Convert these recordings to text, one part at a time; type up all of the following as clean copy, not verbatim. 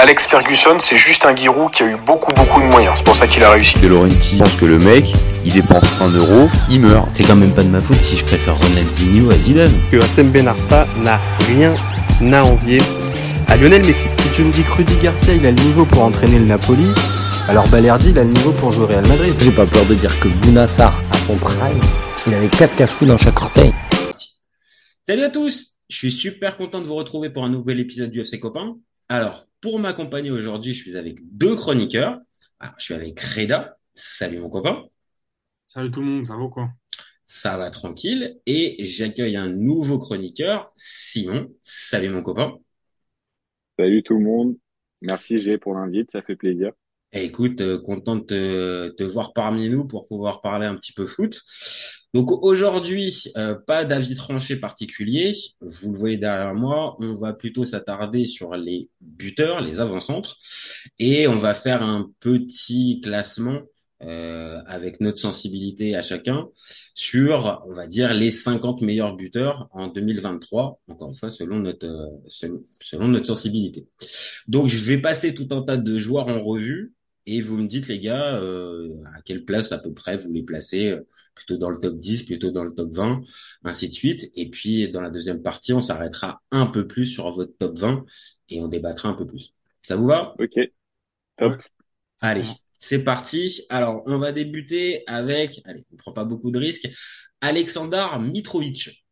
Alex Ferguson, c'est juste un Giroud qui a eu beaucoup de moyens. C'est pour ça qu'il a réussi. De Laurenti pense que le mec, il dépense 1€, il meurt. C'est quand même pas de ma faute si je préfère Ronaldinho à Zidane. Que Hatem Ben Arfa n'a rien à envier à Lionel Messi. Si tu me dis que Rudy Garcia il a le niveau pour entraîner le Napoli, alors Balerdi il a le niveau pour jouer au Real Madrid. J'ai pas peur de dire que Bounassar, à son prime, il avait 4 cafous dans chaque orteil. Salut à tous, je suis super content de vous retrouver pour un nouvel épisode du FC Copain. Alors, pour m'accompagner aujourd'hui, je suis avec deux chroniqueurs. Alors, je suis avec Reda. Salut mon copain. Salut tout le monde, ça va quoi? Ça va tranquille. Et j'accueille un nouveau chroniqueur, Simon. Salut mon copain. Salut tout le monde. Merci G pour l'invite, ça fait plaisir. Écoute, content de te voir parmi nous pour pouvoir parler un petit peu foot. Donc aujourd'hui, pas d'avis tranché particulier. Vous le voyez derrière moi, on va plutôt s'attarder sur les buteurs, les avant-centres, et on va faire un petit classement avec notre sensibilité à chacun sur, on va dire, les 50 meilleurs buteurs en 2023. Encore une fois, selon notre sensibilité. Donc je vais passer tout un tas de joueurs en revue. Et vous me dites, les gars, à quelle place à peu près vous les placez, plutôt dans le top 10, plutôt dans le top 20, ainsi de suite. Et puis, dans la deuxième partie, on s'arrêtera un peu plus sur votre top 20 et on débattra un peu plus. Ça vous va? Ok, top. Allez, c'est parti. Alors, on va débuter avec, allez, on prend pas beaucoup de risques, Aleksandar Mitrovic.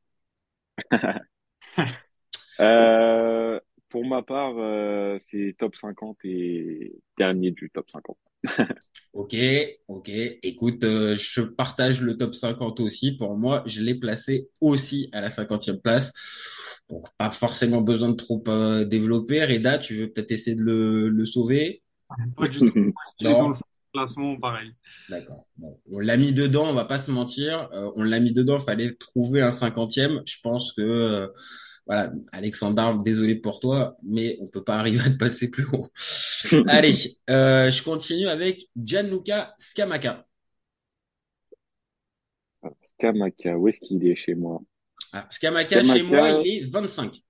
Pour ma part, c'est top 50 et dernier du top 50. Ok. Écoute, je partage le top 50 aussi. Pour moi, je l'ai placé aussi à la 50e place. Donc, pas forcément besoin de trop développer. Reda, tu veux peut-être essayer de le sauver? Pas du tout. Dans Non. le classement, pareil. D'accord. Bon, on l'a mis dedans, on va pas se mentir. On l'a mis dedans, fallait trouver un 50e. Je pense que voilà, Alexandre, désolé pour toi, mais on peut pas arriver à te passer plus haut. Allez, je continue avec Gianluca Scamacca. Scamacca, où est-ce qu'il est chez moi? Ah, Scamacca, chez moi, il est 25.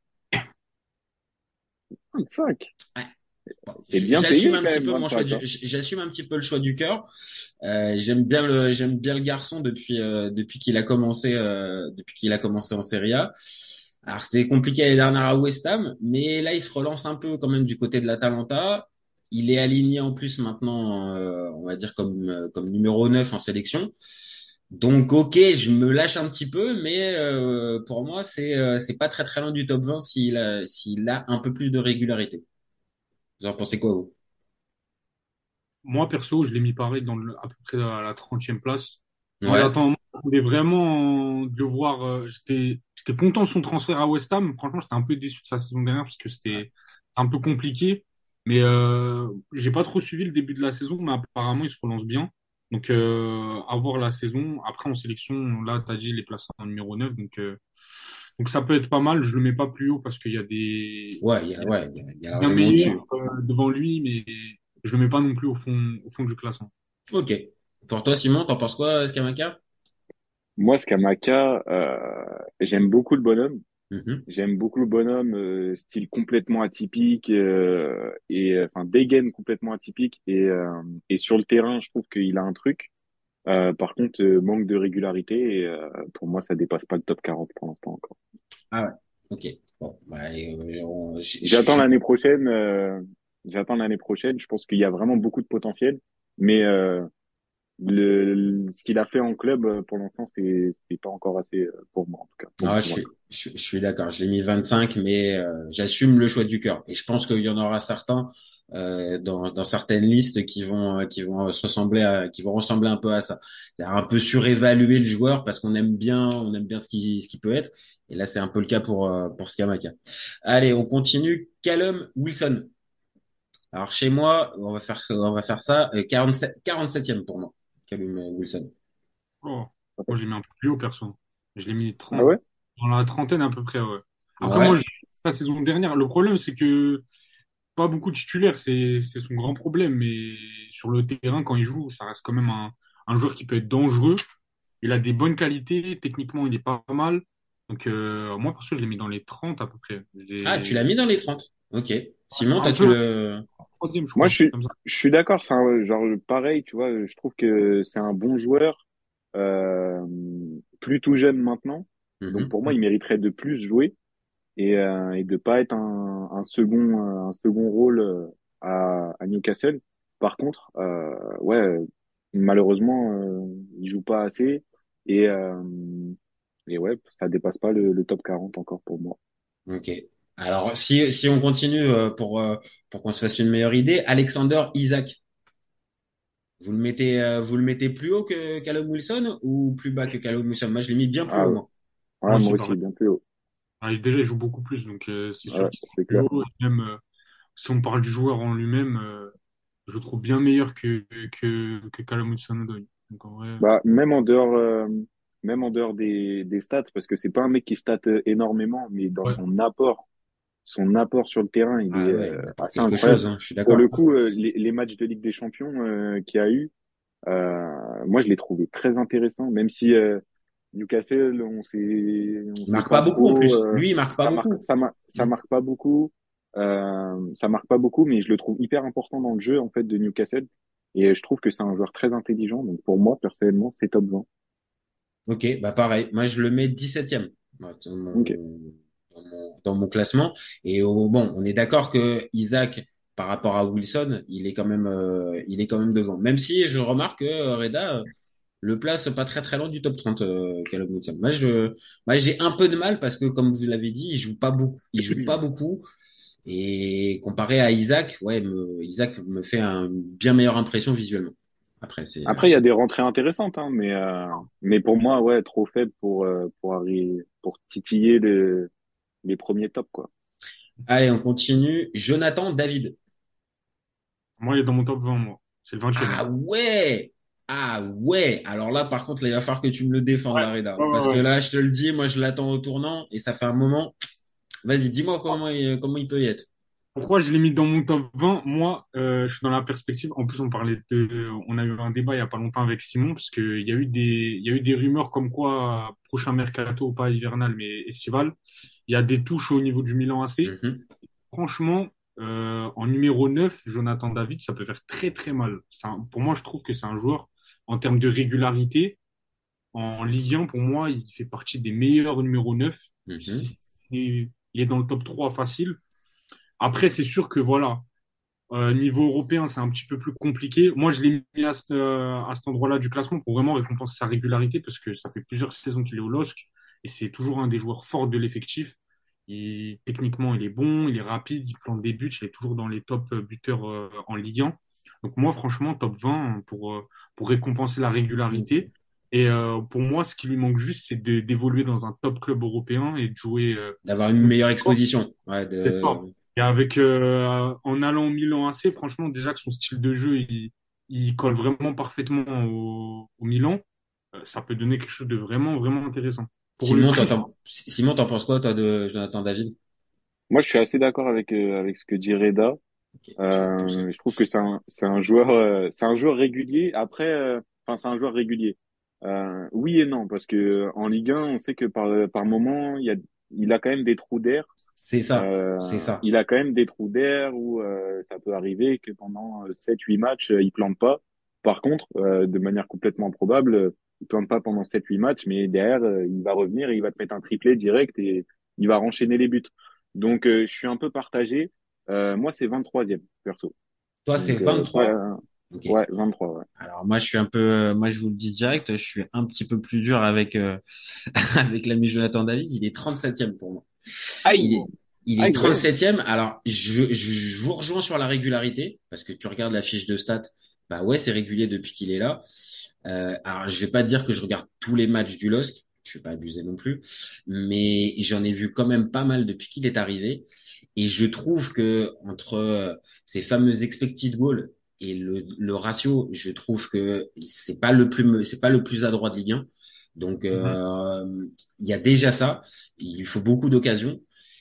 25? Ouais. Bon, c'est bien j'assume payé un quand petit même, peu mon 25, choix. J'assume un petit peu le choix du cœur. J'aime bien le garçon depuis qu'il a commencé en Serie A. Alors c'était compliqué l'année dernière à West Ham, mais là il se relance un peu quand même du côté de l'Atalanta. Il est aligné en plus maintenant, on va dire comme numéro 9 en sélection. Donc ok, je me lâche un petit peu, mais pour moi c'est pas très très loin du top 20 s'il a un peu plus de régularité. Vous en pensez quoi vous? Moi, perso, je l'ai mis pareil à peu près à la 30e place. Ouais. J'attendais vraiment de le voir. J'étais content de son transfert à West Ham. Franchement, j'étais un peu déçu de sa saison dernière parce que c'était un peu compliqué. Mais j'ai pas trop suivi le début de la saison, mais apparemment, il se relance bien. Donc, à voir la saison. Après, en sélection, là, t'as dit, il est placé en numéro 9. Donc ça peut être pas mal. Je le mets pas plus haut parce qu'il y a Ouais, il y a bien largement au-dessus. meilleur devant lui, mais je le mets pas non plus au fond du classement. Ok. Pour toi, Simon, t'en penses quoi, Scamacca? Moi, Scamacca, j'aime beaucoup le bonhomme. Mhm. J'aime beaucoup le bonhomme, style complètement atypique enfin dégaine complètement atypique et sur le terrain, je trouve qu'il a un truc. Par contre, manque de régularité et pour moi, ça dépasse pas le top 40 pour l'instant encore. Ah ouais. Ok. Bon, bah, J'attends l'année prochaine. J'attends l'année prochaine. Je pense qu'il y a vraiment beaucoup de potentiel, mais ce qu'il a fait en club pour l'instant, c'est pas encore assez pour moi en tout cas. Ah, je suis d'accord. Je l'ai mis 25, mais j'assume le choix du cœur. Et je pense qu'il y en aura certains dans certaines listes qui vont ressembler un peu à ça. C'est-à-dire un peu surévaluer le joueur parce qu'on aime bien ce qui peut être. Et là, c'est un peu le cas pour Scamacca. Allez, on continue. Callum Wilson. Alors chez moi, on va faire ça. 47e pour moi. Callum Wilson. Oh, moi, je l'ai mis un peu plus haut, perso. Je l'ai mis Ah ouais? dans la trentaine à peu près, ouais. Après, Ouais. moi, la saison dernière, le problème, c'est que pas beaucoup de titulaires, c'est son grand problème. Mais sur le terrain, quand il joue, ça reste quand même un joueur qui peut être dangereux. Il a des bonnes qualités, techniquement, il est pas mal. Donc, moi, perso, je l'ai mis dans les 30 à peu près. Ah, tu l'as mis dans les 30. Ok. Simon, Un tu peu, le... troisième, je Moi, crois, comme ça. je suis d'accord. C'est genre pareil, tu vois. Je trouve que c'est un bon joueur, euh, plus tout jeune maintenant. Donc Mhm. pour moi, il mériterait de plus jouer et de pas être un second rôle à Newcastle. Par contre, ouais, malheureusement, il joue pas assez et euh, et ouais, ça dépasse pas le top 40 encore pour moi. Ok. Alors, si on continue pour qu'on se fasse une meilleure idée, Alexander Isaac, vous le mettez plus haut que Callum Wilson ou plus bas que Callum Wilson? Moi, je l'ai mis bien plus Ah haut, ouais, moi. Moi ouais, moi aussi, aussi, pareil. bien plus haut. Déjà, il joue beaucoup plus, donc c'est sûr Ouais, qu'il est c'est plus clair. haut. Et même si on parle du joueur en lui-même, je le trouve bien meilleur que Callum Hudson-Odoi. Donc en vrai, Bah, même en dehors des stats, parce que c'est pas un mec qui stat énormément, mais dans ouais, son apport sur le terrain, il est Ah ouais, il apporte assez quelque chose, incroyable. hein, je suis Pour d'accord. le coup, les matchs de Ligue des Champions qu'il y a eu, moi je l'ai trouvé très intéressant, même si Newcastle, on Il sait marque pas pas beaucoup en trop, plus. Lui, il marque pas beaucoup. ça marque pas beaucoup, ça marque pas beaucoup, mais je le trouve hyper important dans le jeu en fait de Newcastle, et je trouve que c'est un joueur très intelligent. Donc pour moi personnellement, c'est top 20. Ok, bah pareil. Moi, je le mets 17e ouais, Ok. dans mon classement. Et bon, on est d'accord que Isaac, par rapport à Wilson, il est quand même devant. Même si je remarque que Reda le place pas très très loin du top 30, Callum Wilson. Moi, j'ai un peu de mal parce que, comme vous l'avez dit, il joue pas beaucoup. Il joue pas beaucoup. Et comparé à Isaac, Isaac me fait une bien meilleure impression visuellement. Après, c'est Après, il y a des rentrées intéressantes, hein, mais pour moi, ouais, trop faible pour arriver, pour titiller les premiers tops, quoi. Allez, on continue. Jonathan David. moi, il est dans mon top 20, moi. C'est le 20e. Ah ouais! Ah ouais! Alors là, par contre, là, il va falloir que tu me le défendes, Ouais, la Reda. ouais, Parce ouais, que ouais. là, je te le dis, moi, je l'attends au tournant et ça fait un moment. Vas-y, dis-moi comment il peut y être. Pourquoi je l'ai mis dans mon top 20? Moi, je suis dans la perspective. En plus, on a eu un débat il y a pas longtemps avec Simon, parce que il y a eu des rumeurs comme quoi prochain mercato, pas hivernal, mais estival. Il y a des touches au niveau du Milan AC. Mhm, Franchement, en numéro 9, Jonathan David, ça peut faire très très mal. Pour moi, je trouve que c'est un joueur en termes de régularité. En Ligue 1, pour moi, il fait partie des meilleurs numéro 9. mhm. Il est dans le top 3 facile. Après, c'est sûr que voilà, niveau européen, c'est un petit peu plus compliqué. Moi, je l'ai mis à cet endroit-là du classement pour vraiment récompenser sa régularité parce que ça fait plusieurs saisons qu'il est au LOSC et c'est toujours un des joueurs forts de l'effectif. Techniquement, il est bon, il est rapide, il plante des buts, il est toujours dans les top buteurs en Ligue 1. Donc moi, franchement, top 20 pour récompenser la régularité. Ok. Et pour moi, ce qui lui manque juste, c'est d'évoluer dans un top club européen et de jouer D'avoir une meilleure exposition. Ouais, c'est ça. Et avec en allant au Milan AC, franchement, déjà que son style de jeu, il colle vraiment parfaitement au Milan, ça peut donner quelque chose de vraiment, vraiment intéressant. Pour le prix, Simon, t'en penses quoi, toi, de Jonathan David? Moi, je suis assez d'accord avec ce que dit Reda. Ok, je vais le toucher. Je trouve que c'est un joueur régulier. Après, enfin, c'est un joueur régulier. Oui et non, parce que en Ligue 1, on sait que par moment, il a quand même des trous d'air. C'est ça. C'est ça. Il a quand même des trous d'air où ça peut arriver que pendant 7-8 matchs, il plante pas. Par contre, de manière complètement probable, il plante pas pendant 7-8 matchs, mais derrière, il va revenir et il va te mettre un triplé direct et il va renchaîner les buts. Donc, je suis un peu partagé. Moi, c'est 23e, perso. Toi, c'est Donc, ouais, 23. Ok. ouais, 23, ouais. Alors moi je suis un peu, moi je vous le dis direct, je suis un petit peu plus dur avec avec l'ami Jonathan David. Il est 37e pour moi. Il Aïe! est il est Aïe, quand même. 37e. Alors je vous rejoins sur la régularité parce que tu regardes la fiche de stats, bah ouais c'est régulier depuis qu'il est là. Alors je vais pas te dire que je regarde tous les matchs du LOSC, je vais pas abuser non plus, mais j'en ai vu quand même pas mal depuis qu'il est arrivé et je trouve que entre ces fameux expected goals et le ratio, je trouve que c'est pas le plus adroit de Ligue 1. Donc mhm. il y a déjà ça, il lui faut beaucoup d'occasions.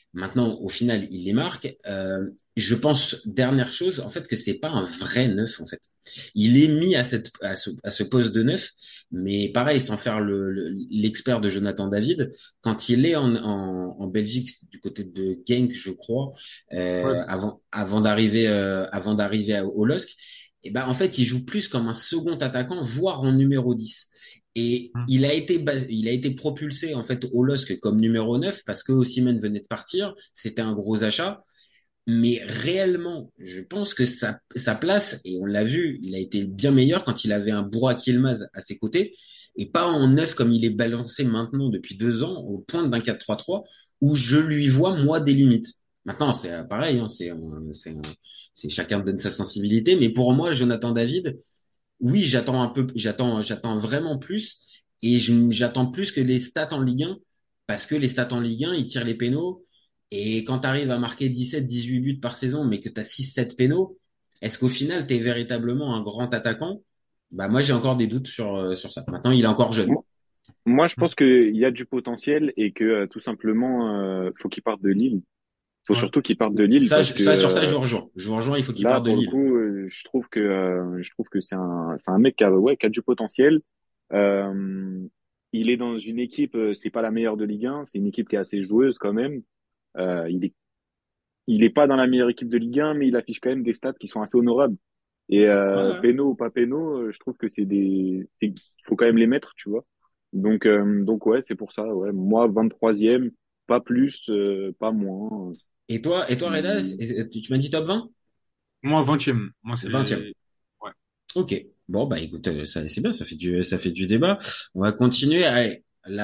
Maintenant, au final, il les marque. Je pense, dernière chose, en fait, que c'est pas un vrai neuf, en fait. Il est mis à ce poste de neuf, mais pareil, sans faire l'expert de Jonathan David, quand il est en Belgique, du côté de Genk, je crois, Ouais, avant d'arriver au LOSC, et ben, en fait, il joue plus comme un second attaquant, voire en numéro 10. Et hum, il a été propulsé en fait au LOSC comme numéro 9 parce que Osimhen venait de partir, c'était un gros achat. Mais réellement, je pense que sa place, et on l'a vu, il a été bien meilleur quand il avait un Burak Yilmaz à ses côtés, et pas en neuf comme il est balancé maintenant depuis 2 ans, au point d'un 4-3-3, où je lui vois, moi, des limites. Maintenant, c'est pareil, hein, c'est chacun donne sa sensibilité, mais pour moi, Jonathan David, oui, j'attends vraiment plus et j'attends plus que les stats en Ligue 1 parce que les stats en Ligue 1, ils tirent les pénaux et quand tu arrives à marquer 17, 18 buts par saison mais que tu as 6, 7 pénaux, est-ce qu'au final tu es véritablement un grand attaquant? Bah moi j'ai encore des doutes sur ça. Maintenant, il est encore jeune. Moi, moi, je hum. pense qu'il y a du potentiel et que tout simplement, faut qu'il parte de Lille. Faut Ouais. surtout qu'il parte de Lille parce que Sur ça je vous rejoins. Je vous rejoins, il faut qu'il là, parte de pour le Lille. coup, je trouve que c'est un mec qui a, ouais, qui a du potentiel. Euh, il est dans une équipe, c'est pas la meilleure de Ligue 1, c'est une équipe qui est assez joueuse quand même. Il est pas dans la meilleure équipe de Ligue 1, mais il affiche quand même des stats qui sont assez honorables. Et Ouais, ouais. péno ou pas péno, je trouve que faut quand même les mettre, tu vois. Donc ouais, c'est pour ça. Ouais, moi 23e, pas plus, pas moins. Et toi Reda, Hum, tu m'as dit top 20? Moi, 20e. Moi, 20e. c'est, ouais. Ok. Bon, bah écoute, ça c'est bien, ça fait du débat. On va continuer. Allez,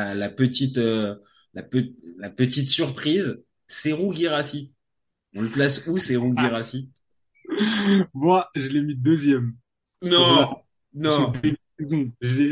la petite surprise, Serhou Guirassy. On le place où, Serhou Guirassy? Moi, je l'ai mis deuxième. Pour là, Non, son non. début de saison.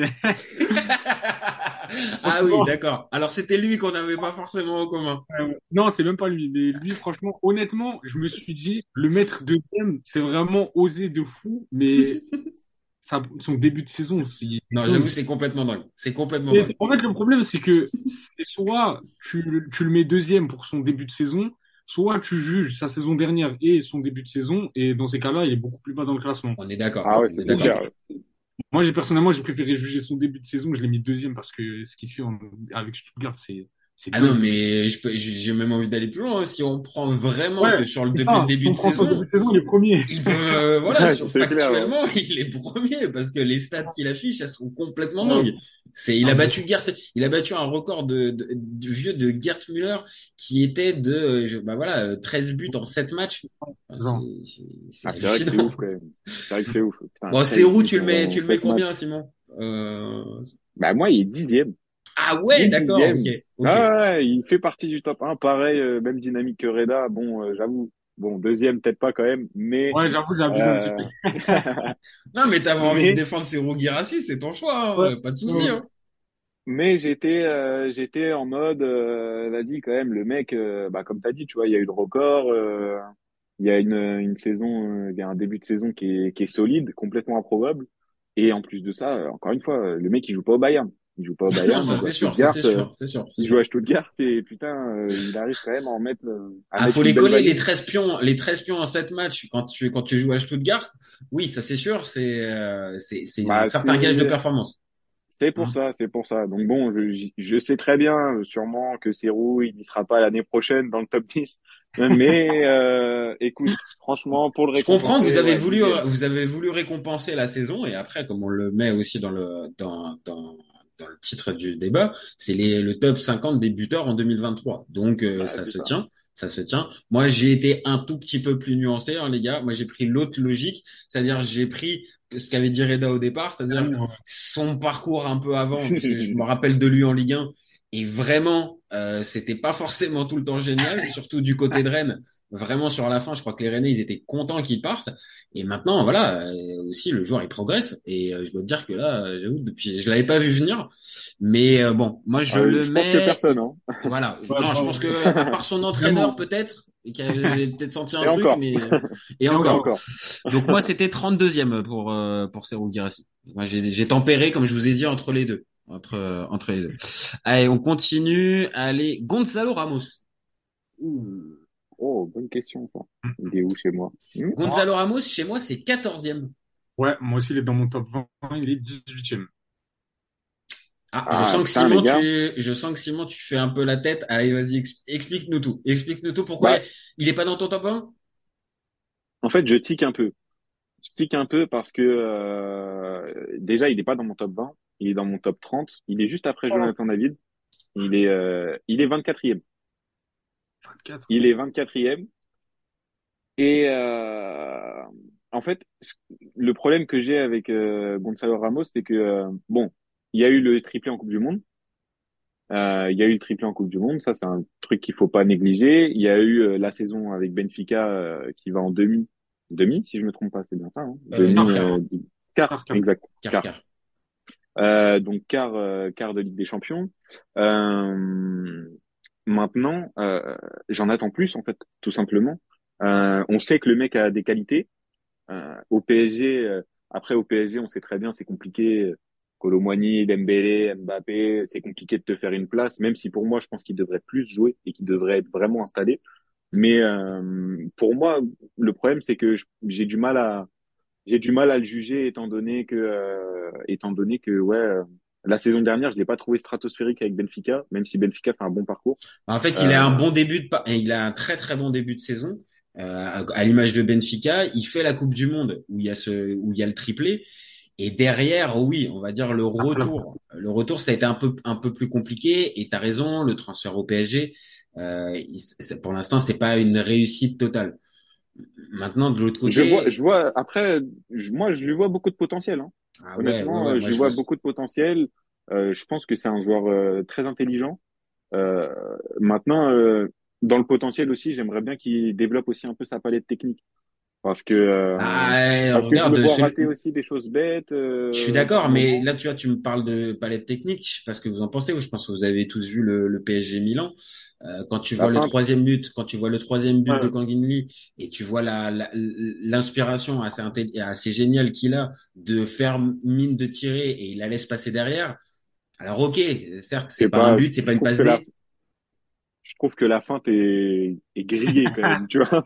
Ah oui, Franchement, d'accord. Alors c'était lui qu'on n'avait pas forcément en commun. non, c'est même pas lui. Mais lui, franchement, honnêtement, je me suis dit, le mettre deuxième, c'est vraiment osé de fou. Mais son début de saison, c'est Non, dingue. j'avoue, c'est complètement dingue. C'est complètement Mais dingue. en fait, le problème, c'est que c'est soit tu le mets deuxième pour son début de saison, soit tu juges sa saison dernière et son début de saison, et dans ces cas-là, il est beaucoup plus bas dans le classement. On est d'accord. Ah ouais, On ça est c'est d'accord. clair. Moi, personnellement, j'ai préféré juger son début de saison, je l'ai mis deuxième parce que ce qu'il fait avec Stuttgart, c'est Ah non, dingue. mais j'ai même envie d'aller plus loin, hein. Si on prend vraiment Ouais, que c'est depuis le ça. Si début on de prend son saison, début de saison, il est premier. il peut, voilà, Ouais, c'est clair. Ouais. factuellement, il est premier parce que les stats qu'il affiche, elles sont complètement Ouais. dingues. Ah, mais Il a battu un record du vieux de Gerd Müller qui était de, bah voilà, 13 buts en 7 matchs. Enfin, genre, c'est Ah, c'est vrai que c'est ouf hallucinant. quand même. C'est vrai que c'est ouf. Putain, Bon, 13 Serhou, buts tu en le mets 7 matchs. combien, Simon? Bah moi, il est 10e. Ah Il ouais, est d'accord, ok, 10e. ok. Ah ouais, il fait partie du top 1. Pareil, même dynamique que Reda. Bon, j'avoue. Bon, deuxième, peut-être pas quand même, mais ouais, j'avoue, j'ai abusé un petit euh, peu. Non, mais t'avais envie de mais défendre Serhou Guirassy, c'est ton choix, Ouais. hein, pas de souci, Ouais. hein. mais j'étais en mode vas-y quand même le mec bah comme t'as dit tu vois il y a eu le record il y a une saison il y a un début de saison qui est solide complètement improbable et en plus de ça encore une fois le mec il joue pas au Bayern il joue pas au Non, Bayern ça il joue à c'est sûr, ça Stuttgart c'est sûr, c'est sûr, c'est il joue sûr. à Stuttgart et putain il arrive quand même à Ah, faut mettre une les belle coller valise. les 13 pions en 7 matchs quand tu joues à Stuttgart. Oui, ça c'est sûr, c'est un Bah certain gage de c'est performance. Hum. c'est pour ça. Donc bon, je sais très bien, sûrement que Serhou, il n'y sera pas l'année prochaine dans le top 10. Mais écoute, franchement, pour le Je comprends, récompenser, ouais, 10e. vous avez voulu récompenser la saison et après, comme on le met aussi dans le titre du débat, c'est le top 50 des buteurs en 2023. Donc, Bah, c'est ça. ça se tient. Moi, j'ai été un tout petit peu plus nuancé, hein, les gars. Moi, j'ai pris l'autre logique, c'est-à-dire j'ai pris ce qu'avait dit Reda au départ, c'est-à-dire Dernière, ouais. son parcours un peu avant, parce que je me rappelle de lui en Ligue 1. Et vraiment, c'était pas forcément tout le temps génial, surtout du côté de Rennes. Vraiment sur la fin, je crois que les Rennais, ils étaient contents qu'ils partent. Et maintenant, voilà, aussi le joueur il progresse. Et je dois te dire que là, j'avoue, depuis, je l'avais pas vu venir. Mais bon, moi je Ah, le je pense que mets. personne, hein. Voilà. Ouais, Non, je bravo. pense que à part son entraîneur Vraiment. peut-être, qui avait peut-être senti un Et truc, encore, mais et Et et encore. encore. encore. Donc moi, c'était 32e pour Serhou Guirassy. Moi, j'ai tempéré, comme je vous ai dit, entre les deux. Entre les deux. Allez, on continue. Allez, Gonzalo Ramos. Ouh. Oh, bonne question, ça. Il est où chez moi? Gonzalo Ramos, chez moi, c'est 14e. Ouais, moi aussi, il est dans mon top 20, il est 18e. Ah, Ah, putain, les gars. je sens que Simon, tu fais un peu la tête. Allez, vas-y, explique-nous tout. Explique-nous tout. Pourquoi Bah, il est pas dans ton top 1? en fait, je tique un peu. Je tique un peu parce que déjà, il n'est pas dans mon top 20. Il est dans mon top 30. Il est juste après Jonathan David. Il est 24e. 24. Il est 24e. Et en fait, le problème que j'ai avec Gonzalo Ramos, c'est que bon, il y a eu le triplé en Coupe du Monde. Il y a eu le triplé en Coupe du Monde, ça c'est un truc qu'il faut pas négliger. Il y a eu la saison avec Benfica qui va en demi, si je me trompe pas, c'est bien ça, hein demi, Quart, quart, exact, quart, quart. quart. Donc quart de Ligue des Champions. Euh, Maintenant, j'en attends plus en fait, tout simplement. On sait que le mec a des qualités. Au PSG, après au PSG, on sait très bien, c'est compliqué. Kolo Muani, Dembélé, Mbappé, c'est compliqué de te faire une place, même si pour moi, je pense qu'il devrait plus jouer et qu'il devrait être vraiment installé. Mais pour moi, le problème, c'est que j'ai du mal à le juger étant donné que ouais, la saison dernière, je l'ai pas trouvé stratosphérique avec Benfica, même si Benfica fait un bon parcours. En fait, il a un Euh, bon il a un très très bon début de saison. À l'image de Benfica, il fait la Coupe du Monde où il y a le triplé. Et derrière, oui, on va dire le retour. Le retour, ça a été un peu plus compliqué. Et t'as raison, le transfert au PSG, pour l'instant, c'est pas une réussite totale. Maintenant, de l'autre je vois, côté, je vois. Après, moi, je lui vois beaucoup de potentiel, hein. ah Honnêtement, ouais, je moi lui je vois vois. beaucoup de potentiel. Je pense que c'est un joueur très intelligent. Euh, Maintenant, dans le potentiel aussi, j'aimerais bien qu'il développe aussi un peu sa palette technique, parce que Ah, euh, parce que je le regarde, vois rater aussi des choses bêtes je suis par d'accord, mais moment. là, tu vois, tu me parles de palette technique. Je sais pas ce que vous en pensez. Je pense que vous avez tous vu le PSG Milan. Quand tu La vois le feinte. troisième but, quand tu vois le troisième but de Ouais. Kanginli et tu vois l'inspiration assez géniale qu'il a de faire mine de tirer et il la laisse passer derrière. Alors ok, certes, Je c'est sais pas un pas. but, c'est pas Je une trouve passe que la D. je trouve que la feinte est grillée quand même. Tu vois,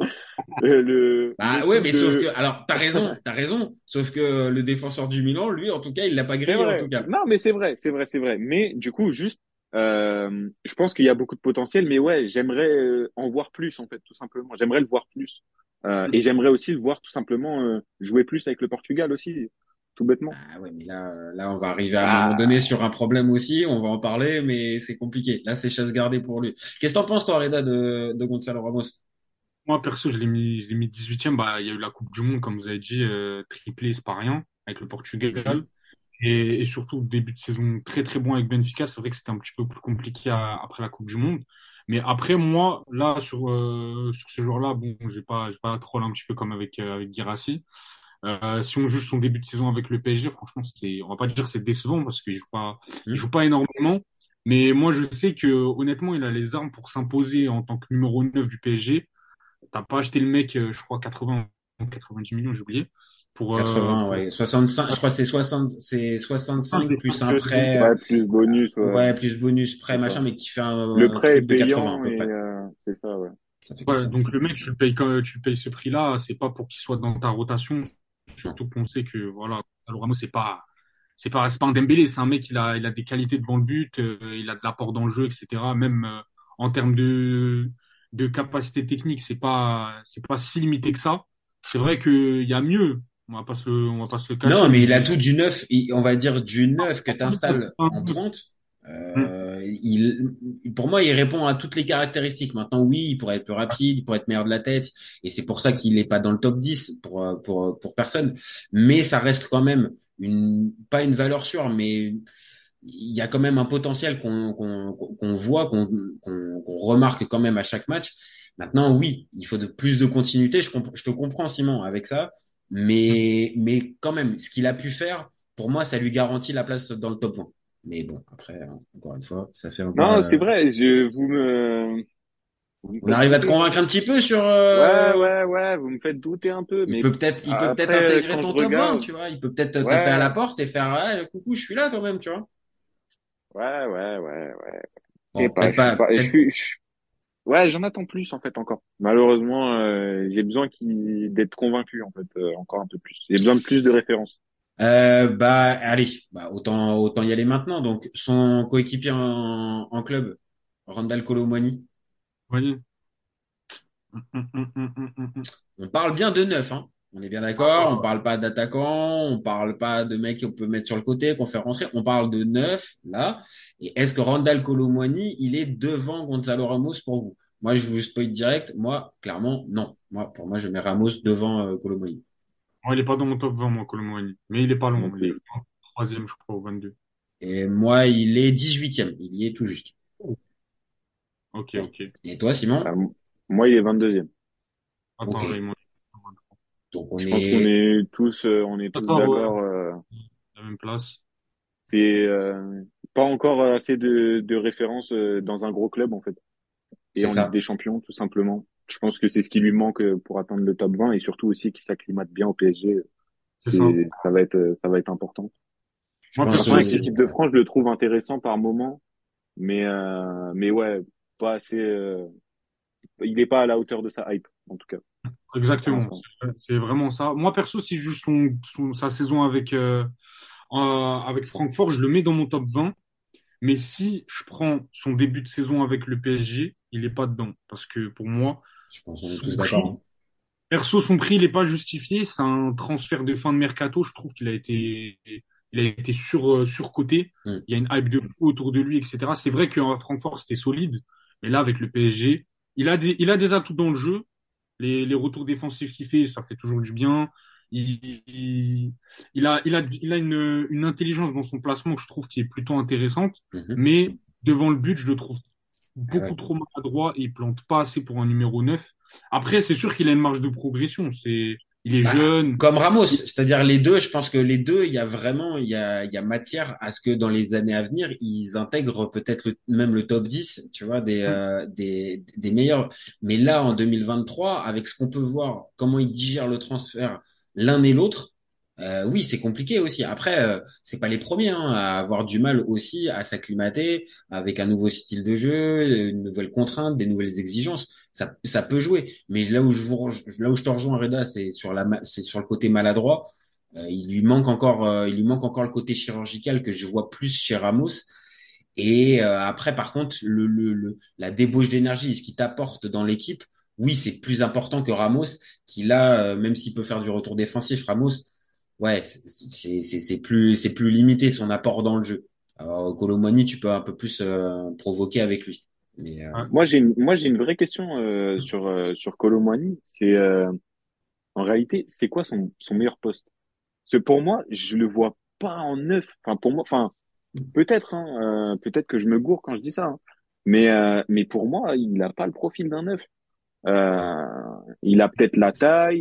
le Bah ouais, truc mais sauf que, de. alors t'as raison, sauf que le défenseur du Milan, lui, en tout cas, il l'a pas C'est grillé, en vrai. tout cas. Non, mais c'est vrai, c'est vrai, c'est vrai. Mais du coup, juste, je pense qu'il y a beaucoup de potentiel, mais ouais, j'aimerais en voir plus, en fait, tout simplement. J'aimerais le voir plus. Et j'aimerais aussi le voir tout simplement jouer plus avec le Portugal aussi, tout bêtement. Ah ouais, mais là, on va arriver à un moment donné Ah, sur un problème aussi. On va en parler, mais c'est compliqué. Là, c'est chasse gardée pour lui. Qu'est-ce que t'en penses, toi, Reda, de Gonzalo Ramos? Moi, perso, je l'ai mis 18e. Bah, il y a eu la Coupe du Monde, comme vous avez dit, triplé, c'est pas rien, avec le Portugal. Mhm. Et surtout, début de saison très très bon avec Benfica. C'est vrai que c'était un petit peu plus compliqué après la Coupe du Monde. Mais après, moi, là, sur ce joueur-là, bon, j'ai pas troll un petit peu comme avec Guirassy. Si on juge son début de saison avec le PSG, franchement, on va pas dire que c'est décevant parce il Mhm. joue pas énormément. Mais moi, je sais que, honnêtement, il a les armes pour s'imposer en tant que numéro 9 du PSG. T'as pas acheté le mec, je crois, 80 ou 90 millions, j'ai oublié, 80, pour ouais. 65, je crois que c'est 65 plus un prêt, ouais, plus bonus, ouais, ouais, plus bonus, prêt, c'est ça. machin, mais qui fait Le un prêt est truc de 80 à payant peu et près. c'est ça, ouais. Ça fait Ouais, donc 90. le mec, tu le payes ce prix-là, c'est pas pour qu'il soit dans ta rotation, Non. surtout qu'on sait que voilà, Gonzalo Ramos c'est pas un Dembélé, c'est un mec il a des qualités devant le but, il a de l'apport dans le jeu, etc. Même en termes de capacité technique, c'est pas si limité que ça. C'est vrai qu'il y a mieux, on va pas se le Non, cacher, mais il a mais tout du neuf, on va dire du neuf que tu installes en Mm. pointe. Pour moi, il répond à toutes les caractéristiques. Maintenant, oui, il pourrait être plus rapide, il pourrait être meilleur de la tête, et c'est pour ça qu'il n'est pas dans le top 10 pour personne. Mais ça reste quand même pas une valeur sûre, mais il y a quand même un potentiel qu'on voit, qu'on remarque quand même à chaque match. Maintenant, oui, il faut plus de continuité. Je te comprends, Simon, avec ça. Mais quand même, ce qu'il a pu faire, pour moi, ça lui garantit la place dans le top 20. Mais bon, après, hein, encore une fois, ça fait encore. Non, c'est vrai, vous me On faites arrive à te douter, hein. convaincre un petit peu sur. Ouais, ouais, ouais, vous me faites douter un peu, mais Il peut peut-être après, intégrer quand je ton top 20, regarde, tu vois. Il peut peut-être taper à la ouais, porte et faire ah, coucou, je suis là quand même, tu vois. ouais, ouais, ouais, ouais. Je sais Bon, pas, je suis pas, je peut-être suis, je- Ouais, j'en attends plus en fait encore. Malheureusement, j'ai besoin d'être convaincu en fait encore un peu plus. J'ai besoin de plus de références. Bah allez, bah autant y aller maintenant. Donc son coéquipier en club, Randal Kolo Muani. Oui. On parle bien de neuf, hein. On est bien d'accord. On parle pas d'attaquant, on parle pas de mec qu'on peut mettre sur le côté, qu'on fait rentrer. On parle de neuf là. Et est-ce que Randal Kolo Muani, il est devant Gonzalo Ramos pour vous? Moi, je vous spoil direct. Moi, clairement, non. Pour moi, je mets Ramos devant Kolo Muani. Oh, il est pas dans mon top 20, moi, Colomboigny. Mais il est pas Non loin. Il est plus. troisième, je crois, au 22. Et moi, il est 18e. Il y est tout juste. Ok, Bon. ok. Et toi, Simon? Moi, il est 22e. Attends, Ok. Raymond. Donc on Je pense qu'on est, est tous D'accord, ouais. d'accord. La même place. C'est pas encore assez de références dans un gros club en fait. Et c'est en Ligue ça. des Champions, tout simplement. Je pense que c'est ce qui lui manque pour atteindre le top 20 et surtout aussi qu'il s'acclimate bien au PSG. C'est ça. Ça va être important. Je Moi, pense Maintenant, perso, avec c'est l'équipe de France, je le trouve intéressant par moment, mais ouais, pas assez. Il n'est pas à la hauteur de sa hype, en tout cas, pour exactement. l'instant. C'est vraiment ça. Moi, perso, si juste sa saison avec Francfort, je le mets dans mon top 20. Mais si je prends son début de saison avec le PSG, il est pas dedans. Parce que pour moi, Je pense qu'on est son tous d'accord, prix, hein. perso, son prix, il est pas justifié. C'est un transfert de fin de mercato. Je trouve qu'il a été surcoté. Mm. Il y a une hype de fou autour de lui, etc. C'est vrai qu'à Francfort, c'était solide. Mais là, avec le PSG, il a des atouts dans le jeu. Les retours défensifs qu'il fait, ça fait toujours du bien. Il a une intelligence dans son placement que je trouve qui est plutôt intéressante. Mhm. Mais devant le but, je le trouve Ah beaucoup ouais. trop maladroit et il plante pas assez pour un numéro 9. Après, c'est sûr qu'il a une marge de progression. Il est Bah, jeune. comme Ramos, c'est-à-dire les deux, je pense que les deux, il y a vraiment, il y a matière à ce que dans les années à venir, ils intègrent peut-être même le top 10, tu vois, des meilleurs. Mais là, en 2023, avec ce qu'on peut voir, comment ils digèrent le transfert l'un et l'autre, oui, c'est compliqué aussi. Après, c'est pas les premiers hein, à avoir du mal aussi à s'acclimater avec un nouveau style de jeu, une nouvelle contrainte, des nouvelles exigences. Ça peut jouer. Mais là où je te rejoins, Reda, c'est sur le côté maladroit. Il lui manque encore le côté chirurgical que je vois plus chez Ramos. Et après, par contre, la débauche d'énergie, ce qu'il t'apporte dans l'équipe, oui, c'est plus important que Ramos, qui là, même s'il peut faire du retour défensif, Ramos, ouais, c'est plus limité son apport dans le jeu. Alors, Kolo Muani, tu peux un peu plus provoquer avec lui. Mais Ouais. Moi, j'ai une vraie question sur Kolo Muani. C'est en réalité, c'est quoi son meilleur poste? Parce que pour moi, je le vois pas en neuf. Enfin, pour moi, enfin, peut-être, hein, peut-être que je me gourre quand je dis ça. Hein. Mais pour moi, il n'a pas le profil d'un neuf. Euh, il a peut-être la taille.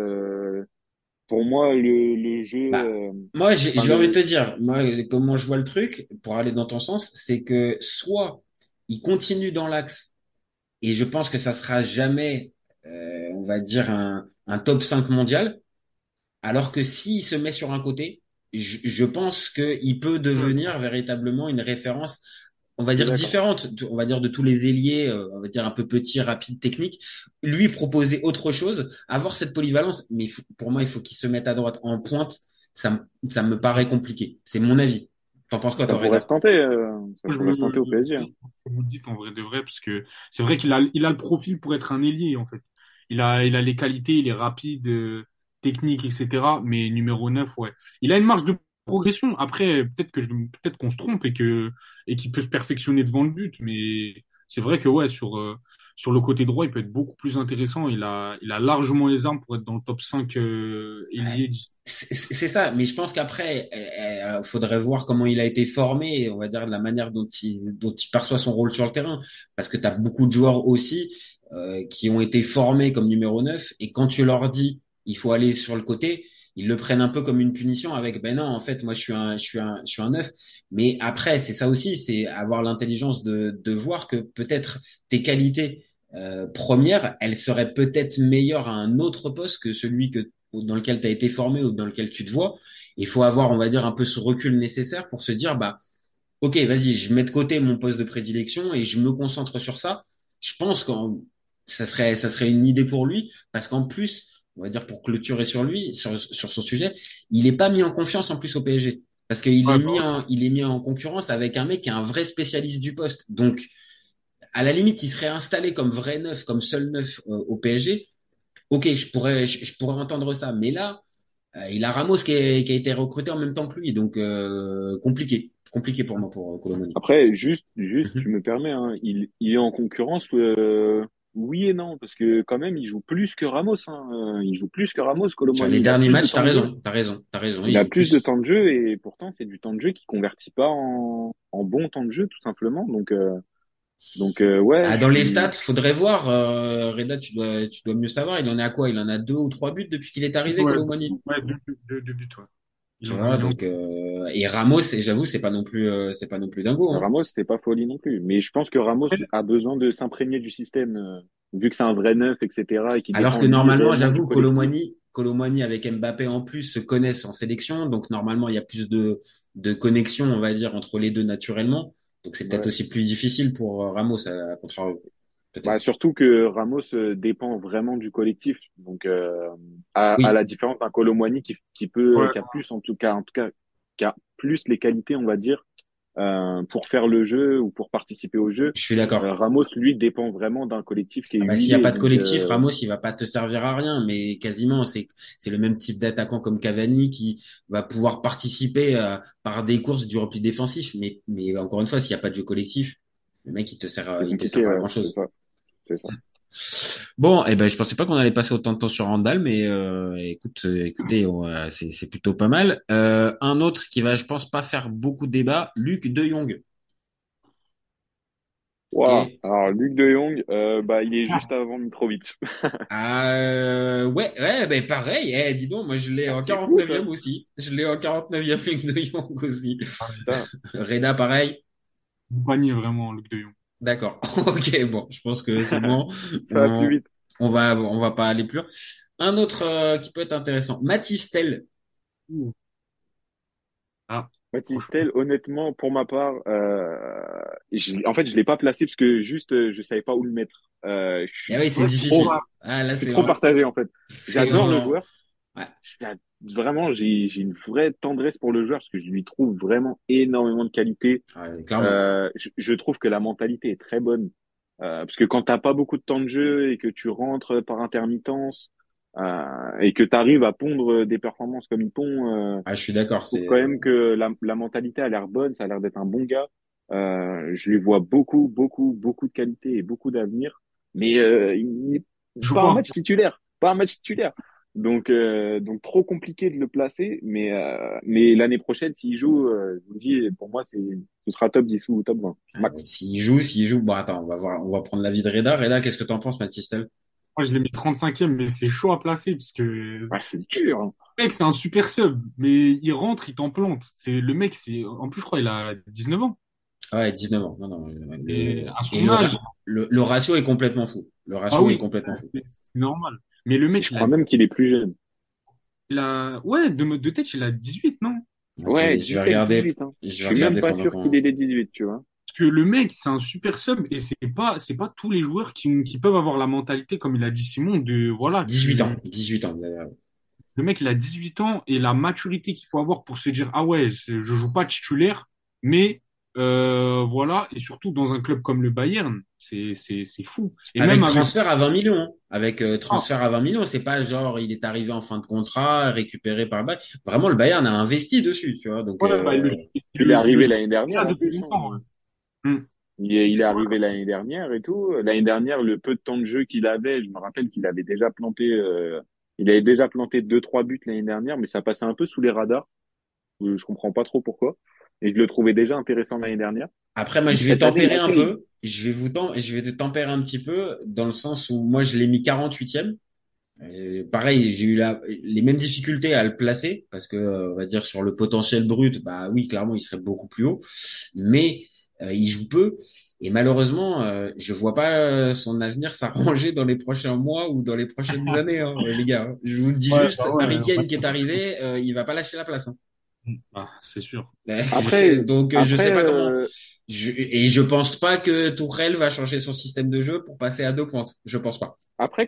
Pour moi, le jeu, bah, moi, enfin j'ai envie de te dire, moi, comment je vois le truc, pour aller dans ton sens, c'est que soit il continue dans l'axe, et je pense que ça sera jamais, on va dire, un top 5 mondial, alors que s'il se met sur un côté, je pense qu'il peut devenir véritablement une référence, on va je suis dire d'accord. différente, on va dire de tous les ailiers, on va dire un peu petit, rapide, technique. Lui proposer autre chose, avoir cette polyvalence, mais pour moi, il faut qu'il se mette à droite en pointe. Ça me paraît compliqué. C'est mon avis. T'en penses quoi, Ça toi, pourrait se Reda? tenter. Ça Je pourrait se tenter au veux PSG. Hein. vous dites en vrai de vrai, parce que c'est vrai qu'il a le profil pour être un ailier, en fait. Il a les qualités, il est rapide, technique, etc. Mais numéro 9 ouais. Il a une marge de progression. Après, peut-être qu'on se trompe et qu'il peut se perfectionner devant le but. Mais c'est vrai que, ouais, sur le côté droit, il peut être beaucoup plus intéressant. Il a largement les armes pour être dans le top 5 ailier. C'est ça, mais je pense qu'après, faudrait voir comment il a été formé, on va dire de la manière dont il perçoit son rôle sur le terrain, parce que tu as beaucoup de joueurs aussi qui ont été formés comme numéro 9, et quand tu leur dis il faut aller sur le côté, ils le prennent un peu comme une punition avec ben non, en fait, moi je suis un 9, mais après, c'est ça aussi, c'est avoir l'intelligence de voir que peut-être tes qualités premières, elles seraient peut-être meilleures à un autre poste que celui dans lequel tu as été formé ou dans lequel tu te vois. Il faut avoir, on va dire, un peu ce recul nécessaire pour se dire, bah, ok, vas-y, je mets de côté mon poste de prédilection et je me concentre sur ça. je pense que ça serait une idée pour lui, parce qu'en plus, on va dire pour clôturer sur lui, sur son sujet, il est pas mis en confiance en plus au PSG. Parce qu'il Ouais, est bah ouais. il est mis en concurrence avec un mec qui est un vrai spécialiste du poste. Donc, à la limite, il serait installé comme vrai neuf, comme seul neuf au PSG. Ok, je pourrais entendre ça. Mais là, il a Ramos qui a été recruté en même temps que lui. Donc, compliqué pour moi, pour Colomoni. Après, juste, tu Mhm. me permets, hein, il est en concurrence, oui et non, parce que quand même, il joue plus que Ramos, hein, il joue plus que Ramos, Sur les Colomani, il a derniers plus de matchs, temps de jeu. t'as raison, il Il a joue plus de plus. temps de jeu et pourtant, c'est du temps de jeu qui convertit pas en bon temps de jeu, tout simplement. Donc, ouais, Ah, dans les stats, faudrait voir. Reda, tu dois mieux savoir. Il en est à quoi? Il en a 2 ou 3 buts depuis qu'il est arrivé, Ouais, Colomoni. ouais, deux buts, ouais. Tu vois, Il en... donc et Ramos, et j'avoue, c'est pas non plus dingo, hein. Ramos, c'est pas folie non plus. Mais je pense que Ramos a besoin de s'imprégner du système, vu que c'est un vrai neuf, etc., et qui Alors dépend que lui normalement, réellement du j'avoue, collectif. Colomani avec Mbappé en plus se connaissent en sélection, donc normalement, il y a plus de connexion, on va dire, entre les deux naturellement. Donc c'est peut-être Ouais. aussi plus difficile pour Ramos, à contrario, Bah, peut-être. surtout que Ramos dépend vraiment du collectif. Donc, à Oui. la différence d'un Kolo Muani qui peut, Ouais, qui a plus, en tout cas, qui a plus les qualités, on va dire, pour faire le jeu ou pour participer au jeu. Je suis d'accord. Ramos, lui, dépend vraiment d'un collectif qui est Ah bah, s'il n'y a huilé. pas de Donc, collectif, Ramos, il va pas te servir à rien, mais quasiment, c'est le même type d'attaquant comme Cavani qui va pouvoir participer par des courses du repli défensif, mais encore une fois, s'il n'y a pas de jeu collectif, le mec, c'est il te sert compliqué, pas à ouais, c'est grand-chose. ça, c'est ça. Bon, eh ben, je pensais pas qu'on allait passer autant de temps sur Randall, mais écoutez, c'est plutôt pas mal. Un autre qui va, je pense, pas faire beaucoup de débat, Luc De Jong. Ok. Wow. Alors, Luc de Jong, bah, il est juste avant Mitrovic. Ouais, ouais, ben pareil. Dis donc, moi je l'ai en C'est fou, ça. 49e aussi. Je l'ai en 49e Luc De Jong aussi. Putain, Reda, pareil. du panier, vraiment, Luc de Jong. D'accord. Ok, bon, je pense que c'est bon. ça va plus On, vite. on va pas aller plus loin. Un autre qui peut être intéressant, Mathys Tel. Ouh. Ah, franchement. Mathys honnêtement, pour ma part, en fait, je l'ai pas placé parce que juste, je savais pas où le mettre. Ah oui, c'est Ouais, c'est difficile. ça. Ah là, Je suis trop c'est partagé en fait. c'est J'adore le en- joueur. ouais, Vraiment, j'ai une vraie tendresse pour le joueur parce que je lui trouve vraiment énormément de qualité. ouais, clairement. Je trouve que la mentalité est très bonne. Parce que quand t'as pas beaucoup de temps de jeu et que tu rentres par intermittence et que tu arrives à pondre des performances comme il pond, Ah, je suis d'accord. je trouve C'est quand même que la mentalité a l'air bonne, ça a l'air d'être un bon gars. Je lui vois beaucoup, beaucoup, beaucoup de qualité et beaucoup d'avenir, mais il n'est Je pas un vois. match titulaire, pas un match titulaire. Donc trop compliqué de le placer, mais l'année prochaine, s'il joue, je vous dis, pour moi, ce sera top 10 ou top 20, max. s'il joue. Bon, attends, on va voir, on va prendre l'avis de Reda. Reda, qu'est-ce que t'en penses, Mathys Tel? Moi, je l'ai mis 35e, mais c'est chaud à placer, parce que le Ouais, c'est dur, hein. mec, c'est un super sub, mais il rentre, il t'en plante. Le mec, en plus, je crois, il a 19 ans. Ouais, 19 ans. Non, non. Et à Et son âge, le ratio est complètement fou. Le ah ratio est oui, complètement fou. c'est normal. Mais le Je mec, crois même qu'il est plus jeune. ouais, de tête, il a 18, non? Ok, Ouais, 17-18, hein. je Je vais suis même regarder pas pendant sûr qu'il qu'on. ait les 18, tu vois. Parce que le mec, c'est un super sub et c'est pas tous les joueurs qui peuvent avoir la mentalité, comme il a dit Simon, de, voilà, 18 ans, 18 ans. le mec, il a 18 ans et la maturité qu'il faut avoir pour se dire, ah ouais, je joue pas titulaire, mais, voilà, et surtout dans un club comme le Bayern, c'est fou. Et Avec même avec, transfert à 20 millions. Hein. Avec ah, transfert à 20 millions, c'est pas genre il est arrivé en fin de contrat, récupéré par le Bayern. Vraiment, le Bayern a investi dessus, tu vois. Donc, ouais, bah, Il est il le arrivé suit l'année dernière, déjà en depuis plus, hein. longtemps. Ouais. Hmm. Il est arrivé l'année dernière et tout. L'année dernière, le peu de temps de jeu qu'il avait, je me rappelle qu'il avait déjà planté, il avait déjà planté 2-3 buts l'année dernière, mais ça passait un peu sous les radars. Je comprends pas trop pourquoi. Et je le trouvais déjà intéressant l'année dernière. après, moi, Et je vais cette année, il tempérer a un fait. peu. Je vais te tempérer un petit peu dans le sens où moi, je l'ai mis 48e. Pareil, j'ai eu les mêmes difficultés à le placer parce que, on va dire sur le potentiel brut, bah oui, clairement, il serait beaucoup plus haut, mais il joue peu et malheureusement, je vois pas son avenir s'arranger dans les prochains mois ou dans les prochaines années, hein, les gars. Je vous le dis Ouais, bah juste, ouais, Harry Kane qui est ouais. arrivé, il va pas lâcher la place. Hein. Ah, c'est sûr. Après, Donc, je sais après, pas comment. Et je pense pas que Tourelle va changer son système de jeu pour passer à deux pointes. Je pense pas. Après,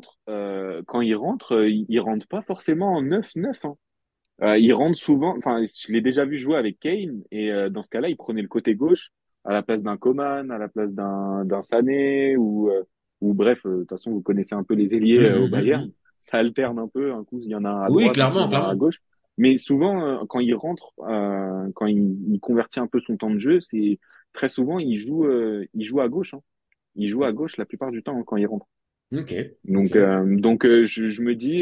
il rentre pas forcément en 9-9, hein. Il rentre souvent, enfin, je l'ai déjà vu jouer avec Kane, et dans ce cas-là, il prenait le côté gauche à la place d'un Coman, à la place d'un Sané, ou bref, de toute façon, vous connaissez un peu les ailiers au Bayern. Hum. Ça alterne un peu, un coup, il y en a un à Oui, droite, un coup, il clairement, y en a un à clairement. gauche. Mais souvent, quand il rentre, quand il convertit un peu son temps de jeu, c'est très souvent, il joue à gauche, hein. Il joue à gauche la plupart du temps, hein, quand il rentre. Ok, ok. Donc, je me dis,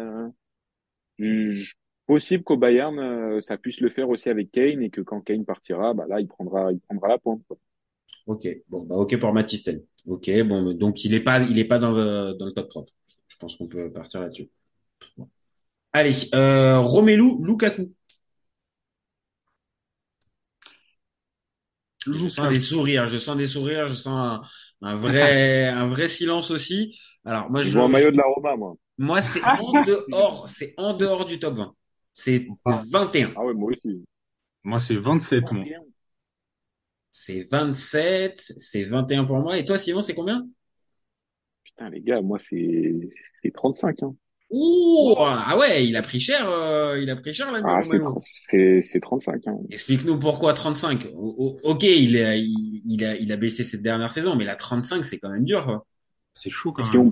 possible qu'au Bayern, ça puisse le faire aussi avec Kane, et que quand Kane partira, bah là, il prendra la pointe, quoi. Ok, bon, bah, ok pour Matistel. Ok, bon, donc il est pas dans le top 30. Je pense qu'on peut partir là-dessus. Bon. Allez, Romelu Lukaku. Je sens des Lukaku. sourires, je sens des sourires, je sens un vrai silence aussi. Alors, Je vois un maillot de la Roma, moi. moi, c'est en dehors du top 20. C'est Ah, 21. Ah ouais, moi aussi. moi, c'est 27, moi. 21. C'est 27, c'est 21 pour moi. Et toi, Simon, c'est combien? Putain, les gars, moi, c'est 35, hein. Ouh, ah ouais, il a pris cher l'ami Ah, Romelu. c'est 35, hein. Explique-nous pourquoi 35. Ok, il a baissé cette dernière saison, mais la 35, c'est quand même dur, quoi. C'est chaud quand Si on, même.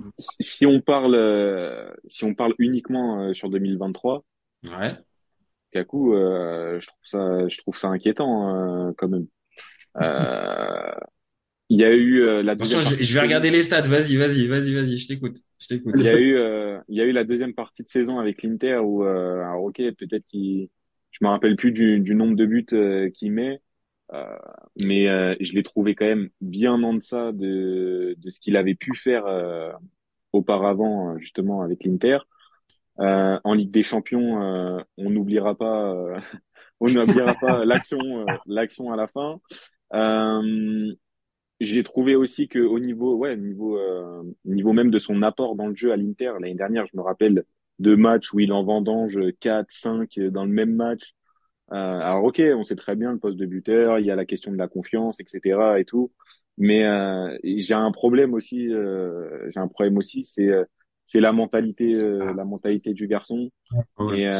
si on parle uniquement sur 2023, Ouais. Kaku, je trouve ça inquiétant, quand même. Euh, il y a eu la Attention, deuxième partie je de vais saison. regarder les stats. Vas-y, je t'écoute. Je t'écoute. Il y a eu la deuxième partie de saison avec l'Inter où, alors ok, peut-être je me rappelle plus du nombre de buts qu'il met, euh, mais je l'ai trouvé quand même bien en deçà de ce qu'il avait pu faire auparavant, justement avec l'Inter. En Ligue des Champions, on n'oubliera pas, on n'oubliera pas l'action à la fin. Euh, j'ai trouvé aussi que au niveau, ouais, niveau même de son apport dans le jeu à l'Inter, l'année dernière, je me rappelle de matchs où il en vendange 4, 5 dans le même match. Alors ok, on sait très bien le poste de buteur, il y a la question de la confiance, etc. et tout. Mais j'ai un problème aussi, c'est la mentalité du garçon. Ouais, Et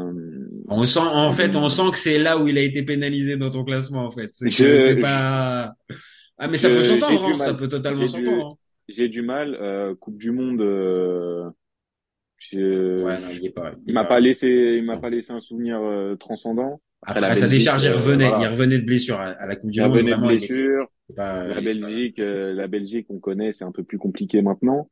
On sent que c'est là où il a été pénalisé dans ton classement, en fait. C'est que c'est je, pas. Ah, mais ça peut j'ai s'entendre, du hein. Ça mal, peut totalement j'ai du, s'entendre, j'ai du mal. Coupe du Monde, hein. je, Ouais, non, il est pas, il il est m'a pas. pas laissé, il m'a Non. pas laissé un souvenir Bon. transcendant. Après la Après, à sa Belgique, décharge, il voilà, revenait de blessure à la Coupe du il Monde. revenait de Vraiment, blessure. il était pas. La Belgique, on connaît, c'est un peu plus compliqué maintenant.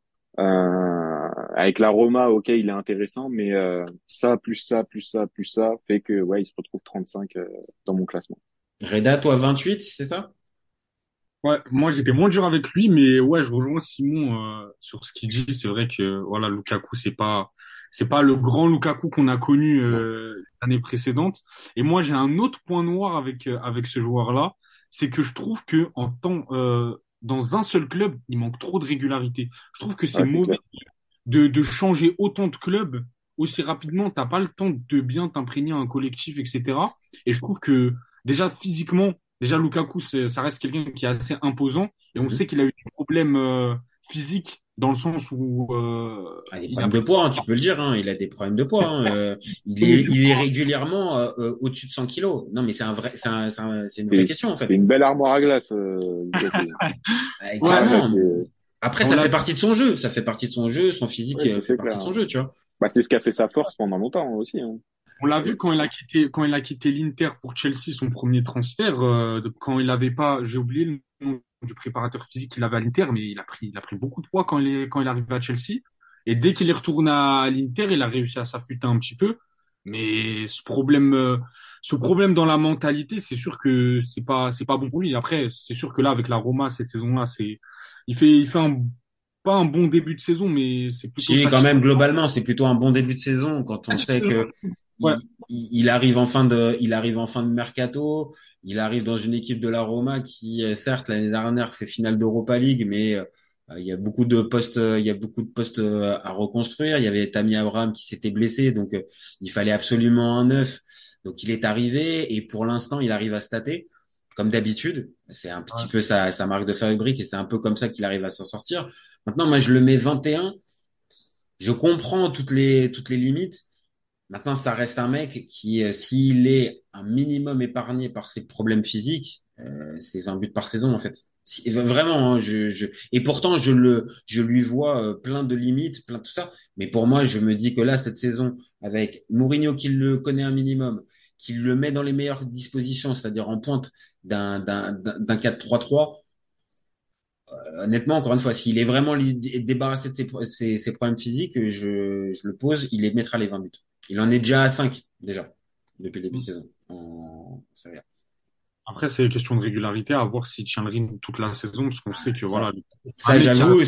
Avec la Roma, ok, il est intéressant, mais ça, plus ça, plus ça, plus ça, fait que ouais, il se retrouve 35 dans mon classement. Reda, toi, 28, c'est ça? Ouais, moi j'étais moins dur avec lui, mais ouais, je rejoins Simon sur ce qu'il dit. C'est vrai que voilà, Lukaku, c'est pas le grand Lukaku qu'on a connu Non. l'année précédente. Et moi, j'ai un autre point noir avec ce joueur-là, c'est que je trouve que dans un seul club, il manque trop de régularité. Je trouve que c'est Ouais, c'est mauvais clair. de changer autant de clubs aussi rapidement. T'as pas le temps de bien t'imprégner à un collectif, etc. Et je trouve que déjà physiquement, déjà Lukaku, ça reste quelqu'un qui est assez imposant. Et on Mhm. sait qu'il a eu des problèmes physiques dans le sens où Ah, des il a problèmes de pris poids, hein, tu peux le dire, hein, il a des problèmes de poids, hein, du il est poids. régulièrement au-dessus de 100 kilos. Non, mais c'est une vraie C'est, question en c'est fait. une belle armoire à glace, Lukaku. Ouais, Ah, Clairement. Après, on ça l'a fait partie de son jeu, ça fait partie de son jeu, son physique ouais, fait c'est partie clair, de son hein. jeu, tu vois. Bah, c'est ce qui a fait sa force pendant longtemps aussi, hein. On l'a vu quand il a quitté l'Inter pour Chelsea, son premier transfert, quand il avait pas, j'ai oublié le nom du préparateur physique qu'il avait à l'Inter, mais il a pris beaucoup de poids quand il est arrivé à Chelsea. Et dès qu'il est retourné à l'Inter, il a réussi à s'affûter un petit peu. Mais ce problème dans la mentalité, c'est sûr que c'est pas bon pour lui. Après, c'est sûr que là, avec la Roma, cette saison-là, il fait pas un bon début de saison, mais c'est plutôt Si, quand même, satisfaisant. globalement, c'est plutôt un bon début de saison quand on sait Satisfaisant. que Ouais. il arrive en fin de mercato, il arrive dans une équipe de la Roma qui, certes, l'année dernière fait finale d'Europa League, mais il y a beaucoup de postes, il y a beaucoup de postes à reconstruire. Il y avait Tammy Abraham qui s'était blessé, donc il fallait absolument un neuf. Donc il est arrivé et pour l'instant, il arrive à stater. comme d'habitude. C'est un petit peu sa marque de fabrique et c'est un peu comme ça qu'il arrive à s'en sortir. Maintenant, moi, je le mets 21. Je comprends toutes les limites. Maintenant, ça reste un mec qui, s'il est un minimum épargné par ses problèmes physiques, c'est 20 buts par saison en fait. Vraiment, hein, et pourtant je lui vois plein de limites, plein de tout ça. Mais pour moi, je me dis que là, cette saison, avec Mourinho qui le connaît un minimum, qui le met dans les meilleures dispositions, c'est-à-dire en pointe d'un 4-3-3. Honnêtement, encore une fois, s'il est vraiment débarrassé de ses problèmes physiques, je le pose, il les mettra les 20 buts. Il en est déjà à 5, déjà, depuis le début de saison, en Serie A. Après, c'est une question de régularité, à voir s'il tient le rythme toute la saison, parce qu'on sait que voilà. Ça, j'avoue,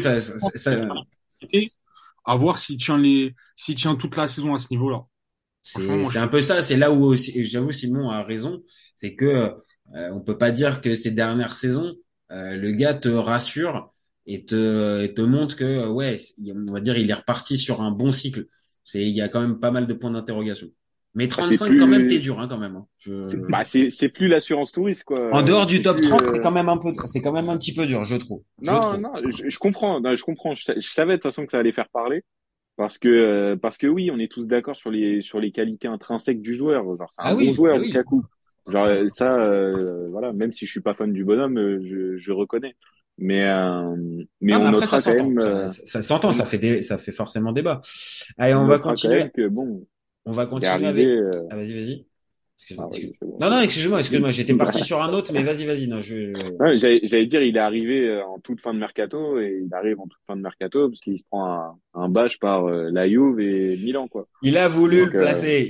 à voir s'il tient toute la saison à ce niveau-là. C'est un peu ça, c'est là où aussi, j'avoue, Simon a raison, c'est que on peut pas dire que ces dernières saisons, le gars te rassure et te montre que ouais, on va dire il est reparti sur un bon cycle. Il y a quand même pas mal de points d'interrogation. Mais 35 quand même, t'es dur hein, quand même. Hein. C'est plus l'assurance touriste quoi. En dehors du top 30, c'est quand même un petit peu dur, je trouve. Non, je comprends, je comprends. Je savais de toute façon que ça allait faire parler. Parce que oui, on est tous d'accord sur les qualités intrinsèques du joueur. Genre, c'est un bon joueur, Lukaku. Genre ça, voilà. Même si je suis pas fan du bonhomme, je reconnais. Mais on après, notera quand même. Ça s'entend, ça fait forcément débat. Allez, on va continuer. Que, bon, on va continuer avec. Ah, vas-y. Excuse-moi. Non, excuse-moi, j'étais parti sur un autre, mais vas-y, non, j'allais dire, il est arrivé en toute fin de mercato, et il arrive en toute fin de mercato, parce qu'il se prend un bâche par la Juve et Milan, quoi. Il a voulu le placer,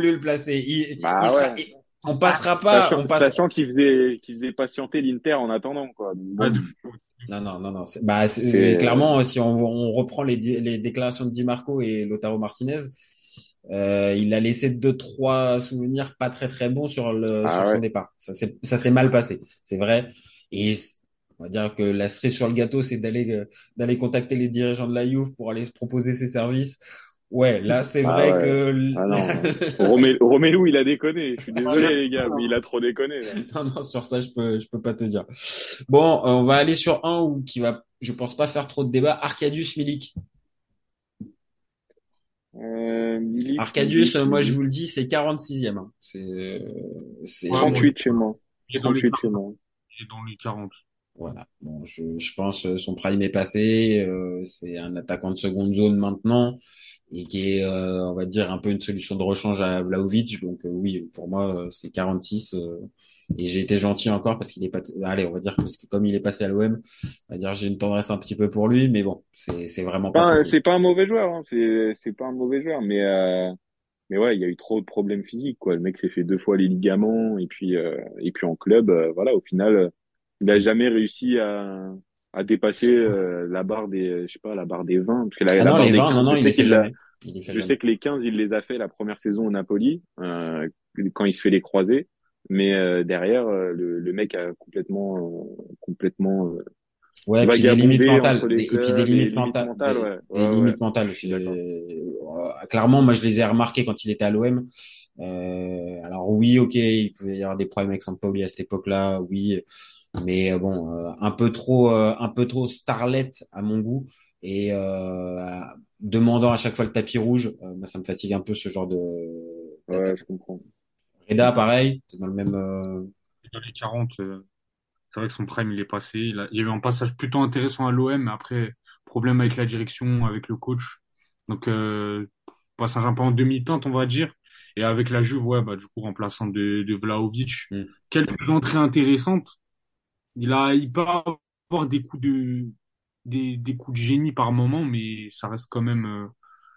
on passera pas, sachant qu'il faisait patienter l'Inter en attendant, quoi. Bon. Non. Clairement, si on reprend les déclarations de Di Marco et Lautaro Martinez, il a laissé 2-3 souvenirs pas très très bons sur son départ. Ça s'est mal passé, c'est vrai. Et on va dire que la cerise sur le gâteau, c'est d'aller contacter les dirigeants de la Juve pour aller se proposer ses services. Ouais, là c'est vrai que Romelu il a déconné. Je suis désolé les gars, mais il a trop déconné. Là. Non, sur ça je peux pas te dire. Bon, on va aller sur un qui va, je pense pas faire trop de débat. Arkadiusz Milik. Arkadiusz, moi je vous le dis, c'est 46e. Hein. C'est 38 chez moi. Il est dans les 40. Voilà. Bon, je pense son prime est passé. C'est un attaquant de seconde zone maintenant et qui est, on va dire, un peu une solution de rechange à Vlahovic. Donc oui, pour moi, c'est 46. Et j'ai été gentil encore parce qu'il est pas. Allez, on va dire parce que comme il est passé à l'OM, on va dire j'ai une tendresse un petit peu pour lui, mais bon, c'est vraiment pas. C'est pas un mauvais joueur. Hein. C'est pas un mauvais joueur, mais ouais, il y a eu trop de problèmes physiques, quoi. Le mec s'est fait 2 fois les ligaments et puis en club, voilà, au final. Il a jamais réussi à dépasser la barre des, je sais pas, la barre des 20. Parce que la barre les des 20, 15, non, il les fait jamais. Je sais que les 15, il les a fait la première saison au Napoli, quand il se fait les croisés. Mais derrière, le mec a complètement ouais, et puis des limites mentales. Et puis des limites limites mentales. Clairement, moi, je les ai remarquées quand il était à l'OM. Alors oui, ok, il pouvait y avoir des problèmes avec Sampaoli à cette époque-là, oui. Mais bon, un peu trop starlet à mon goût et demandant à chaque fois le tapis rouge, moi ça me fatigue un peu ce genre de. Ouais, je comprends. Reda, pareil, c'est dans le même. Dans les 40, c'est vrai que son prime il est passé. Il y a eu un passage plutôt intéressant à l'OM, mais après problème avec la direction, avec le coach. Donc passage un peu en demi-teinte, on va dire. Et avec la Juve, ouais, du coup remplaçant de Vlahovic, quelques entrées intéressantes. Il peut avoir des coups des coups de génie par moment, mais ça reste quand même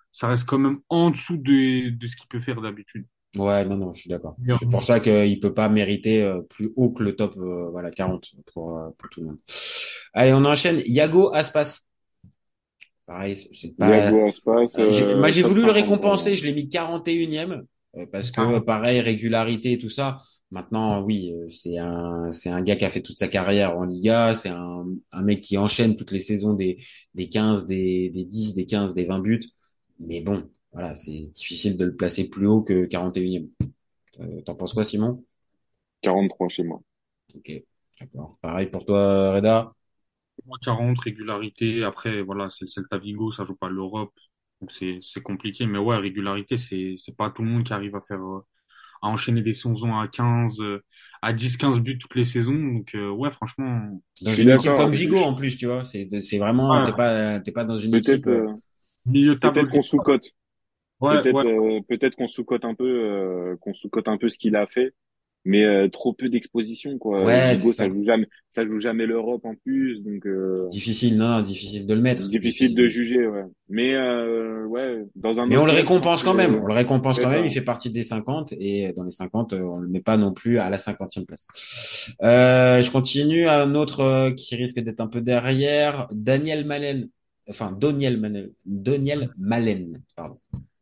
en dessous de ce qu'il peut faire d'habitude. Ouais, non, je suis d'accord. C'est pour ça qu'il peut pas mériter plus haut que le top, 40 pour tout le monde. Allez, on enchaîne. Yago Aspas. Pareil, c'est pas. Yago Aspas. Moi, j'ai voulu le récompenser. Je l'ai mis 41e. Parce que pareil, régularité et tout ça. Maintenant, oui, c'est un gars qui a fait toute sa carrière en Liga. C'est un mec qui enchaîne toutes les saisons des 15, des 10, des 15, des 20 buts. Mais bon, voilà, c'est difficile de le placer plus haut que 41e. T'en penses quoi, Simon? 43 chez moi. Ok, d'accord. Pareil pour toi, Reda? Moi, 40, régularité. Après, voilà, c'est le Celta Vigo, ça joue pas l'Europe. Donc c'est compliqué. Mais ouais, régularité, c'est pas tout le monde qui arrive à faire, à enchaîner des saisons à 15, à 10, 15 buts toutes les saisons. Donc, ouais, franchement, Je Dans suis une équipe d'accord. comme Vigo en plus, tu vois. C'est vraiment, ouais, t'es pas dans une équipe. Peut-être, milieu de tableau peut-être de qu'on victoire. sous-cote. Ouais, ouais, Peut-être qu'on sous-cote un peu ce qu'il a fait, mais trop peu d'exposition quoi. Ouais, c'est Vigo, ça. ça joue jamais l'Europe en plus, donc Difficile, non, difficile de le mettre. difficile de juger, ouais. Mais ouais, dans un Mais on autre le club, je pense récompense quand même. que On le récompense c'est quand même. ça. Il fait partie des 50 et dans les 50, on le met pas non plus à la 50e place. Je continue. Un autre qui risque d'être un peu derrière, Daniel Malen. Enfin, Daniel Malen, pardon.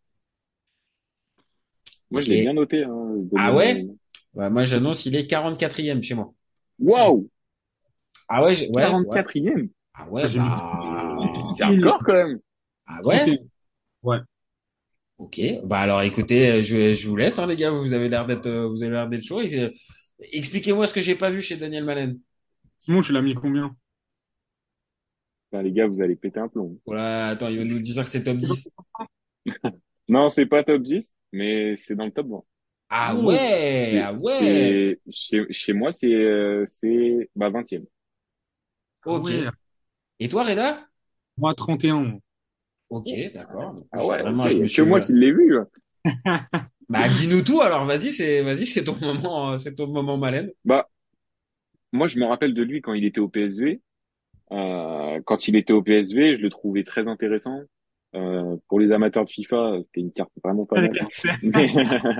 Moi, je Ok. l'ai bien noté, hein, Ah Daniel ouais? Malone. Ouais, moi, j'annonce, il est 44e chez moi. Waouh, Ah ouais, ouais. 44e. Ah ouais, j'ai mis C'est bah. hardcore quand même. Ah ouais? 31. Ouais. Ok. Bah alors, écoutez, je vous laisse, hein, les gars. Vous avez l'air d'être chaud. Expliquez-moi ce que j'ai pas vu chez Daniel Malen. Simon, tu l'as mis combien? Enfin, les gars, vous allez péter un plomb. Voilà, attends, il va nous dire que c'est top 10. Non, c'est pas top 10, mais c'est dans le top 20. Ah Oh, ouais, ah ouais. Chez moi, c'est bah 20e. ah Ok. ouais, Et toi, Reda? moi, 31. Ok, d'accord. Donc, Ah ouais, ok, je y me a que suis. moi qui l'ai vu. Bah, dis-nous tout alors. Vas-y, c'est ton moment, c'est ton moment Malen. Bah, moi, je me rappelle de lui quand il était au PSV. Quand il était au PSV, je le trouvais très intéressant. Pour les amateurs de FIFA, c'était une carte vraiment pas mal. Mais,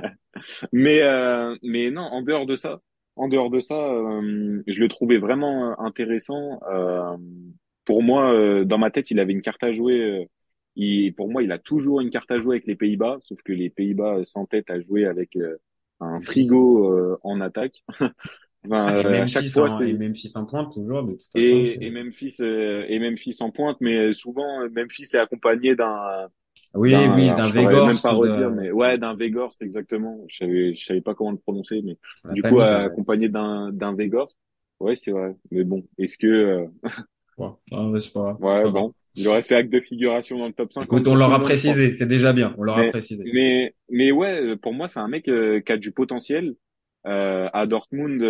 mais non, en dehors de ça, je le trouvais vraiment intéressant. Pour moi, dans ma tête, il avait une carte à jouer. Pour moi, il a toujours une carte à jouer avec les Pays-Bas, sauf que les Pays-Bas s'entêtent à jouer avec un Memphis. frigo en attaque. Enfin, à chaque fois, Et c'est Memphis en pointe toujours. De toute façon, c'est. et Memphis en pointe, mais souvent Memphis est accompagné Oui, alors, d'un je saurais même Weghorst pas ou redire, de. mais ouais, d'un Weghorst exactement. Je savais pas comment le prononcer, mais On l'a du pas coup mis dans la accompagné liste. d'un Weghorst. Ouais, c'est vrai. Mais bon, est-ce que Bon, non, mais c'est pas grave. C'est ouais, pas grave. bon, il aurait fait acte de figuration dans le top Écoute, 50 on pour tout le l'aura monde, je pense. précisé. C'est déjà bien. On l'aura Mais précisé. ouais, pour moi, c'est un mec qui a du potentiel. À Dortmund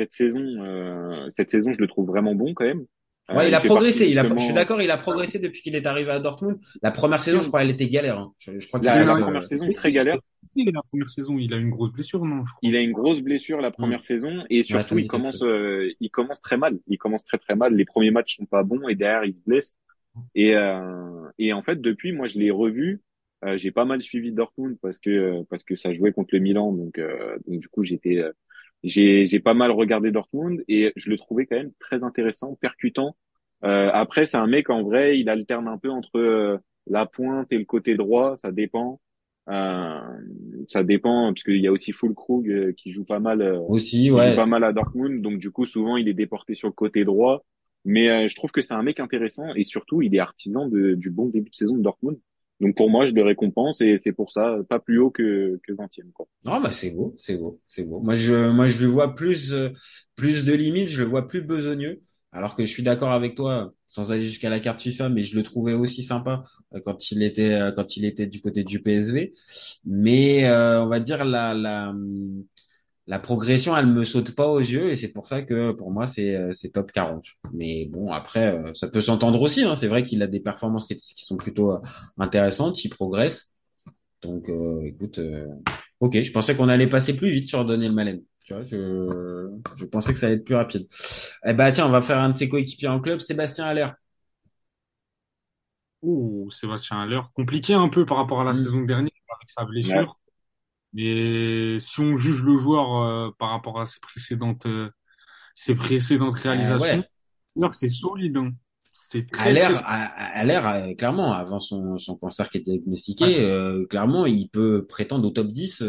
cette saison, je le trouve vraiment bon quand même. Ouais, il Il a fait partie progressé. Je suis justement. d'accord, il a progressé depuis qu'il est arrivé à Dortmund. La première saison, je crois, elle était galère, hein. Je crois qu'il Mais La passe. première saison très galère. la première saison, il a une grosse blessure, non, je crois. Il a une grosse blessure la Hmm. première saison et Ouais, ça surtout me dit quelque chose. il commence très mal. Il commence très très mal. Les premiers matchs sont pas bons et derrière il se blesse. Et en fait depuis moi je l'ai revu. J'ai pas mal suivi Dortmund parce que ça jouait contre le Milan donc du coup j'ai pas mal regardé Dortmund et je le trouvais quand même très intéressant, percutant. Après c'est un mec en vrai il alterne un peu entre la pointe et le côté droit, ça dépend. Euh, Ça dépend parce qu'il y a aussi Füllkrug Aussi, qui joue ouais. pas mal à Dortmund, donc du coup souvent il est déporté sur le côté droit. Mais je trouve que c'est un mec intéressant et surtout il est artisan du bon début de saison de Dortmund. Donc pour moi je le récompense et c'est pour ça pas plus haut que 20e quoi. Non, bah c'est beau, c'est beau, c'est beau. Moi, je le vois plus de limites, je le vois plus besogneux. Alors que je suis d'accord avec toi, sans aller jusqu'à la carte FIFA, mais je le trouvais aussi sympa quand il était du côté du PSV. Mais on va dire la progression, elle me saute pas aux yeux et c'est pour ça que pour moi c'est top 40. Mais bon, après ça peut s'entendre aussi, hein. C'est vrai qu'il a des performances qui sont plutôt intéressantes, il progresse. Donc, écoute, ok, je pensais qu'on allait passer plus vite sur Daniel Malen. Tu vois, je pensais que ça allait être plus rapide. Eh ben, tiens, on va faire un de ses coéquipiers en club, Sébastien Haller. Oh, Sébastien Haller. Compliqué un peu par rapport à la Hmm. saison dernière avec sa Ouais. blessure. Mais si on juge le joueur par rapport à ses précédentes réalisations, Ouais, Haller, c'est solide, hein. C'est très, Haller, très solide. clairement, avant son cancer qui était Ouais. diagnostiqué, clairement, il peut prétendre au top 10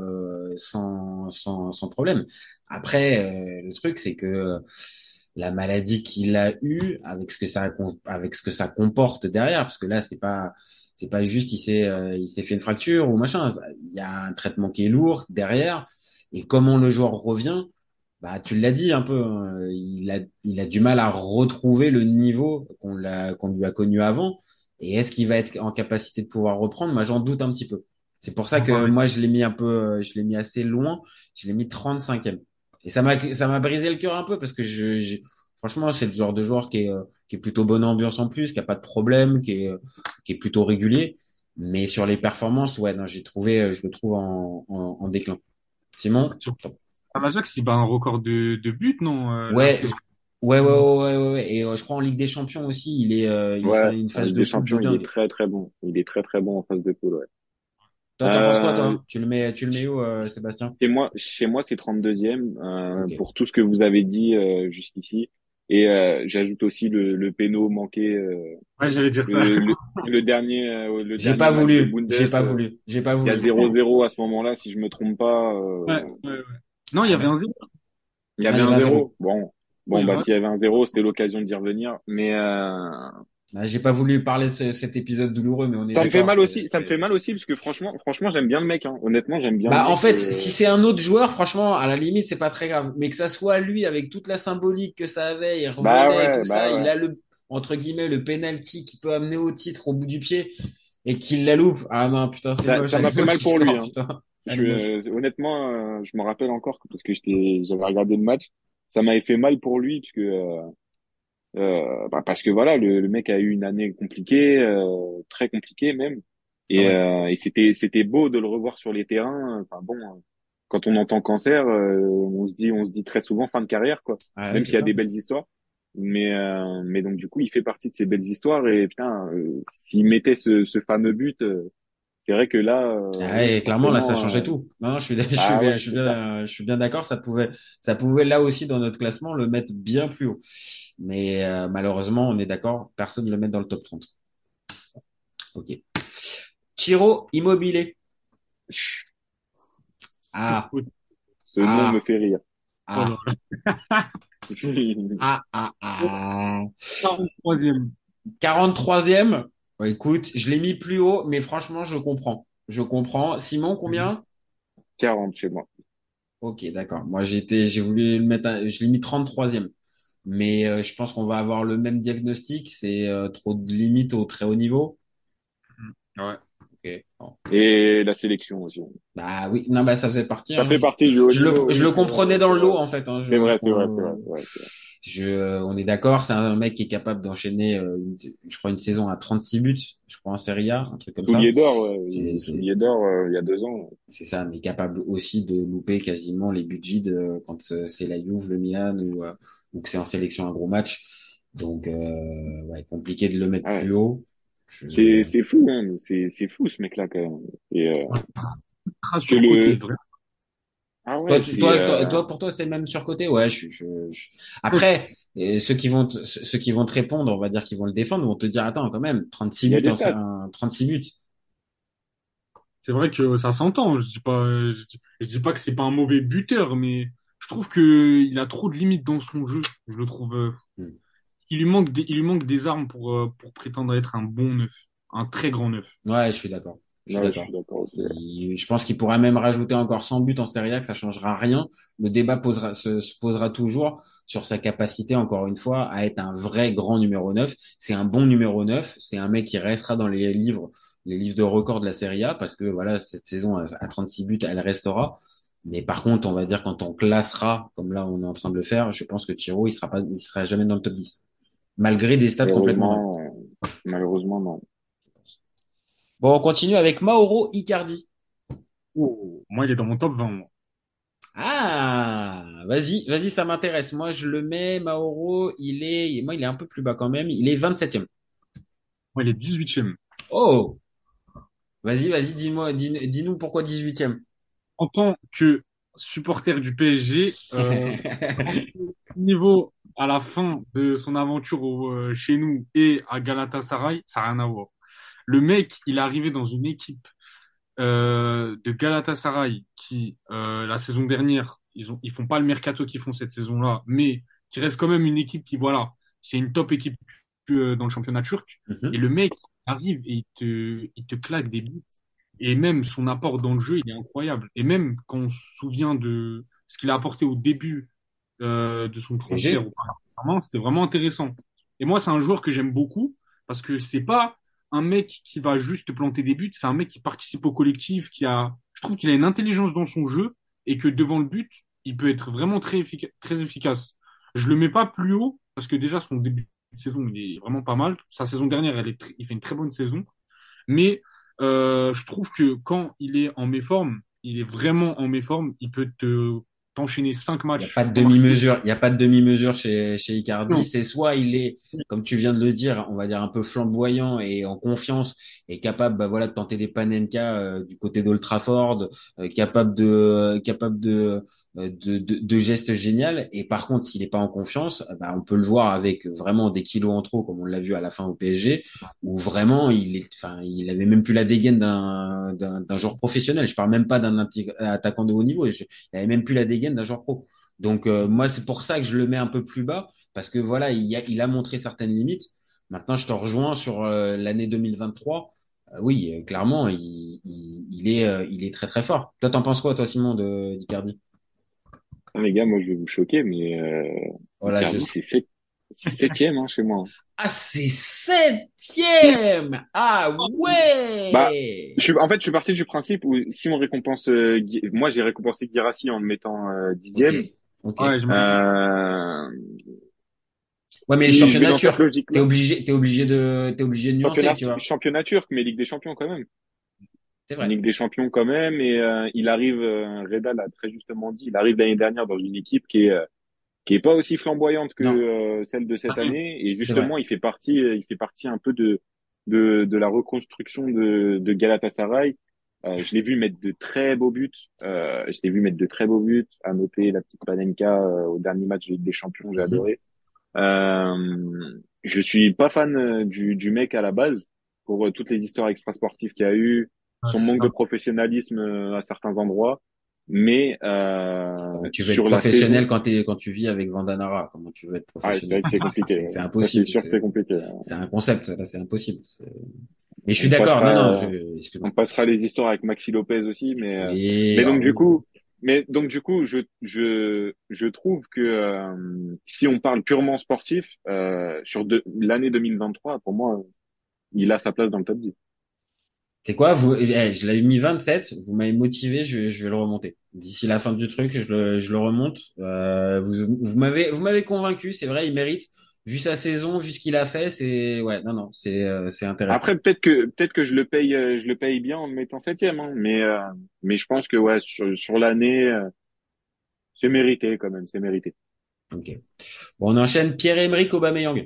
sans problème. Après, le truc, c'est que la maladie qu'il a eue, avec ce que ça comporte derrière, parce que là, c'est pas juste il s'est fait une fracture ou machin. Il y a un traitement qui est lourd derrière. Et comment le joueur revient, Bah, tu l'as dit un peu, hein, il a du mal à retrouver le niveau qu'on lui a connu avant. Et est-ce qu'il va être en capacité de pouvoir reprendre? Moi, j'en doute un petit peu. C'est pour ça Non, que pareil. moi, je l'ai mis un peu, je l'ai mis assez loin. Je l'ai mis 35e. Et ça m'a brisé le cœur un peu parce que franchement, c'est le genre de joueur qui est plutôt bonne ambiance en plus, qui a pas de problème, qui est plutôt régulier. Mais sur les performances, ouais, non, je le trouve en déclin. Simon? Sur l'Ajax, il bat un record de buts, non, la Ouais, saison. ouais. Et je crois en Ligue des Champions aussi, il Ouais, fait une avec phase de des poule de champions, il est dingue. très très bon. Il est très très bon en phase de poule, ouais. Toi, t'en penses quoi, Euh, toi? Tu le mets où, Sébastien? chez moi, c'est 32e, Ok. pour tout ce que vous avez dit jusqu'ici. Et j'ajoute aussi le péno manqué, Ouais, j'allais dire ça. le, le, le J'ai dernier pas match de voulu, Bundes. j'ai pas voulu, j'ai pas Il y a voulu. 0-0 à ce moment-là, si je me trompe pas. Ouais. Non, il y Ah avait bah, un zéro. Il y ah, avait il y un avait un zéro. 0. Bon, Oui, bah voilà. s'il y avait un 0, c'était l'occasion d'y revenir. Mais Ah, j'ai pas voulu parler de cet épisode douloureux, mais on est ça me fait d'accord. mal aussi. Ça me fait mal aussi parce que franchement, j'aime bien le mec. Hein. Honnêtement, j'aime bien le Bah, en mec. fait, si c'est un autre joueur, franchement, à la limite, c'est pas très grave. Mais que ça soit lui, avec toute la symbolique que ça avait, il revenait et tout ça, Bah il ouais. a entre guillemets, le penalty qui peut amener au titre au bout du pied et qu'il la loupe. Ah non, putain, c'est moche, Ça elle m'a est fait moche mal pour lui. l'histoire, Hein. putain. Elle est moche. Honnêtement, je me rappelle encore parce que j'avais regardé le match. Ça m'avait fait mal pour lui parce que voilà, le mec a eu une année compliquée, très compliquée même. Ah ouais. Et c'était beau de le revoir sur les terrains. Enfin bon, quand on entend cancer, on se dit très souvent fin de carrière, quoi. Ah ouais, Même c'est s'il y a ça. des belles histoires. Mais donc du coup, il fait partie de ces belles histoires. Et putain, s'il mettait ce fameux but, c'est vrai que là, Ah ouais, clairement, là, ça forcément, changeait tout. Non, non, bah ouais, c'est ça. je suis bien d'accord. Ça pouvait là aussi dans notre classement le mettre bien plus haut. Mais malheureusement, on est d'accord, personne ne le met dans le top 30. Ok. Chiro Immobilier. Ah, Surcoté. Ce nom me ah, fait rire. Oh là ah, là. ah. 43e. 43e. Ouais, écoute, je l'ai mis plus haut, mais franchement, je comprends. Je comprends. Simon, combien? 40 chez moi. Ok, d'accord. Moi, j'ai voulu le mettre, je l'ai mis 33e. Mais je pense qu'on va avoir le même diagnostic. C'est trop de limites au très haut niveau. Ouais. Ok. Bon. Et la sélection aussi. Bah oui, non, bah ça faisait partie. Ça Hein. fait partie du haut niveau, Je oui, le c'est vrai, comprenais dans c'est le vrai. lot en fait. Hein. C'est vrai, c'est vrai, c'est vrai, c'est vrai, c'est vrai. On est d'accord. C'est un mec qui est capable d'enchaîner, je crois, une saison à 36 buts. Je crois en Serie A, un truc comme ça. Soulier d'or, ouais, C'est c'est- soulier d'or il y a 2 ans. c'est ça, mais capable aussi de louper quasiment les buts vides quand c'est la Juve, le Milan ou que c'est en sélection un gros match. Donc ouais, compliqué de le mettre Ouais. plus haut. Je... C'est fou, hein, c'est fou ce mec-là quand même. Et Ultra que surcoté, le vraiment. ah Toi, ouais, pour toi, c'est même surcoté. Ouais, Après, ceux qui vont te répondre, on va dire qu'ils vont le défendre, vont te dire, attends, quand même, 36 il y a buts, des stats. 36 buts. C'est vrai que ça s'entend. Je dis pas que c'est pas un mauvais buteur, mais je trouve que il a trop de limites dans son jeu. Je le trouve. Hmm. Il lui manque des armes pour prétendre être un bon neuf, un très grand neuf. Ouais, je suis d'accord. Je suis Ouais, je d'accord. suis d'accord aussi. Je pense qu'il pourrait même rajouter encore 100 buts en Serie A, que ça changera rien. Le débat se posera toujours sur sa capacité, encore une fois, à être un vrai grand numéro 9. C'est un bon numéro 9. C'est un mec qui restera dans les livres de record de la Serie A, parce que voilà, cette saison à 36 buts, elle restera. Mais par contre, on va dire quand on classera, comme là on est en train de le faire, je pense que Thiro, il sera jamais dans le top 10. Malgré des stats complètement dingues. Malheureusement, non. Bon, on continue avec Mauro Icardi. Oh, moi, il est dans mon top 20, moi. Ah, vas-y, ça m'intéresse. Moi, je le mets, Mauro, moi, il est un peu plus bas quand même. Il est 27e. Moi, il est 18e. Oh, vas-y, dis-nous pourquoi 18e. En tant que supporter du PSG, niveau à la fin de son aventure chez nous et à Galatasaray, ça n'a rien à voir. Le mec, il est arrivé dans une équipe de Galatasaray qui, la saison dernière, ils font pas le mercato qu'ils font cette saison-là, mais qui reste quand même une équipe qui, voilà, c'est une top équipe dans le championnat turc. Et Mhm. le mec arrive et il te claque des buts. Et même son apport dans le jeu, il est incroyable. Et même quand on se souvient de ce qu'il a apporté au début de son transfert PSG. au Paris Saint-Germain. C'était vraiment intéressant. Et moi, c'est un joueur que j'aime beaucoup parce que c'est pas un mec qui va juste planter des buts, c'est un mec qui participe au collectif, je trouve qu'il a une intelligence dans son jeu et que devant le but, il peut être vraiment très efficace. Je le mets pas plus haut parce que déjà son début de saison, il est vraiment pas mal. Sa saison dernière, il fait une très bonne saison. Mais je trouve que quand il est en méforme, il est vraiment en méforme, il peut t'enchaîner 5 matchs sans marquer. Il y a pas de demi-mesure chez Icardi. Non. C'est soit il est, comme tu viens de le dire, on va dire un peu flamboyant et en confiance et capable, bah voilà, de tenter des panenka du côté d'Old Trafford, capable de gestes géniaux. Et par contre, s'il est pas en confiance, bah on peut le voir avec vraiment des kilos en trop, comme on l'a vu à la fin au PSG, où vraiment il avait même plus la dégaine d'un joueur professionnel. Je parle même pas d'un attaquant de haut niveau. Il avait même plus la dégaine d'un joueur pro. Donc moi c'est pour ça que je le mets un peu plus bas parce que voilà il a montré certaines limites. Maintenant je te rejoins sur l'année 2023. Oui clairement il est très très fort. Toi t'en penses quoi toi Simon de d'Icardi? Ah, les gars, moi, je vais vous choquer, mais Voilà je Icardi, c'est septième hein, chez moi. ah c'est septième ah Bah, ouais en fait, je suis parti du principe où si on récompense, moi, j'ai récompensé Guirassy en le mettant ok dixième. ok Ouais, j'imagine. Euh, ouais mais les et je vais championnats dans cette turcs logique-là. t'es obligé de nuancer tu vois Championnat turc, mais Ligue des Champions quand même. c'est vrai. Ligue des Champions quand même. Et il arrive, Reda l'a très justement dit, il arrive l'année dernière dans une équipe qui est pas aussi flamboyante que Non celle de cette année. Et c'est vrai. justement, il fait partie un peu de la reconstruction de Galatasaray. Je l'ai vu mettre de très beaux buts. Je l'ai vu mettre de très beaux buts. À noter la petite Panenka au dernier match de Ligue des Champions, j'ai Mhm. adoré. Je suis pas fan du mec à la base pour toutes les histoires extrasportives qu'il y a eu, Ouais, son c'est manque de ça. professionnalisme à certains endroits. Mais Comment tu veux être sur la saison, professionnel quand tu vis avec Vandanara? Comment tu veux être ah, c'est vrai professionnel? que c'est compliqué. C'est Ça, c'est impossible. sûr que c'est compliqué. C'est un concept. Là, c'est impossible. Mais je suis On d'accord. Non, non, passera, on excuse-moi. passera les histoires avec Maxi Lopez aussi, Oui, mais ah donc du oui. coup, je trouve que si on parle purement sportif, l'année 2023, pour moi, il a sa place dans le top 10. C'est quoi? Je l'avais mis 27. Vous m'avez motivé. Je vais le remonter. D'ici la fin du truc, je le remonte. Vous m'avez convaincu. C'est vrai, il mérite. Vu sa saison, vu ce qu'il a fait, ouais, non, non, c'est intéressant. Après, peut-être que je le paye bien en le mettant septième, hein, mais je pense que ouais, sur l'année, c'est mérité quand même, c'est mérité. Ok. Bon, on enchaîne Pierre-Emerick Aubameyang.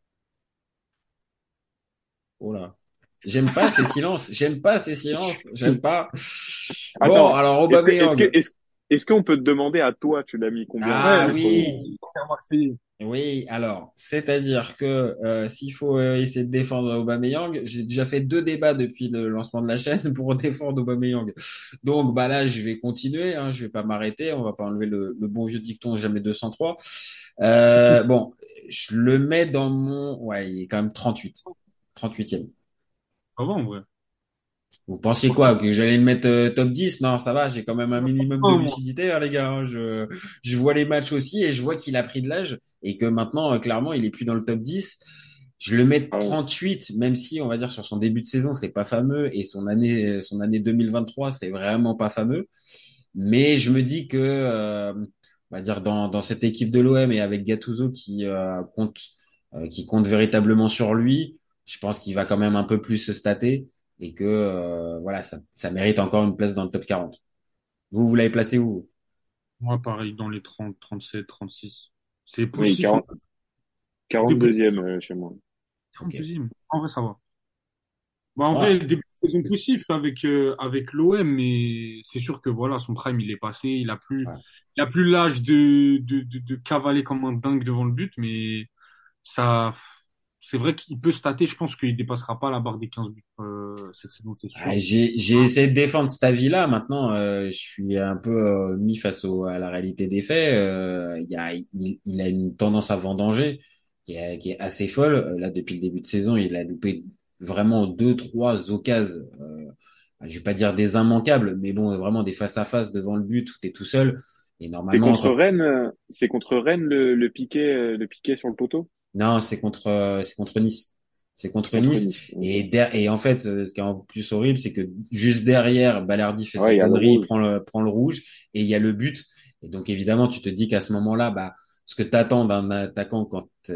Oh là. J'aime pas ces silences. J'aime pas ces silences. J'aime pas. Bon, Attends, alors est-ce que, est-ce que, Aubameyang. est-ce, est-ce qu'on peut te demander à toi, tu l'as mis combien dans Ouais, Ah ton mais premier? oui, c'est super Marseillais. oui. Alors, c'est-à-dire que s'il faut essayer de défendre Aubameyang, j'ai déjà fait 2 débats depuis le lancement de la chaîne pour défendre Aubameyang. Donc, bah là, je vais continuer. Hein, je vais pas m'arrêter. On va pas enlever le bon vieux dicton jamais 203. Bon, je le mets dans mon. Ouais, il est quand même 38. 38e. Ça va, en vrai. Vous pensiez quoi? Franchement, Que j'allais le mettre top 10? Non, ça va, j'ai quand même un minimum de non, moi. lucidité, hein, les gars. Hein. Je vois les matchs aussi et je vois qu'il a pris de l'âge et que maintenant, clairement, il est plus dans le top 10. Je le mets Ah ouais. 38, même si, on va dire, sur son début de saison, c'est pas fameux et son année 2023, c'est vraiment pas fameux. Mais je me dis que, on va dire, dans cette équipe de l'OM et avec Gattuso qui compte véritablement sur lui, je pense qu'il va quand même un peu plus se stater et que voilà, ça mérite encore une place dans le top 40. Vous l'avez placé où? Moi, pareil, dans les 30, 37, 36. C'est Oui, poussif, hein. Début de 42e chez moi. Ok. 32e. En vrai, ça va. Bah, en vrai, Voilà. début de saison poussif avec l'OM, mais c'est sûr que voilà, son prime, il est passé. Ouais. Il a plus l'âge de cavaler comme un dingue devant le but, mais ça, c'est vrai qu'il peut stater. Je pense qu'il dépassera pas la barre des 15 buts, cette saison, c'est sûr. Ah, j'ai essayé de défendre cet avis-là. Maintenant, je suis un peu mis à la réalité des faits. Il a une tendance à vendanger qui est assez folle. Là, depuis le début de saison, il a loupé vraiment 2, 3 occasions. Je vais pas dire des immanquables, mais bon, vraiment des face-à-face devant le but où t'es tout seul Et normalement, C'est contre Rennes le piqué sur le poteau non, c'est contre Nice. C'est contre contre Nice. Nice. Ok. Et en fait, ce qui est en plus horrible, c'est que juste derrière, Balerdi fait sa Ouais, il y a le connerie, rouge. prend le rouge, et il y a le but. Et donc, évidemment, tu te dis qu'à ce moment-là, bah, ce que t'attends d'un attaquant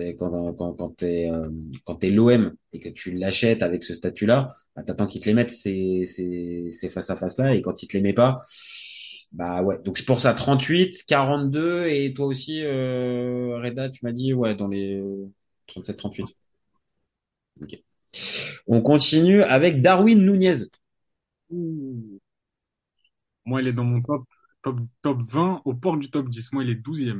quand t'es l'OM et que tu l'achètes avec ce statut-là, bah, t'attends qu'il te les mette ces face à face là. Et quand il te les met pas, bah ouais. Donc, c'est pour ça, 38, 42, et toi aussi, Reda, tu m'as dit, ouais, dans les 37, 38. Ok. On continue avec Darwin Nunez. Ouh. Moi, il est dans mon top 20, aux portes du top 10. Moi, il est 12e.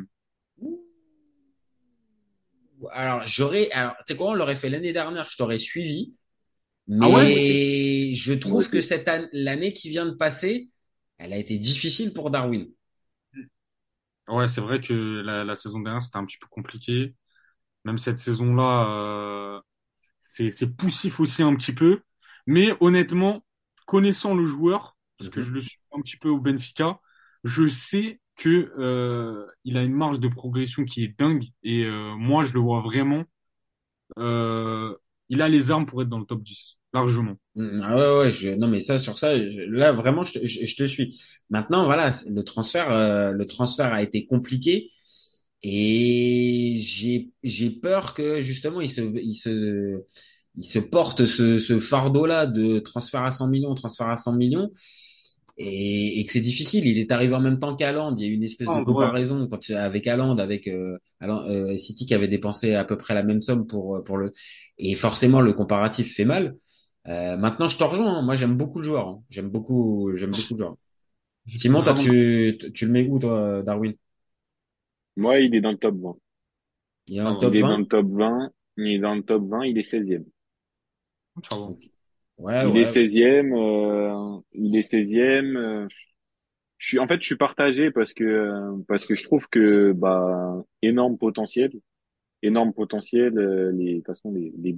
Alors, tu sais quoi, on l'aurait fait l'année dernière, je t'aurais suivi, Ah ouais? mais je Moi trouve que aussi. l'année qui vient de passer, elle a été difficile pour Darwin. Ouais, c'est vrai que la saison dernière, c'était un petit peu compliqué. Même cette saison-là, c'est poussif aussi un petit peu. Mais honnêtement, connaissant le joueur, parce que je Mhm. le suis un petit peu au Benfica, je sais que il a une marge de progression qui est dingue. Et moi, je le vois vraiment. euh, il a les armes pour être dans le top 10, largement. Ah ouais, ouais, non, mais ça, sur ça, là, vraiment, je te suis. Maintenant, voilà, le transfert a été compliqué et j'ai peur que, justement, il se porte ce fardeau-là de transfert à 100 millions, transfert à 100 millions, et que c'est difficile. Il est arrivé en même temps qu'Haaland. Il y a eu une espèce de Ah, ouais. comparaison avec Haaland, City qui avait dépensé à peu près la même somme pour et forcément le comparatif fait mal. Maintenant, je te rejoins, hein. Moi, j'aime beaucoup le joueur, hein. J'aime beaucoup le joueur. J'étais Simon, toi, vraiment. tu le mets où, toi, Darwin? Moi, il est dans le top 20. Il est dans Ça le va. Il top est dans 20? le top 20. Il est dans le top 20. Il est 16e. Ça va. Ok. Ouais, Il est ouais. 16e. Il est 16e. En fait, je suis partagé parce que je trouve que bah énorme potentiel. De toute façon,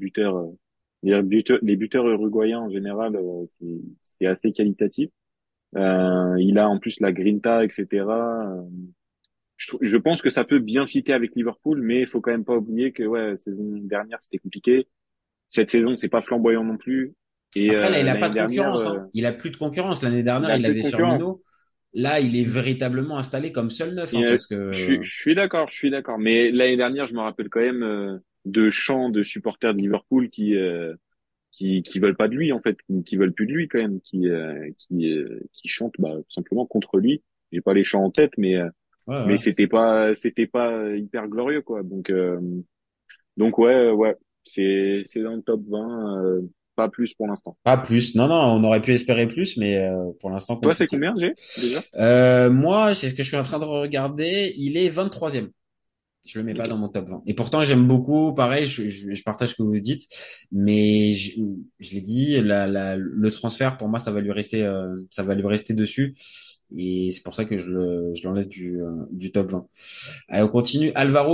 les buteurs uruguayens en général, c'est assez qualitatif. Il a en plus la grinta, etc. Je pense que ça peut bien fitter avec Liverpool, mais il faut quand même pas oublier que ouais, la saison dernière c'était compliqué. Cette saison c'est pas flamboyant non plus. Et Après, là, il a pas l'année de dernière, concurrence, hein. Il a plus de concurrence. L'année il dernière, a il plus de avait concurrence. Firmino. Là, il est véritablement installé comme seul neuf, hein, parce que, Je suis d'accord, je suis d'accord. Mais l'année dernière, je me rappelle quand même de chants de supporters de Liverpool qui veulent pas de lui en fait, qui veulent plus de lui quand même, qui chantent bah, tout simplement contre lui. J'ai pas les chants en tête, ouais, mais ouais. c'était pas hyper glorieux quoi. Donc ouais ouais, c'est dans le top 20, pas plus pour l'instant. Pas plus. Non, non, on aurait pu espérer plus, mais pour l'instant Toi c'est compliqué. combien j'ai déjà? Moi, c'est ce que je suis en train de regarder. Il est 23e. Je le mets pas Ok. dans mon top 20. Et pourtant, j'aime beaucoup. Pareil, je partage ce que vous dites, mais je l'ai dit, le transfert pour moi, ça va lui rester dessus. Et c'est pour ça que je l'enlève du top 20. Allez, on continue.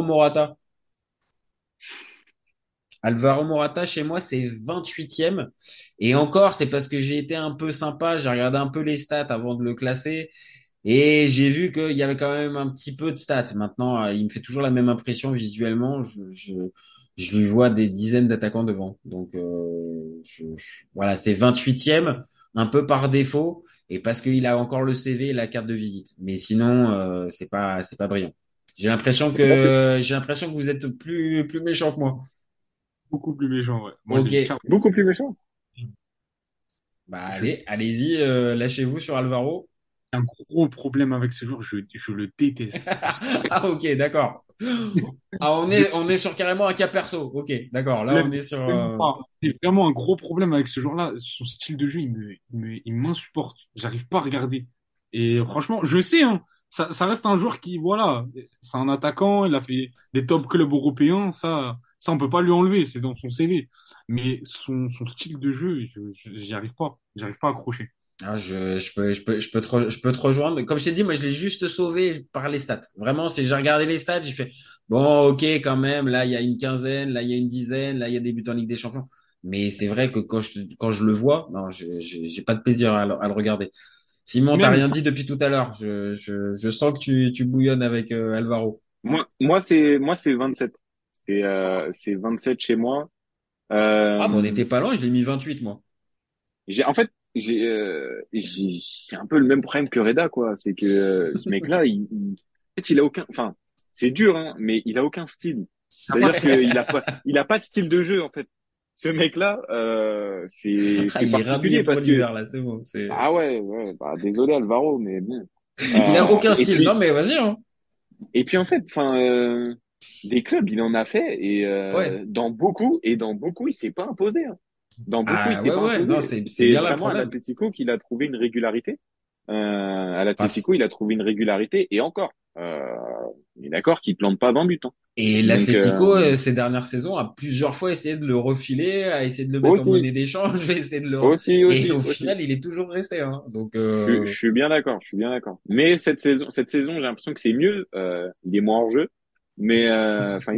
Alvaro Morata, chez moi, c'est 28e. Et encore, c'est parce que j'ai été un peu sympa. J'ai regardé un peu les stats avant de le classer. Et j'ai vu qu'il y avait quand même un petit peu de stats. Maintenant, il me fait toujours la même impression visuellement. Je lui vois des dizaines d'attaquants devant. Donc, voilà, c'est 28e, un peu par défaut, et parce qu'il a encore le CV et la carte de visite. Mais sinon, c'est pas brillant. Moi c'est J'ai l'impression que vous êtes plus méchant que moi. Beaucoup plus méchant, ouais. Moi, je Ok, l'ai clairement. beaucoup plus méchant. bah Je, allez-y, lâchez-vous sur Alvaro. un gros problème avec ce joueur. Je le déteste. Ah ok, d'accord. Ah on est sur carrément un cas perso. Ok, d'accord. Là on Problème, est sur. même pas. C'est vraiment un gros problème avec ce joueur-là. Son style de jeu, il m'insupporte. J'arrive pas à regarder. Et franchement, je sais, hein, ça reste un joueur qui, voilà, c'est un attaquant. Il a fait des top clubs européens. Ça, on peut pas lui enlever. C'est dans son CV. Mais son style de jeu, j'y arrive pas. J'arrive pas à accrocher. Ah, je peux te rejoindre. Comme je t'ai dit, moi je l'ai juste sauvé par les stats. Vraiment, c'est j'ai regardé les stats, j'ai fait bon, ok, quand même. Là il y a une quinzaine, là il y a une dizaine, là il y a des buts en Ligue des Champions. Mais c'est vrai que quand je le vois, non, j'ai pas de plaisir à le regarder. Simon, t'as Même, rien dit depuis tout à l'heure. Je sens que tu bouillonnes avec Alvaro. Moi, c'est 27. C'est 27 chez moi. Ah, bon, on Euh, n'était pas loin, je l'ai mis 28, moi. en fait, j'ai un peu le même problème que Reda, quoi. C'est que ce mec-là, en fait, il a aucun, enfin, c'est dur, hein, mais il a aucun style. C'est-à-dire il a pas de style de jeu, en fait. Ce mec-là, Ah, c'est il est rhabillé particulier pour parce que, l'hiver, là, c'est bon. ah ouais, ouais, bah, désolé Alvaro, mais bon. Il a aucun Et style. Non, puis, mais vas-y, hein. en fait, enfin, des clubs, il en a fait et Ouais. dans beaucoup, il s'est pas imposé, hein. Dans beaucoup, il Ah, s'est ouais, pas ouais. Non, imposé. c'est C'est bien là le vraiment à problème. l'Atlético qu'il a trouvé une régularité. À Enfin, l'Atlético, il a trouvé une régularité et encore, on est d'accord qu'il plante pas 20 buts, hein. et Donc l'Atlético, ces dernières saisons, a plusieurs fois essayé de le refiler, a essayé de le mettre en aussi, monnaie d'échange, a essayé de le... Et aussi, au aussi. final, il est toujours resté, hein. Donc, Je suis bien d'accord, je suis bien d'accord. Mais cette saison, j'ai l'impression que c'est mieux. Il est moins hors jeu, mais enfin,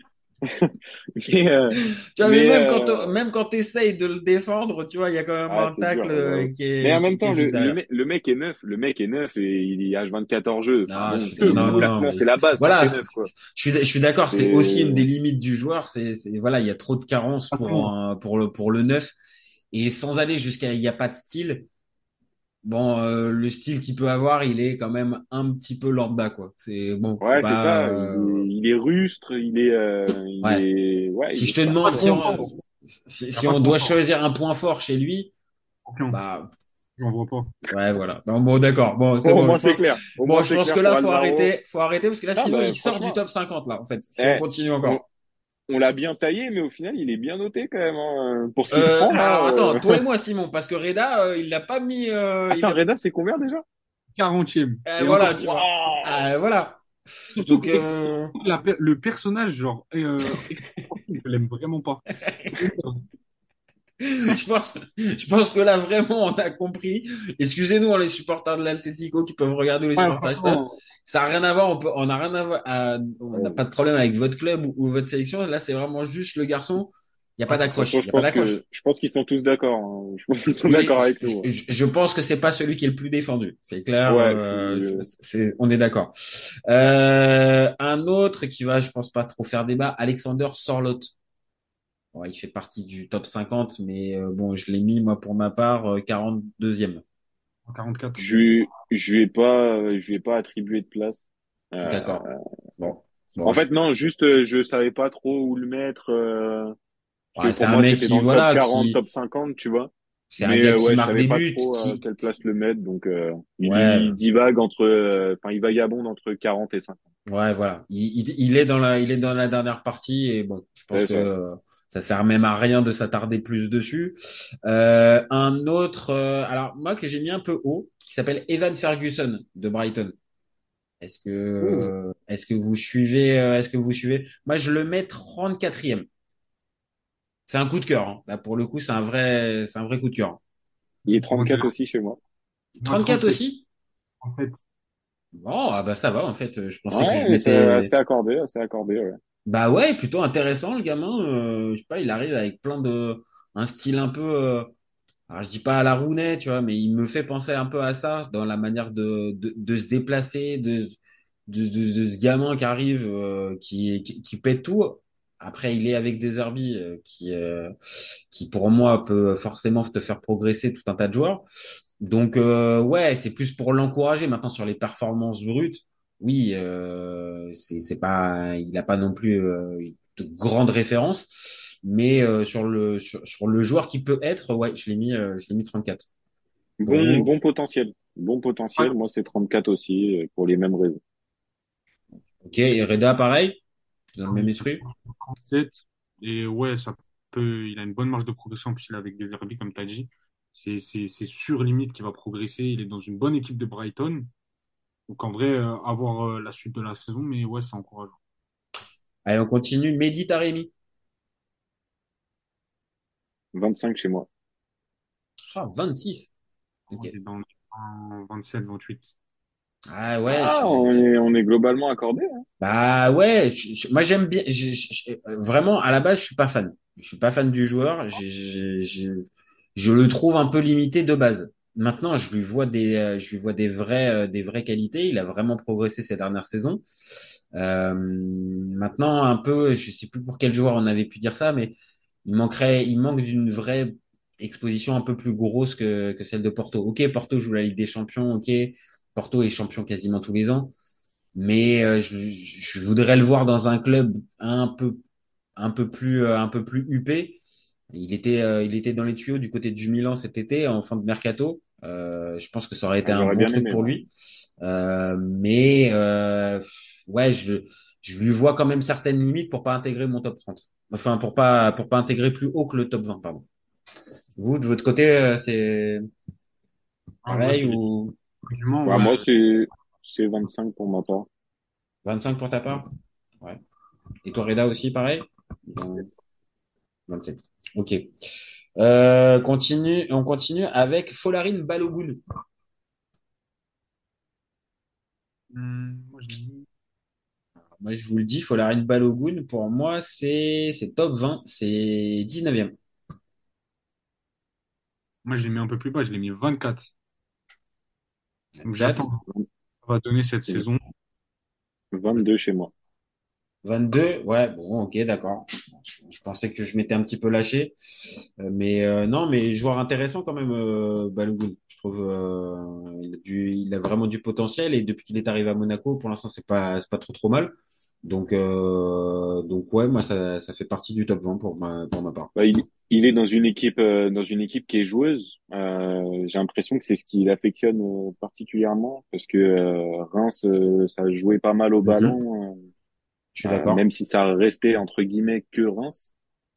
mais tu vois, mais mais même quand t'essayes de le défendre, tu vois, il y a quand même ah, un c'est dur. tacle Mais en même qui est temps, juste derrière. le mec est neuf, le mec est neuf et il est H24 hors jeu. Enfin Non, bon, non, le non, non, classement, mais c'est la base quand voilà, t'es neuf, quoi. je suis d'accord, c'est aussi une des C'est limites du joueur, voilà, il y a trop de carences de toute façon, pour le neuf, et sans aller jusqu'à il n'y a pas de style. Bon, le style qu'il peut avoir, il est quand même un petit peu lambda, quoi. C'est bon, faut ouais, c'est pas. ça. Il est rustre, Ouais. ouais, Si il je est te il n'y a pas demande de point fort. Il n'y a si pas de on point doit fort. choisir un point fort chez lui, Aucun. bah J'en vois pas. ouais, voilà. Non, bon, d'accord. Bon, c'est Bon, au bon. moins c'est clair. Au Bon, moins je c'est pense que clair pour là, Alvaro. faut arrêter parce que là, Ah sinon, bah il sort du franchement, top 50 là, en fait. Si on eh, continue on, encore. on l'a bien taillé, mais au final, il est bien noté quand même, hein, pour ce qu'il prend là. Alors attends, toi et moi, Simon, parce que Reda, il l'a pas mis, Attends, Reda, c'est combien déjà? 40e. Et voilà, encore. tu vois. Waouh! Voilà. Surtout Donc, que, surtout que le personnage, genre, je l'aime vraiment pas. je pense que là, vraiment, on a compris. Excusez-nous, hein, les supporters de l'Atlético qui peuvent regarder ou les Ouais, supporters espagnols. franchement, Ça n'a rien à voir, on n'a rien à voir, on n'a pas de problème avec votre club ou votre sélection. Là, c'est vraiment juste le garçon. Il n'y a pas ouais, c'est De toute ça. d'accroche. façon, Il n'y a pas d'accroche. je pense qu'ils sont tous d'accord, hein. Je pense qu'ils sont Oui, d'accord avec nous, hein. je pense que c'est pas celui qui est le plus défendu. C'est clair, Ouais, on est d'accord. Un autre qui va, je pense pas trop faire débat, Alexander Sorloth. Bon, il fait partie du top 50, mais bon, je l'ai mis moi pour ma part 42e. En 44. je lui ai pas attribué de place. Euh, D'accord. Bon, bon, En fait, non, juste, je savais pas trop où le mettre, parce ouais, que c'est pour un moi, mec c'était qui dans le top voilà, 40, top 50, tu vois. c'est un Mais gars qui ouais, je marque savais des pas buts, trop à qui quelle place le mettre, donc ouais, il divague entre, enfin, il vagabonde entre 40 et 50. ouais, voilà. Il est dans la dernière partie et bon, je pense C'est que ça. ça sert même à rien de s'attarder plus dessus. Un autre, alors moi que j'ai mis un peu haut, qui s'appelle Evan Ferguson de Brighton. Ouh. Est-ce que vous suivez? Moi, je le mets 34e. C'est un coup de cœur, hein. Là, pour le coup, c'est un vrai coup de cœur. Il est Moi, 34 aussi chez moi. moi, 34 37, aussi? en fait. Bon, ah bah ça va, en fait. Je pensais que je Ouais, mettais, assez accordé, ouais. bah ouais, plutôt intéressant, le gamin. Je sais pas, il arrive avec un style un peu, alors je dis pas à la Rooney, tu vois, mais il me fait penser un peu à ça dans la manière de se déplacer, de ce gamin qui arrive, qui pète tout. Après, il est avec des Herbie qui pour moi peut forcément te faire progresser tout un tas de joueurs. Donc ouais, c'est plus pour l'encourager. Maintenant sur les performances brutes, oui, c'est pas, il a pas non plus de grandes références, mais sur le joueur qui peut être, ouais, je l'ai mis 34. Pour vous, Bon potentiel. Bon Ouais, potentiel. Moi, c'est 34 aussi, pour les mêmes raisons. ok, et Reda pareil, dans le on même est esprit. 37. Et ouais, ça peut, il a une bonne marge de progression. En plus, il est avec des Herbie, comme tu as dit. C'est sûr limite qu'il va progresser. Il est dans une bonne équipe de Brighton. Donc, en vrai, avoir la suite de la saison. Mais ouais, c'est encourageant. Allez, on continue. Mehdi Taremi. 25 chez moi. Ah, 26. On Ok. est dans les 27, 28. Ah ouais, Ah, on est globalement accordé, hein. bah ouais, moi j'aime bien. Vraiment, à la base, je suis pas fan. Je suis pas fan du joueur. Je le trouve un peu limité de base. maintenant, je lui vois des vraies qualités. Il a vraiment progressé ces dernières saisons. Maintenant, un peu, je sais plus pour quel joueur on avait pu dire ça, mais il manque d'une vraie exposition un peu plus grosse que celle de Porto. Ok, Porto joue la Ligue des Champions. Ok, Porto est champion quasiment tous les ans. Mais je voudrais le voir dans un club un peu plus huppé. Il était dans les tuyaux du côté du Milan cet été en fin de mercato. Je pense que ça aurait été Ah, un j'aurais bon bien truc aimé, pour moi. lui. Mais ouais, je lui vois quand même certaines limites pour pas intégrer mon top 30. Enfin, pour pas intégrer plus haut que le top 20, pardon. Vous, de votre côté, c'est Ah, moi, pareil je l'ai ou argument, Bah, ouais. moi, c'est 25 pour ma part. 25 pour ta part? Ouais. Et toi, Reda aussi, pareil? C'est- 27. Ok. On continue avec Folarin Balogun. Moi, je l'ai mis, Moi, je vous le dis, Folarin Balogun, pour moi, c'est top 20, c'est 19e. moi, je l'ai mis un peu plus bas, je l'ai mis 24. Donc, 4, j'attends ce que ça va donner cette c'est saison. 22 chez moi. 22, ouais, bon, ok, d'accord. Je pensais que je m'étais un petit peu lâché. Mais non, mais joueur intéressant quand même, Balogun. Je trouve il a vraiment du potentiel et depuis qu'il est arrivé à Monaco, pour l'instant c'est pas trop mal. Donc ouais, moi ça fait partie du top 20 pour ma part. Bah, il est dans une équipe qui est joueuse. J'ai l'impression que c'est ce qu'il affectionne particulièrement parce que Reims, ça jouait pas mal au Mhm, ballon, je suis d'accord. même si ça restait entre guillemets que Reims.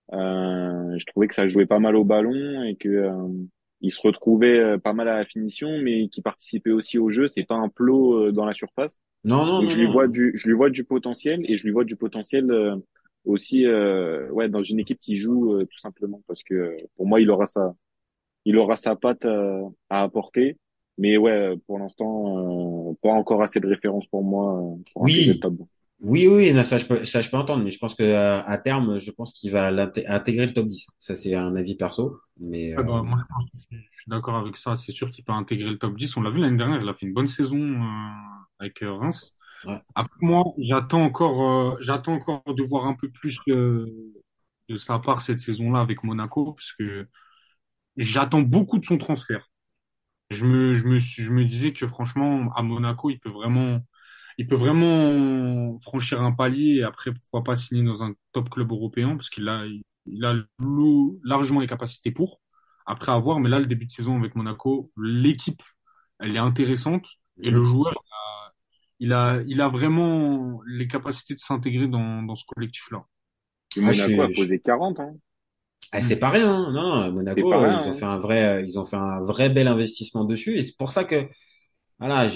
Je trouvais que ça jouait pas mal au ballon et que il se retrouvait pas mal à la finition, mais qui participait aussi au jeu. C'est pas un plot dans la surface. Non, non, Donc non, non. je lui vois du potentiel et je lui vois du potentiel aussi ouais dans une équipe qui joue tout simplement parce que pour moi il aura sa patte à apporter. Mais ouais, pour l'instant, pas encore assez de références pour moi pour intégrer le Oui, top 20. oui, non, ça je peux entendre, mais je pense que à terme, je pense qu'il va intégrer le top 10. Ça c'est un avis perso, mais Ouais, bah, moi, je pense que je suis d'accord avec ça. C'est sûr qu'il peut intégrer le top 10. On l'a vu l'année dernière, il a fait une bonne saison avec Reims. ouais. Après, moi, j'attends encore de voir un peu plus de sa part cette saison-là avec Monaco, parce que j'attends beaucoup de son transfert. Je me disais que franchement, à Monaco, il peut vraiment franchir un palier et après, pourquoi pas signer dans un top club européen parce il a largement les capacités pour. Après avoir, mais là, le début de saison avec Monaco, l'équipe, elle est intéressante et le Mhm. joueur, il a vraiment les capacités de s'intégrer dans ce collectif-là. Et Ah, Monaco a posé 40, hein. ah, c'est Hmm. pas rien, hein. Non, C'est Monaco, pas ils ont rien, fait hein. ils ont fait un vrai bel investissement dessus et c'est pour ça que voilà,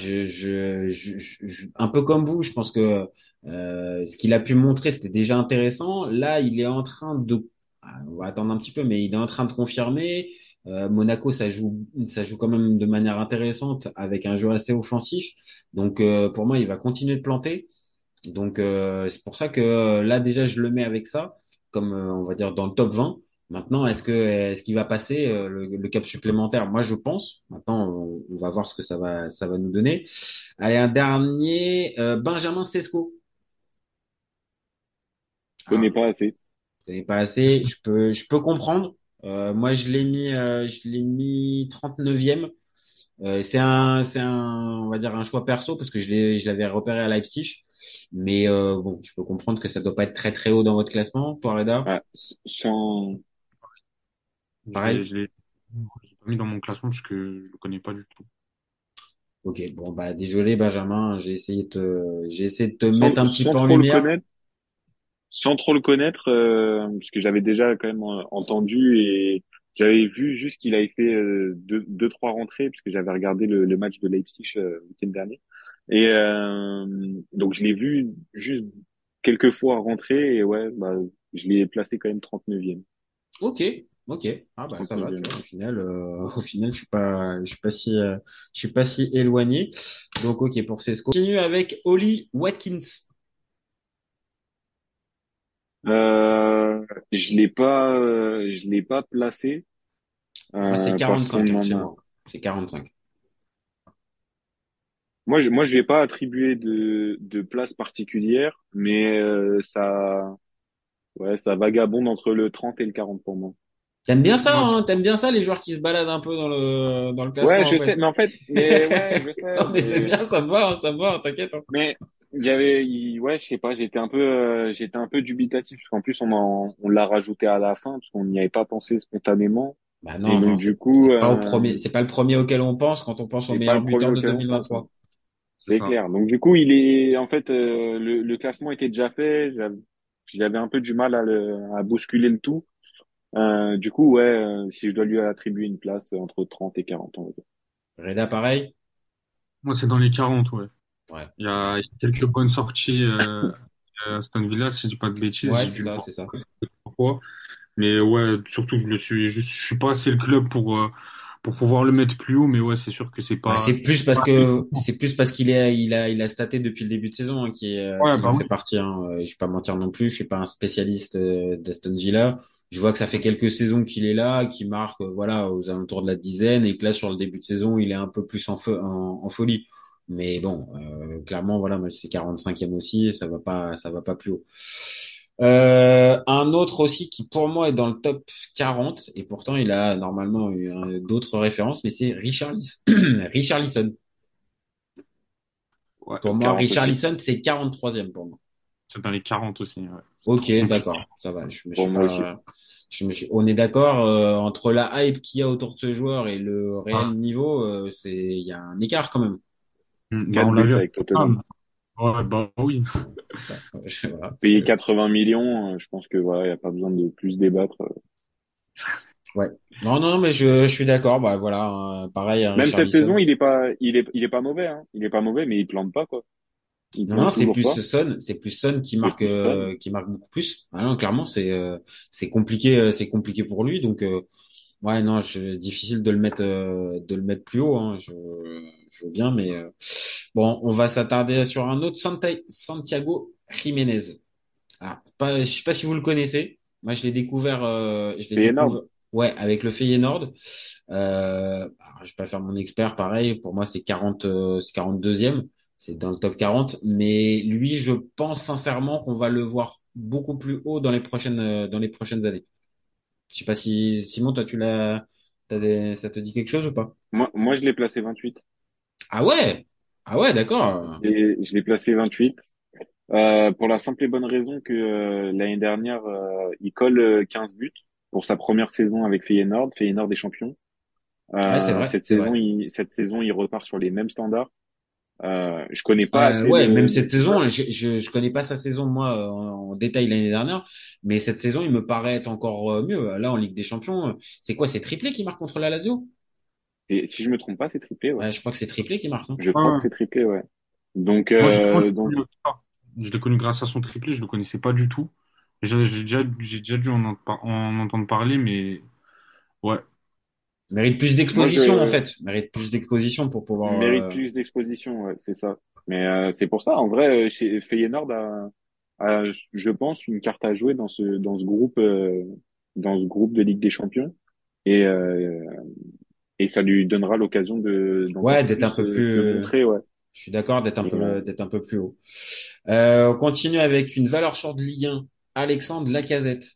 un peu comme vous, je pense que ce qu'il a pu montrer, c'était déjà intéressant. Là, il est en train de, on va attendre un petit peu, mais il est en train de confirmer. Monaco, ça joue quand même de manière intéressante avec un jeu assez offensif. Donc, pour moi, il va continuer de planter. Donc, c'est pour ça que là, déjà, je le mets avec ça, comme on va dire dans le top 20. Maintenant, est-ce qu'il va passer le cap supplémentaire? Moi, je pense. Maintenant, on va voir ce que ça va nous donner. Allez, un dernier, Benjamin Sesko. Je connais Ah, pas assez. vous n'avez pas assez. Je peux comprendre. Moi, je l'ai mis 39e. On va dire un choix perso parce que je l'avais repéré à Leipzig. Mais bon, je peux comprendre que ça doit pas être très très haut dans votre classement, toi, Reda. Ah, sans, Pareil. Je l'ai pas mis dans mon classement parce que je le connais pas du tout. Ok, bon bah désolé Benjamin, j'ai essayé de te mettre un petit sans peu en trop le lumière. connaître, sans trop le connaître, parce que j'avais déjà quand même entendu et j'avais vu juste qu'il avait fait deux, trois rentrées, parce que j'avais regardé le match de Leipzig le week-end dernier. Et donc je l'ai vu juste quelques fois rentrer et ouais, bah, je l'ai placé quand même 39e. Ok, ok. Ah bah ça va, tu 39e. vois. Au final, je suis pas si éloigné. Donc ok pour Cesco. Continue avec Oli Watkins. Je l'ai pas placé Moi c'est parce 45 qu'on hein, en chez a. moi. C'est 45. Moi, je vais pas attribuer de place particulière, mais ça vagabonde entre le 30 et le 40 pour moi. T'aimes bien ça, Moi, hein? T'aimes bien ça, les joueurs qui se baladent un peu dans le Ouais, classement, en je fait. sais, mais ouais, je sais, Non, mais c'est bien, ça me va, t'inquiète, hein. mais ouais, je sais pas, j'étais un peu dubitatif parce qu'en plus on l'a rajouté à la fin parce qu'on n'y avait pas pensé spontanément Bah et non, non, donc c'est du coup, c'est pas au premier, c'est pas le premier auquel on pense quand on pense au c'est pas meilleur le premier buteur de auquel on pense, hein. 2023. c'est C'est ça. clair. Donc du coup, il est en fait le classement était déjà fait. J'avais un peu du mal à bousculer le tout. Du coup, ouais, si je dois lui attribuer une place entre 30 et 40, on va dire. Reda, pareil? Moi, c'est dans les 40, ouais. Ouais. Il y a quelques bonnes sorties à Aston Villa, si je dis pas de bêtises. Ouais, J'ai c'est dû le ça, voir c'est ça. parfois. Mais ouais, surtout, je suis pas assez le club pour pouvoir le mettre plus haut. Mais ouais, c'est sûr que c'est Bah, pas. c'est plus parce qu'il a staté depuis le début de saison, hein, Ouais, qu'il bah en fait oui. partie, hein. Je vais pas mentir non plus, je suis pas un spécialiste d'Aston Villa. Je vois que ça fait quelques saisons qu'il est là, qu'il marque, voilà, aux alentours de la dizaine, et que là sur le début de saison, il est un peu plus en folie. Mais bon, clairement, voilà, moi c'est 45e aussi, et ça va pas plus haut. Un autre aussi qui pour moi est dans le top 40 et pourtant il a normalement eu d'autres références, mais c'est Richarlison. Richarlison. Ouais, Pour moi, 40 aussi. Richarlison, c'est 43e pour moi. c'est dans les 40 aussi. Ouais. C'est Ok, trop compliqué. d'accord, ça va. Je me Pour suis moi aussi. pas, on est d'accord, entre la hype qu'il y a autour de ce joueur et le réel Ah, niveau, il y a un écart quand même. bah, 4 on l'a buts vu. avec Tottenham. Ouais, bah oui. C'est ça. Voilà, Payer 80 millions, je pense que voilà, il n'y a pas besoin de plus débattre. ouais. Non, non, mais je suis d'accord. Bah voilà, hein, pareil, hein, Même cette saison, Richarlison. il est pas mauvais, hein. Il est pas mauvais, mais il plante pas, quoi. Il Non, non, plante toujours pas. C'est plus Son C'est plus fun. qui marque beaucoup plus. Ah non, clairement, c'est compliqué pour lui. Donc, ouais, non, difficile de le mettre plus haut. Hein. Je veux bien, mais bon, on va s'attarder sur un autre Santiago Jiménez. Ah, je sais pas si vous le connaissez. Moi, je l'ai C'est énorme. découvert, ouais, avec le Feyenoord. Alors, je vais pas faire mon expert, pareil. Pour moi, c'est 42e. C'est dans le top 40. Mais lui, je pense sincèrement qu'on va le voir beaucoup plus haut dans les prochaines années. Je sais pas si, Simon, toi, ça te dit quelque chose ou pas? Moi, je l'ai placé 28. Ah ouais! Ah ouais, d'accord. Et je l'ai placé 28. Pour la simple et bonne raison que l'année dernière, il colle 15 buts pour sa première saison avec Feyenoord. Feyenoord est champion. Ouais, c'est vrai, c'est vrai. Cette saison, il repart sur les mêmes standards. Je connais pas assez Ouais, même le cette saison, joueur. je connais pas sa saison moi en détail l'année dernière, mais cette saison il me paraît être encore mieux. Là en Ligue des Champions, c'est quoi? C'est triplé qui marque contre la Lazio? Et si je me trompe pas, c'est triplé, ouais. Ouais, je crois que c'est triplé qui marque, hein. Je Ouais, crois que ouais. c'est triplé, ouais. Donc, Moi, donc, je l'ai connu grâce à son triplé, je le connaissais pas du tout. J'ai déjà dû en entendre parler, mais ouais. Mérite plus moi, d'exposition en je fait. Mérite plus d'exposition pour pouvoir. mérite plus d'exposition, ouais, c'est ça. Mais c'est pour ça, en vrai, chez Feyenoord je pense, une carte à jouer dans ce groupe de Ligue des Champions, et et ça lui donnera l'occasion de Ouais, d'encore d'être un plus peu se plus. montrer, ouais. Je suis d'accord Et, d'être un peu plus haut. On continue avec une valeur sûre de Ligue 1. Alexandre Lacazette.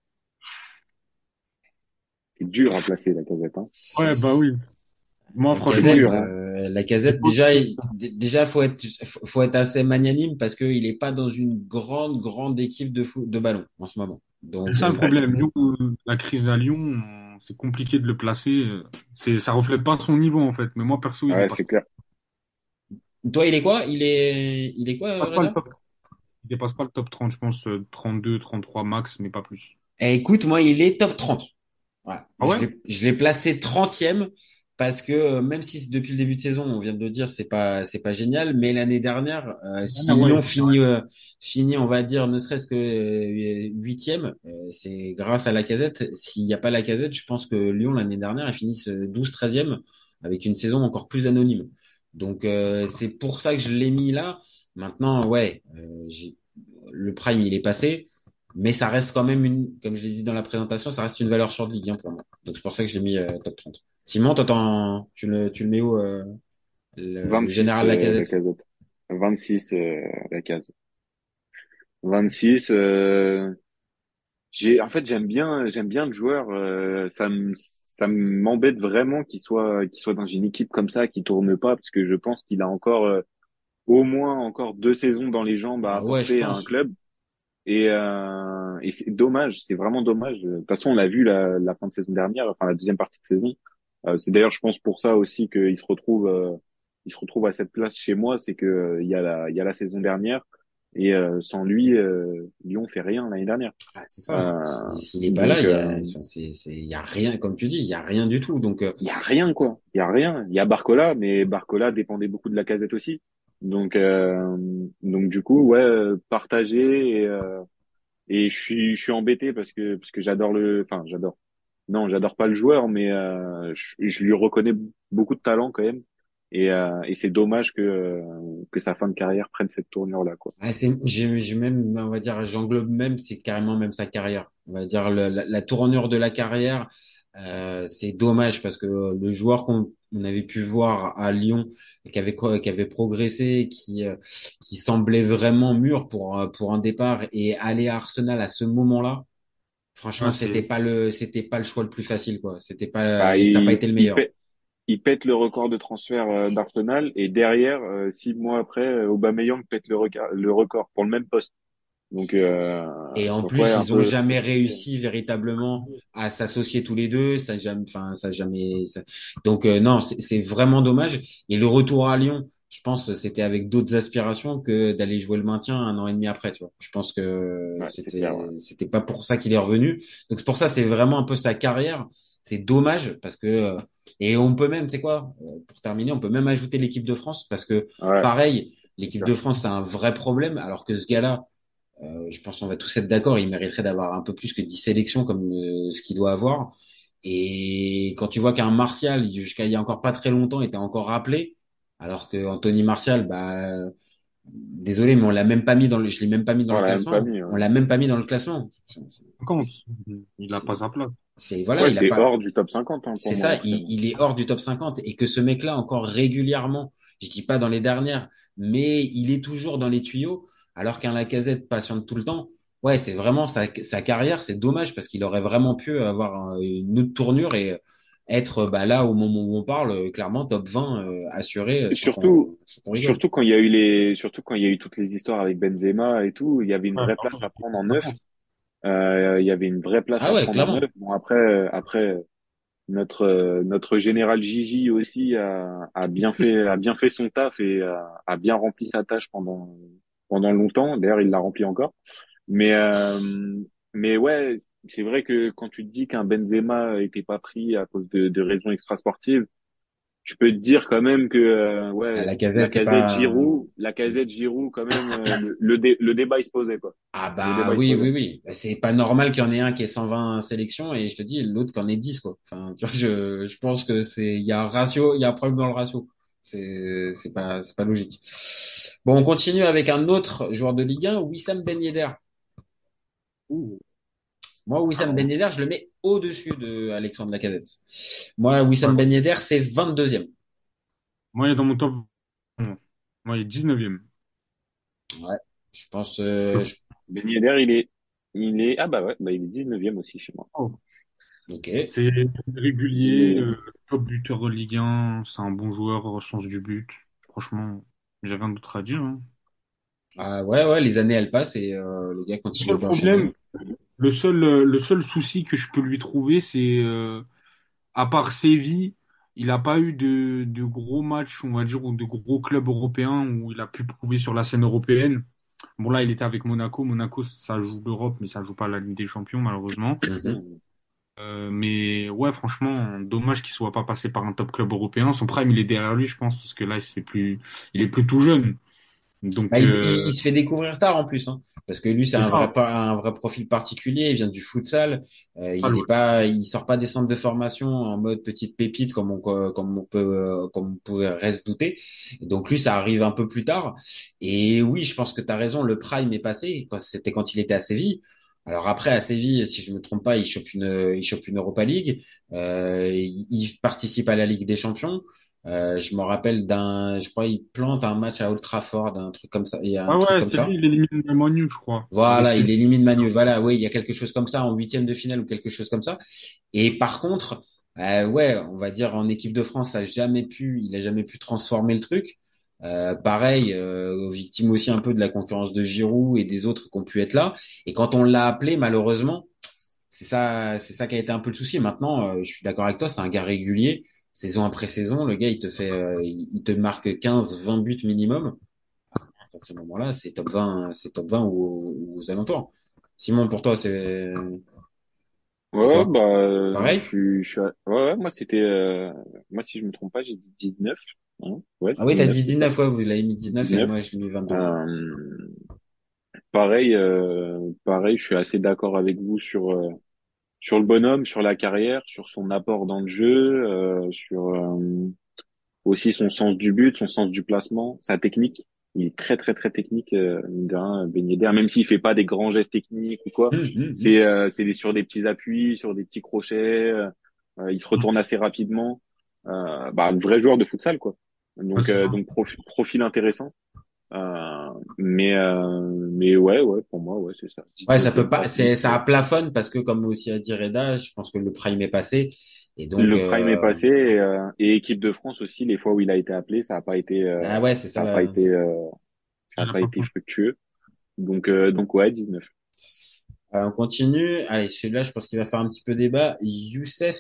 c'est dur à placer la casette, hein. Ouais, bah oui. Moi, C'est franchement, dur, hein. Lacazette, déjà faut être assez magnanime parce qu'il est pas dans une grande équipe de ballon en ce moment. c'est Donc ça le Ouais, problème. Lyon, la crise à Lyon, c'est compliqué de le placer. Ça reflète pas son niveau, en fait. Mais moi, perso, il ouais, dépasse c'est clair. toi, il est quoi? Il est quoi, pas le Reda? top. Il dépasse pas le top 30, je pense, 32, 33 max, mais pas plus. Écoute, moi, il est top 30. Ouais. Ah ouais? Je l'ai placé 30e parce que même si depuis le début de saison, on vient de le dire, c'est pas génial, mais l'année dernière, si Ah ouais, Lyon finit, on va dire, ne serait-ce que 8e, c'est grâce à Lacazette. S'il n'y a pas Lacazette, je pense que Lyon l'année dernière, ils finissent 12-13e avec une saison encore plus anonyme. Donc c'est pour ça que je l'ai mis là. Maintenant, ouais, le prime il est passé. Mais ça reste quand même comme je l'ai dit dans la présentation, ça reste une valeur sur de Ligue 1 pour moi. Donc c'est pour ça que je l'ai mis top 30. Simon, tu le mets où, le 26, général Lacazette? Lacazette. 26, la case. 26, en fait, j'aime bien le joueur. Ça m'embête vraiment qu'il soit dans une équipe comme ça, qui tourne pas, parce que je pense qu'il a encore, au moins encore 2 saisons dans les jambes à Ah ouais, je apporter à un pense. club. Et c'est dommage, c'est vraiment dommage. De toute façon, on l'a vu la fin de saison dernière, enfin la deuxième partie de saison. C'est d'ailleurs, je pense pour ça aussi il se retrouve à cette place chez moi, c'est que il y a la saison dernière et sans lui, Lyon fait rien l'année dernière. Ah, c'est ça. Euh, S'il est pas là, donc il y a rien, comme tu dis, il y a rien du tout. Donc, il y a rien quoi, il y a rien. Il y a Barcola, mais Barcola dépendait beaucoup de la Casette aussi. Donc du coup, ouais, partagé et je suis embêté parce que j'adore. Non, j'adore pas le joueur, mais je lui reconnais beaucoup de talent quand même. Et c'est dommage que sa fin de carrière prenne cette tournure-là, quoi. ah, j'ai même, on va dire, j'englobe même, c'est carrément même sa carrière. On va dire la tournure de la carrière. C'est dommage parce que le joueur qu'on avait pu voir à Lyon, et qui avait progressé, qui semblait vraiment mûr pour un départ et aller à Arsenal à ce moment-là. Franchement, Ouais, c'est, c'était pas le choix le plus facile, quoi. C'était Bah, pas, et ça n'a pas été le meilleur. il pète le record de transfert d'Arsenal et derrière, 6 mois après, Aubameyang pète le record pour le même poste. Et en Donc ouais, plus, un ils ont peu. jamais réussi véritablement à s'associer tous les deux. Ça a jamais, enfin, ça a jamais. Donc non, c'est vraiment dommage. Et le retour à Lyon, je pense, c'était avec d'autres aspirations que d'aller jouer le maintien un an et demi après. Tu vois, je pense que Ouais, c'est clair. Ouais. c'était pas pour ça qu'il est revenu. Donc c'est pour ça, c'est vraiment un peu sa carrière. C'est dommage parce que et on peut même, c'est quoi, pour terminer, on peut même ajouter l'équipe de France parce que Ouais, pareil, c'est l'équipe sûr. de France c'est un vrai problème alors que ce gars-là. Je pense qu'on va tous être d'accord, il mériterait d'avoir un peu plus que 10 sélections comme ce qu'il doit avoir. Et quand tu vois qu'un Martial, jusqu'à il y a encore pas très longtemps, était encore rappelé, alors que Anthony Martial, bah, désolé, mais on l'a même pas mis je l'ai même pas mis dans On le l'a même pas classement. mis. On Ouais, l'a même pas mis dans le classement. 50. Il a C'est, pas sa place. voilà, ouais, il a c'est pas, hors du top 50 hein, pour c'est moi, ça, Martial. il est hors du top 50 et que ce mec-là encore régulièrement, je dis pas dans les dernières, mais il est toujours dans les tuyaux alors qu'un Lacazette patiente tout le temps. Ouais, c'est vraiment sa carrière, c'est dommage parce qu'il aurait vraiment pu avoir une autre tournure et être bah, là au moment où on parle clairement top 20 assuré Et sans qu'on rigole. surtout quand il y a eu toutes les histoires avec Benzema et tout, il y avait une Ouais, vraie vraiment, place à il prendre faut en sa neuf. place. Il y avait une vraie place Ah à ouais, prendre en neuf. clairement. Bon après notre général Gigi aussi a bien fait son taf et a bien rempli sa tâche pendant longtemps. D'ailleurs, il l'a rempli encore. Mais ouais, c'est vrai que quand tu te dis qu'un Benzema était pas pris à cause de raisons extrasportives, je peux te dire quand même que À ouais, Lacazette, c'est pas. La Casette Giroud quand même le débat il se posait quoi. Ah Le bah débat il se oui, posait. oui, oui. Bah, c'est pas normal qu'il y en ait un qui ait 120 sélections et je te dis l'autre qui en ait 10 quoi. Enfin, tu vois, je pense que il y a un ratio, il y a un problème dans le ratio. C'est pas logique. Bon, on continue avec un autre joueur de Ligue 1, Wissam Ben Yedder. Ouh. Moi, Wissam Ben Yedder, je le mets au-dessus de Alexandre Lacazette. Moi, Ouais. Wissam Ben Yedder, c'est 22e. Moi, il est dans mon top 20. Moi, il est 19e. Ouais. Je pense, Ben Yedder, il est ah bah ouais, bah il est 19e aussi chez moi. Oh. ok. C'est régulier, 19e. top buteur de Ligue 1. C'est un bon joueur au sens du but. Franchement, j'ai rien d'autre à dire, hein. Ah ouais, ouais, les années elles passent et le gars Le continue seul d'enchaîner. problème, le seul souci que je peux lui trouver, c'est à part Séville, il n'a pas eu de gros matchs, on va dire, ou de gros clubs européens où il a pu prouver sur la scène européenne. Bon, là, il était avec Monaco. Monaco, ça joue l'Europe, mais ça joue pas la Ligue des Champions, malheureusement. Mhm. Mais ouais, franchement, dommage qu'il soit pas passé par un top club européen. Son prime, il est derrière lui, je pense, parce que là, il est plus tout jeune. Bah, Donc, il se fait découvrir tard en plus, hein, parce que lui c'est c'est ça. un vrai profil particulier. Il vient du futsal. Ah, Il sort pas des centres de formation en mode petite pépite comme on pouvait reste douter. Et donc lui ça arrive un peu plus tard. Et oui, je pense que tu as raison. Le prime est passé. C'était quand il était à Séville. Alors après, à Séville, si je me trompe pas, il chope une Europa League. Il participe à la Ligue des Champions. Je me rappelle je crois, il plante un match à Old Trafford, un truc comme ça. Il y a un Ouais, truc ouais, comme c'est lui, ça. il élimine le Manu, je crois, avec Voilà, il Séville. élimine Manu. Voilà, oui, il y a quelque chose comme ça en huitième de finale ou quelque chose comme ça. Et par contre, ouais, on va dire en équipe de France, il a jamais pu transformer le truc. Pareil, victime aussi un peu de la concurrence de Giroud et des autres qui ont pu être là. Et quand on l'a appelé, malheureusement, c'est ça qui a été un peu le souci. Maintenant, je suis d'accord avec toi, c'est un gars régulier, saison après saison. Le gars, il te marque 15, 20 buts minimum. À ce moment-là, c'est top 20 ou aux alentours. Simon, pour toi, Ouais, c'est ouais, quoi? bah, Pareil? ouais, ouais, moi, moi, si je me trompe pas, j'ai dit 19. Hein, ouais, Ah oui, t'as 19, dit c'est ça. 19, ouais, vous l'avez mis 19 et 19. moi, je l'ai mis 22. Euh, pareil, je suis assez d'accord avec vous sur le bonhomme, sur la carrière, sur son apport dans le jeu, sur aussi son sens du but, son sens du placement, sa technique. Il est très très très technique, mine de rien, Ben Yedder, même s'il fait pas des grands gestes techniques ou quoi. Hum. Sur des petits appuis, sur des petits crochets. Il se retourne assez rapidement. Un vrai joueur de futsal quoi. Ouais, c'est ça. Donc profil intéressant. Mais ouais ouais pour moi ouais c'est ça. Ouais, ça peut 19e pas, passé. ça plafonne parce que comme aussi a dit Reda, je pense que le prime est passé. Et donc, Le prime est passé et équipe de France aussi les fois où il a été appelé ah ouais, c'est ça. ça a pas été ça a Il a pas pas été fructueux. Donc ouais 19. On continue. Allez, celui-là, je pense qu'il va faire un petit peu débat. Youssef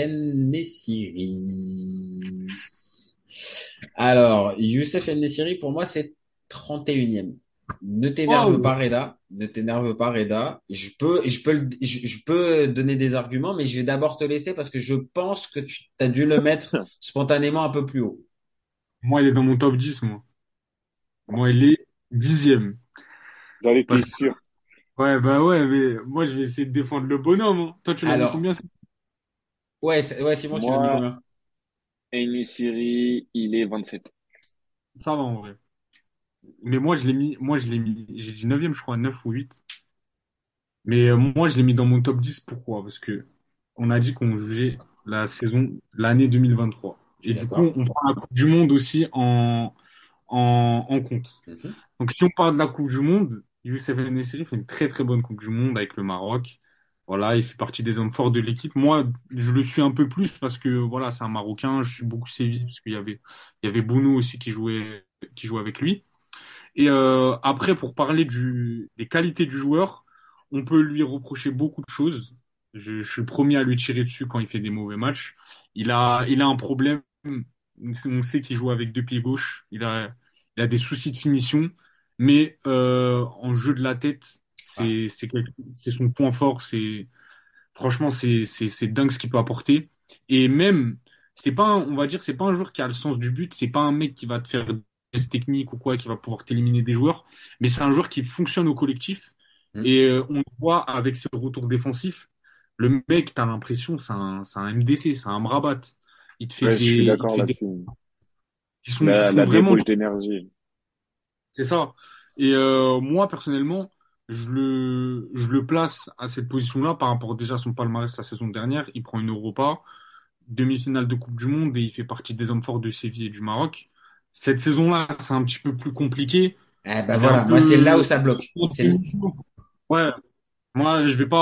En-Nesyri. Alors, Youssef En-Nesyri, pour moi, c'est 31e. Ne t'énerve Waouh! pas, Reda. Ne t'énerve pas, Reda. Je peux donner des arguments, mais je vais d'abord te laisser parce que je pense que tu as dû le mettre spontanément un peu plus haut. Moi, il est dans mon top 10, moi. Moi, il est 10e. J'en étais Parce que, sûr. ouais, bah ouais, mais moi, je vais essayer de défendre le bonhomme, hein. Toi, tu l'as mis Alors, combien? ouais, ouais, Simon, tu l'as mis Moi combien? Siri il est 27. Ça va, en vrai. Mais moi, je l'ai mis, j'ai dit 9e, je crois, 9 ou 8. Mais moi, je l'ai mis dans mon top 10. Pourquoi? Parce que on a dit qu'on jugeait l'année 2023. Je suis Et du coup, d'accord. on prend la Coupe du Monde aussi en compte. Mhm. Donc, si on parle de la Coupe du Monde, Youssef En-Nesyri fait une très très bonne Coupe du Monde avec le Maroc. Voilà, il fait partie des hommes forts de l'équipe. Moi, je le suis un peu plus parce que voilà, c'est un Marocain. Je suis beaucoup Séville parce il y avait Bounou aussi qui jouait avec lui. Et après, pour parler des qualités du joueur, on peut lui reprocher beaucoup de choses. Je suis le premier à lui tirer dessus quand il fait des mauvais matchs. Il a un problème. On sait qu'il joue avec deux pieds gauche. Il a des soucis de finition. Mais en jeu de la tête, Ouais. c'est son point fort. Franchement, c'est dingue ce qu'il peut apporter. Et même, on va dire, c'est pas un joueur qui a le sens du but. C'est pas un mec qui va te faire des gestes techniques ou quoi, qui va pouvoir t'éliminer des joueurs. Mais c'est un joueur qui fonctionne au collectif. Mhm. Et on le voit avec ses retours défensifs. Le mec, t'as l'impression, c'est un MDC, c'est un Mrabat. Ouais, je suis Il te d'accord fait là-dessus. qui sont La vraiment. débauche d'énergie. C'est ça. Et moi, personnellement, je le place à cette position-là par rapport déjà à son palmarès la saison dernière. Il prend une Europa, demi-finale de Coupe du Monde et il fait partie des hommes forts de Séville et du Maroc. Cette saison-là, c'est un petit peu plus compliqué. Eh ben Il est un voilà, moi c'est là où peu... ça bloque. Ouais, moi,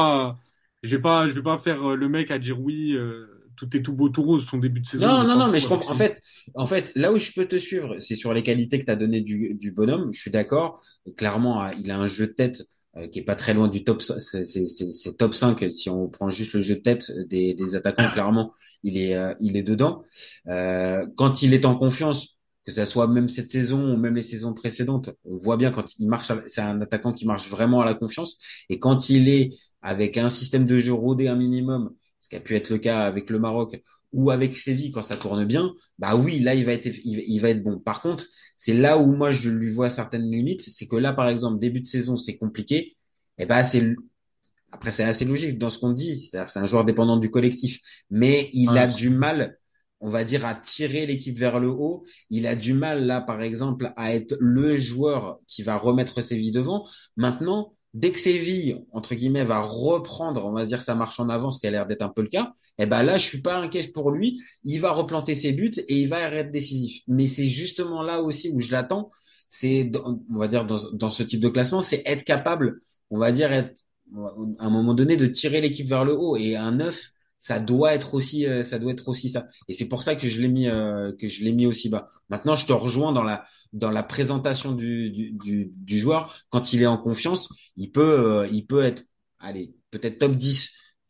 je vais pas faire le mec à dire oui, tout est tout beau, tout rose. Son début de saison, il Non, est non, pas non, mais fou je avec comprends. ses... En fait, là où je peux te suivre, c'est sur les qualités que tu as données du bonhomme. Je suis d'accord. Clairement, il a un jeu de tête qui est pas très loin du top. C'est top 5. Si on prend juste le jeu de tête des attaquants, clairement, il est dedans. Quand il est en confiance, que ça soit même cette saison ou même les saisons précédentes, on voit bien quand il marche. C'est un attaquant qui marche vraiment à la confiance. Et quand il est avec un système de jeu rodé un minimum, ce qui a pu être le cas avec le Maroc ou avec Séville quand ça tourne bien, bah oui, là il va être bon. Par contre, c'est là où moi je lui vois certaines limites, c'est que là par exemple début de saison c'est compliqué, et ben après c'est assez logique dans ce qu'on dit, c'est-à-dire c'est un joueur dépendant du collectif, mais il a Ouais, du mal, on va dire à tirer l'équipe vers le haut, il a du mal là par exemple à être le joueur qui va remettre Séville devant. Maintenant dès que Séville, entre guillemets, va reprendre, on va dire, sa marche en avant, ce qui a l'air d'être un peu le cas, eh ben là, je suis pas inquiet pour lui. Il va replanter ses buts et il va être décisif. Mais c'est justement là aussi où je l'attends. On va dire, dans ce type de classement, c'est être capable, on va dire, à un moment donné, de tirer l'équipe vers le haut. Et un 9, ça doit être aussi ça. Et c'est pour ça que je l'ai mis aussi bas. Maintenant, je te rejoins dans la présentation du joueur. Quand il est en confiance, il peut être, allez, peut-être top 10.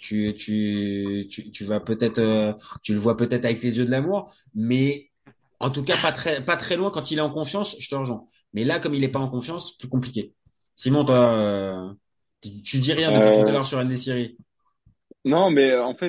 Tu vas peut-être, tu le vois peut-être avec les yeux de l'amour, mais en tout cas, pas très loin quand il est en confiance, je te rejoins. Mais là, comme il est pas en confiance, plus compliqué. Simon, toi, tu dis rien depuis tout à Euh, l'heure sur NS-Série. non, mais en fait,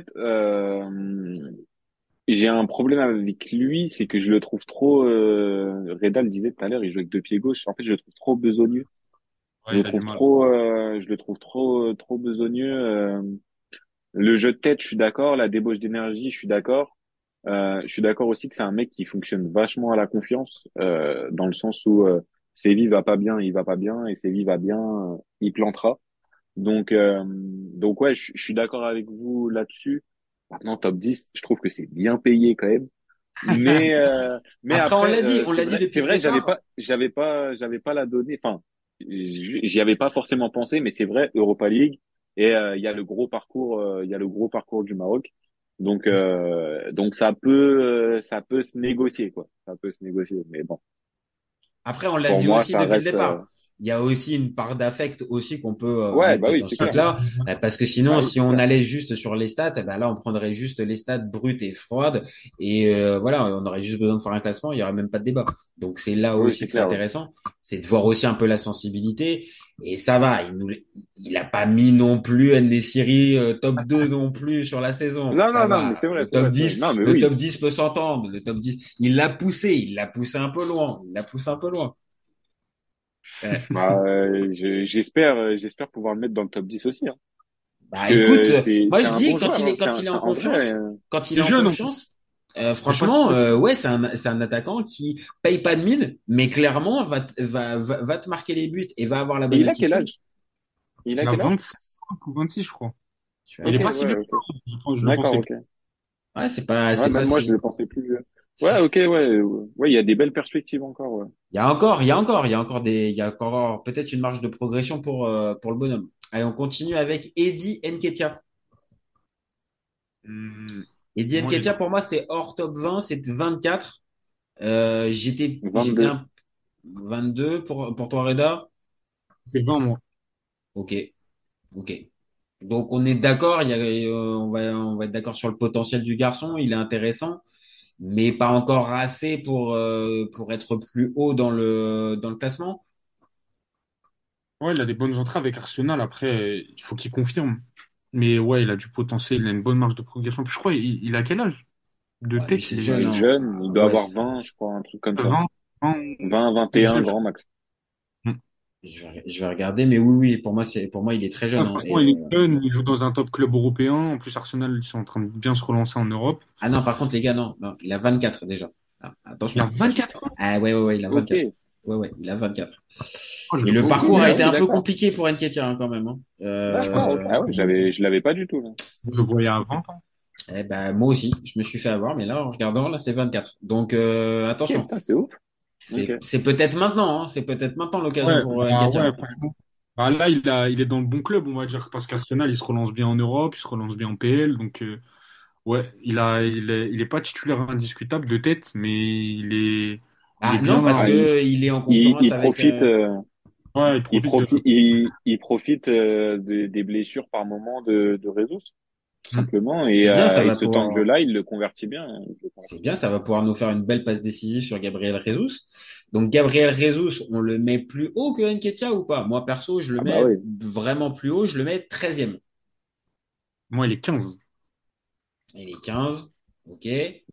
j'ai un problème avec lui, c'est que je le trouve trop. Reda le disait tout à l'heure, il joue avec deux pieds gauche. En fait, je le trouve trop besogneux. Ouais, il a du mal. Je le trouve trop besogneux. Le jeu de tête, je suis d'accord. La débauche d'énergie, je suis d'accord. Je suis d'accord aussi que c'est un mec qui fonctionne vachement à la confiance, dans le sens où Séville va pas bien, il va pas bien, et Séville va bien, il plantera. Donc ouais, je suis d'accord avec vous là-dessus. Maintenant, top 10, je trouve que c'est bien payé quand même. Mais Après, après, on l'a dit depuis c'est le vrai, départ. j'avais pas la donnée. Enfin, j'y avais pas forcément pensé, mais c'est vrai, Europa League et il y a le gros parcours, il y a le gros parcours du Maroc. Donc ça peut se négocier quoi. Ça peut se négocier, mais bon, Après, on l'a pour dit moi, aussi ça depuis le reste. départ. Il y a aussi une part d'affect aussi qu'on peut Ouais, bah mettre oui, dans c'est ce clair. truc-là, parce que sinon, Bah oui, si c'est on clair. allait juste sur les stats, eh ben là, on prendrait juste les stats brutes et froides, et voilà, on aurait juste besoin de faire un classement, il y aurait même pas de débat. Donc c'est là Oui, aussi c'est que c'est clair. Ouais. intéressant, c'est de voir aussi un peu la sensibilité, et ça va, il a pas mis non plus NS-Série top 2 non plus sur la saison, Non, ça non, non, mais va. c'est vrai, c'est vrai, c'est vrai. Non, mais Le oui. top 10 peut s'entendre, le top 10, il l'a poussé un peu loin, il l'a poussé un peu loin. Ouais. Bah, j'espère pouvoir le mettre dans le top 10 aussi, hein. Parce Bah écoute, que moi c'est je un dis bon joueur, hein. quand il est en En vrai, confiance, quand il est Il est en jeune en plus. confiance, C'est pas si franchement, jeune. ouais, c'est un attaquant qui paye pas de mine, mais clairement va te marquer les buts et va avoir la et bonne il a quel attitude. âge? Il a Il a quel âge? 25 ou 26, je crois. Tu vas Il est Ok, pas regarder. si vieux ouais, que ok. ça. Je le D'accord, pensais. ok. Ouais, Ouais, c'est pas même moi, je si. le pensais plus vieux. Ouais, ok, ouais, ouais, il y a des belles perspectives encore, ouais. Il y a encore peut-être une marge de progression pour le bonhomme. Allez, on continue avec Eddie Nketiah. Hum, Eddie moi, il est Nketiah, dans pour moi, c'est hors top 20, c'est 24. J'étais 22. un 22 pour toi, Reda. c'est 20, moi. Ok, ok. Donc on est d'accord, on va être d'accord sur le potentiel du garçon, il est intéressant, mais pas encore assez pour être plus haut dans le classement. Ouais, il a des bonnes entrées avec Arsenal. Après, il faut qu'il confirme. Mais ouais, il a du potentiel, il a une bonne marge de progression. Puis je crois, il a quel âge? De Ouais, lui tête, c'est il Il jeune, est est hein. jeune, il doit Ouais, avoir 20, je crois, un truc comme ça. 20, 20, 20, 21 je grand max. crois. je vais regarder, mais oui, oui, pour moi il est très jeune, Ouais, hein. franchement, il est jeune, il joue dans un top club européen. En plus, Arsenal, ils sont en train de bien se relancer en Europe. Ah non, par contre les gars, non, non, il a 24 déjà. Ah, Il a attention, attention. 24 ans. Ah ouais, ouais, ouais, il a Ok, 24. Ouais, ouais, il a 24. Oh, je Et le le vois ok, beaucoup parcours a mieux. ah été oui, un peu d'accord. compliqué pour Nketiah hein, quand même, hein. Je pense D'accord, que ok. Ah ouais, je l'avais pas du tout, là. je le voyais à 20 ans. Eh ben, moi aussi, je me suis fait avoir, mais là, en regardant, là, c'est 24. Donc, Ok, attention. putain, c'est ouf. Ok. C'est peut-être maintenant, hein. C'est peut-être maintenant l'occasion Ouais, pour bah Nketiah. ouais, franchement. Bah là, il est dans le bon club, on va dire, parce qu'Arsenal, il se relance bien en Europe, il se relance bien en PL. Donc, ouais, il est pas titulaire indiscutable de tête, mais il est Ah non, bien parce là. Ah, que il est en concurrence il avec. profite, Ouais, il profite de. il profite des blessures par moment de Jesus, tout Hmm. simplement. C'est bien, ça Et va ce temps de pouvoir. jeu-là, il le convertit bien, hein, il le C'est convertit bien, bien. ça va pouvoir nous faire une belle passe décisive sur Gabriel Jesus. Donc, Gabriel Jesus, on le met plus haut que Nketiah ou pas? Moi, perso, je le Ah bah mets oui. vraiment plus haut. Je le mets 13e. Moi, il est 15. Il est 15. Ok.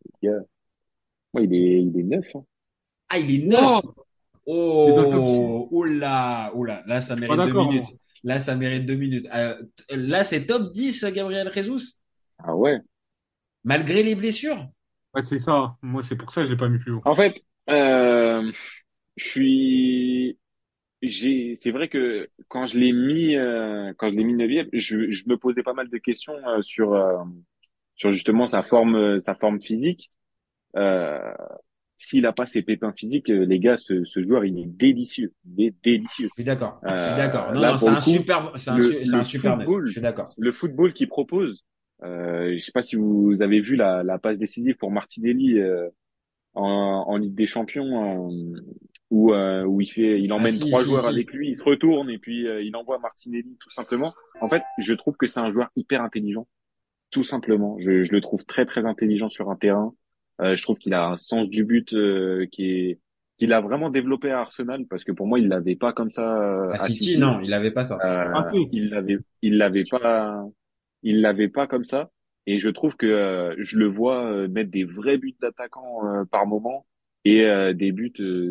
Ouais, il est neuf, hein. Ah, il est Wow, 9. il est dans le top 10. Oh, oh là, là, ça Je suis pas mérite deux d'accord, minutes. moi. Là, ça mérite 2 minutes. Là, c'est top 10, Gabriel Jesus, Ah ouais. malgré les blessures. Ouais, c'est ça. Moi, c'est pour ça que je l'ai pas mis plus haut. En fait, je suis, c'est vrai que quand je l'ai mis neuvième, je me posais pas mal de questions sur justement sa forme physique. Euh, S'il a pas ses pépins physiques, les gars, ce joueur, il est délicieux. Il est délicieux. Je suis d'accord. Je suis d'accord. Non, Là, non, c'est pour le un coup, super, c'est un super neuf. Je football, suis d'accord. le football qu'il propose, je sais pas si vous avez vu la passe décisive pour Martinelli en Ligue des Champions, où il Ah, emmène si, trois si, joueurs si. avec lui, il se retourne et puis il envoie Martinelli tout simplement. En fait, je trouve que c'est un joueur hyper intelligent, tout simplement. Je le trouve très très intelligent sur un terrain. Je trouve qu'il a un sens du but qu'il a vraiment développé à Arsenal parce que pour moi il l'avait pas comme ça À à City, City. non, il avait pas ça. Assez. Il l'avait pas comme ça. Et je trouve que je le vois mettre des vrais buts d'attaquant par moment et des buts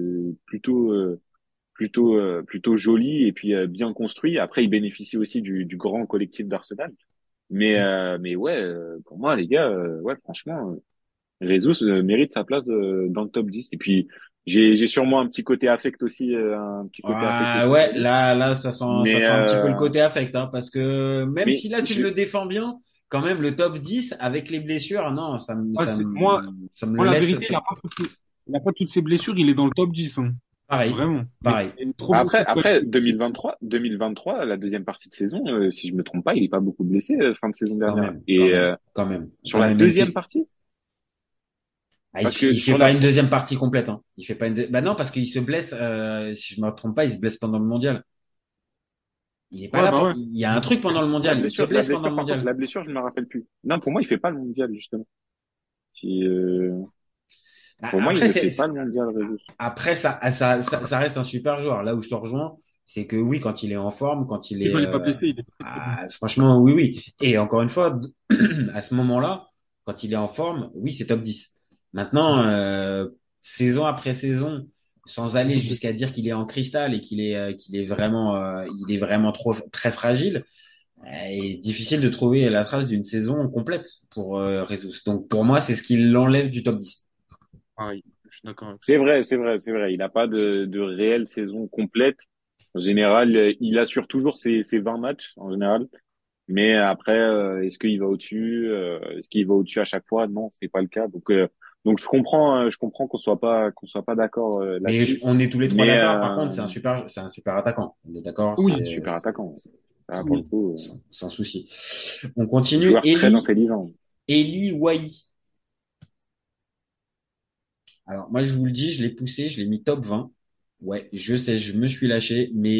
plutôt jolis et puis bien construits. Après, il bénéficie aussi du grand collectif d'Arsenal. Mais ouais, pour moi, les gars, ouais, franchement, Jesus mérite sa place dans le top 10. Et puis, j'ai sûrement un petit côté affect aussi, un petit côté affect Ah aussi ouais, pour lui. là, ça Mais, sent un petit peu le côté affect, hein, parce que même mais si là tu me le défends bien, quand même le top 10 avec les blessures, non, Ouais, ça me le moi, la laisse, vérité, il a pas toutes ses blessures, il est dans le top 10, hein. pareil, Vraiment. Mais pareil. il est trop blessé après 2023, la deuxième partie de saison, si je me trompe pas, il est pas beaucoup blessé fin de saison Quand dernière. même, quand Et même, quand même, sur quand la même. deuxième partie, Ah, parce que il fait sur pas la une deuxième partie complète, hein. Il fait pas bah non, parce qu'il se blesse, si je me trompe pas, il se blesse pendant le mondial. Il est pas Ouais, là bah ouais. il y a un truc pendant le mondial, il se la blesse pendant blessure, le par contre, mondial. la blessure, je ne me rappelle plus. Non, pour moi, il fait pas le mondial justement. Qui, Bah, pour moi, il après, ne fait pas le mondial, Jesus. après, ça reste un super joueur. Là où je te rejoins, c'est que oui, quand il est en forme, quand il Et est, quand il est pas blessé, il est très très bon. franchement, oui, oui. Et encore une fois, à ce moment-là, quand il est en forme, oui, c'est top 10. Maintenant, saison après saison, sans aller jusqu'à dire qu'il est en cristal et il est vraiment trop, très fragile, est difficile de trouver la trace d'une saison complète pour Jesus. Donc, pour moi, c'est ce qui l'enlève du top 10. Pareil. Je suis d'accord avec ça. C'est vrai, c'est vrai, c'est vrai. Il n'a pas de réelle saison complète. En général, il assure toujours ses 20 matchs, en général. Mais après, est-ce qu'il va au-dessus? Est-ce qu'il va au-dessus à chaque fois? Non, c'est pas le cas. Donc je comprends qu'on soit pas d'accord Mais là-dessus. on est tous les trois Mais d'accord. Par contre, c'est un super attaquant. On est d'accord, c'est un Oui, super attaquant. Ça, pour le oui. coup, sans souci. On continue. joueur très intelligent. Eli Wai. Alors, moi, je vous le dis, je l'ai poussé, je l'ai mis top 20. Ouais, je sais, je me suis lâché, mais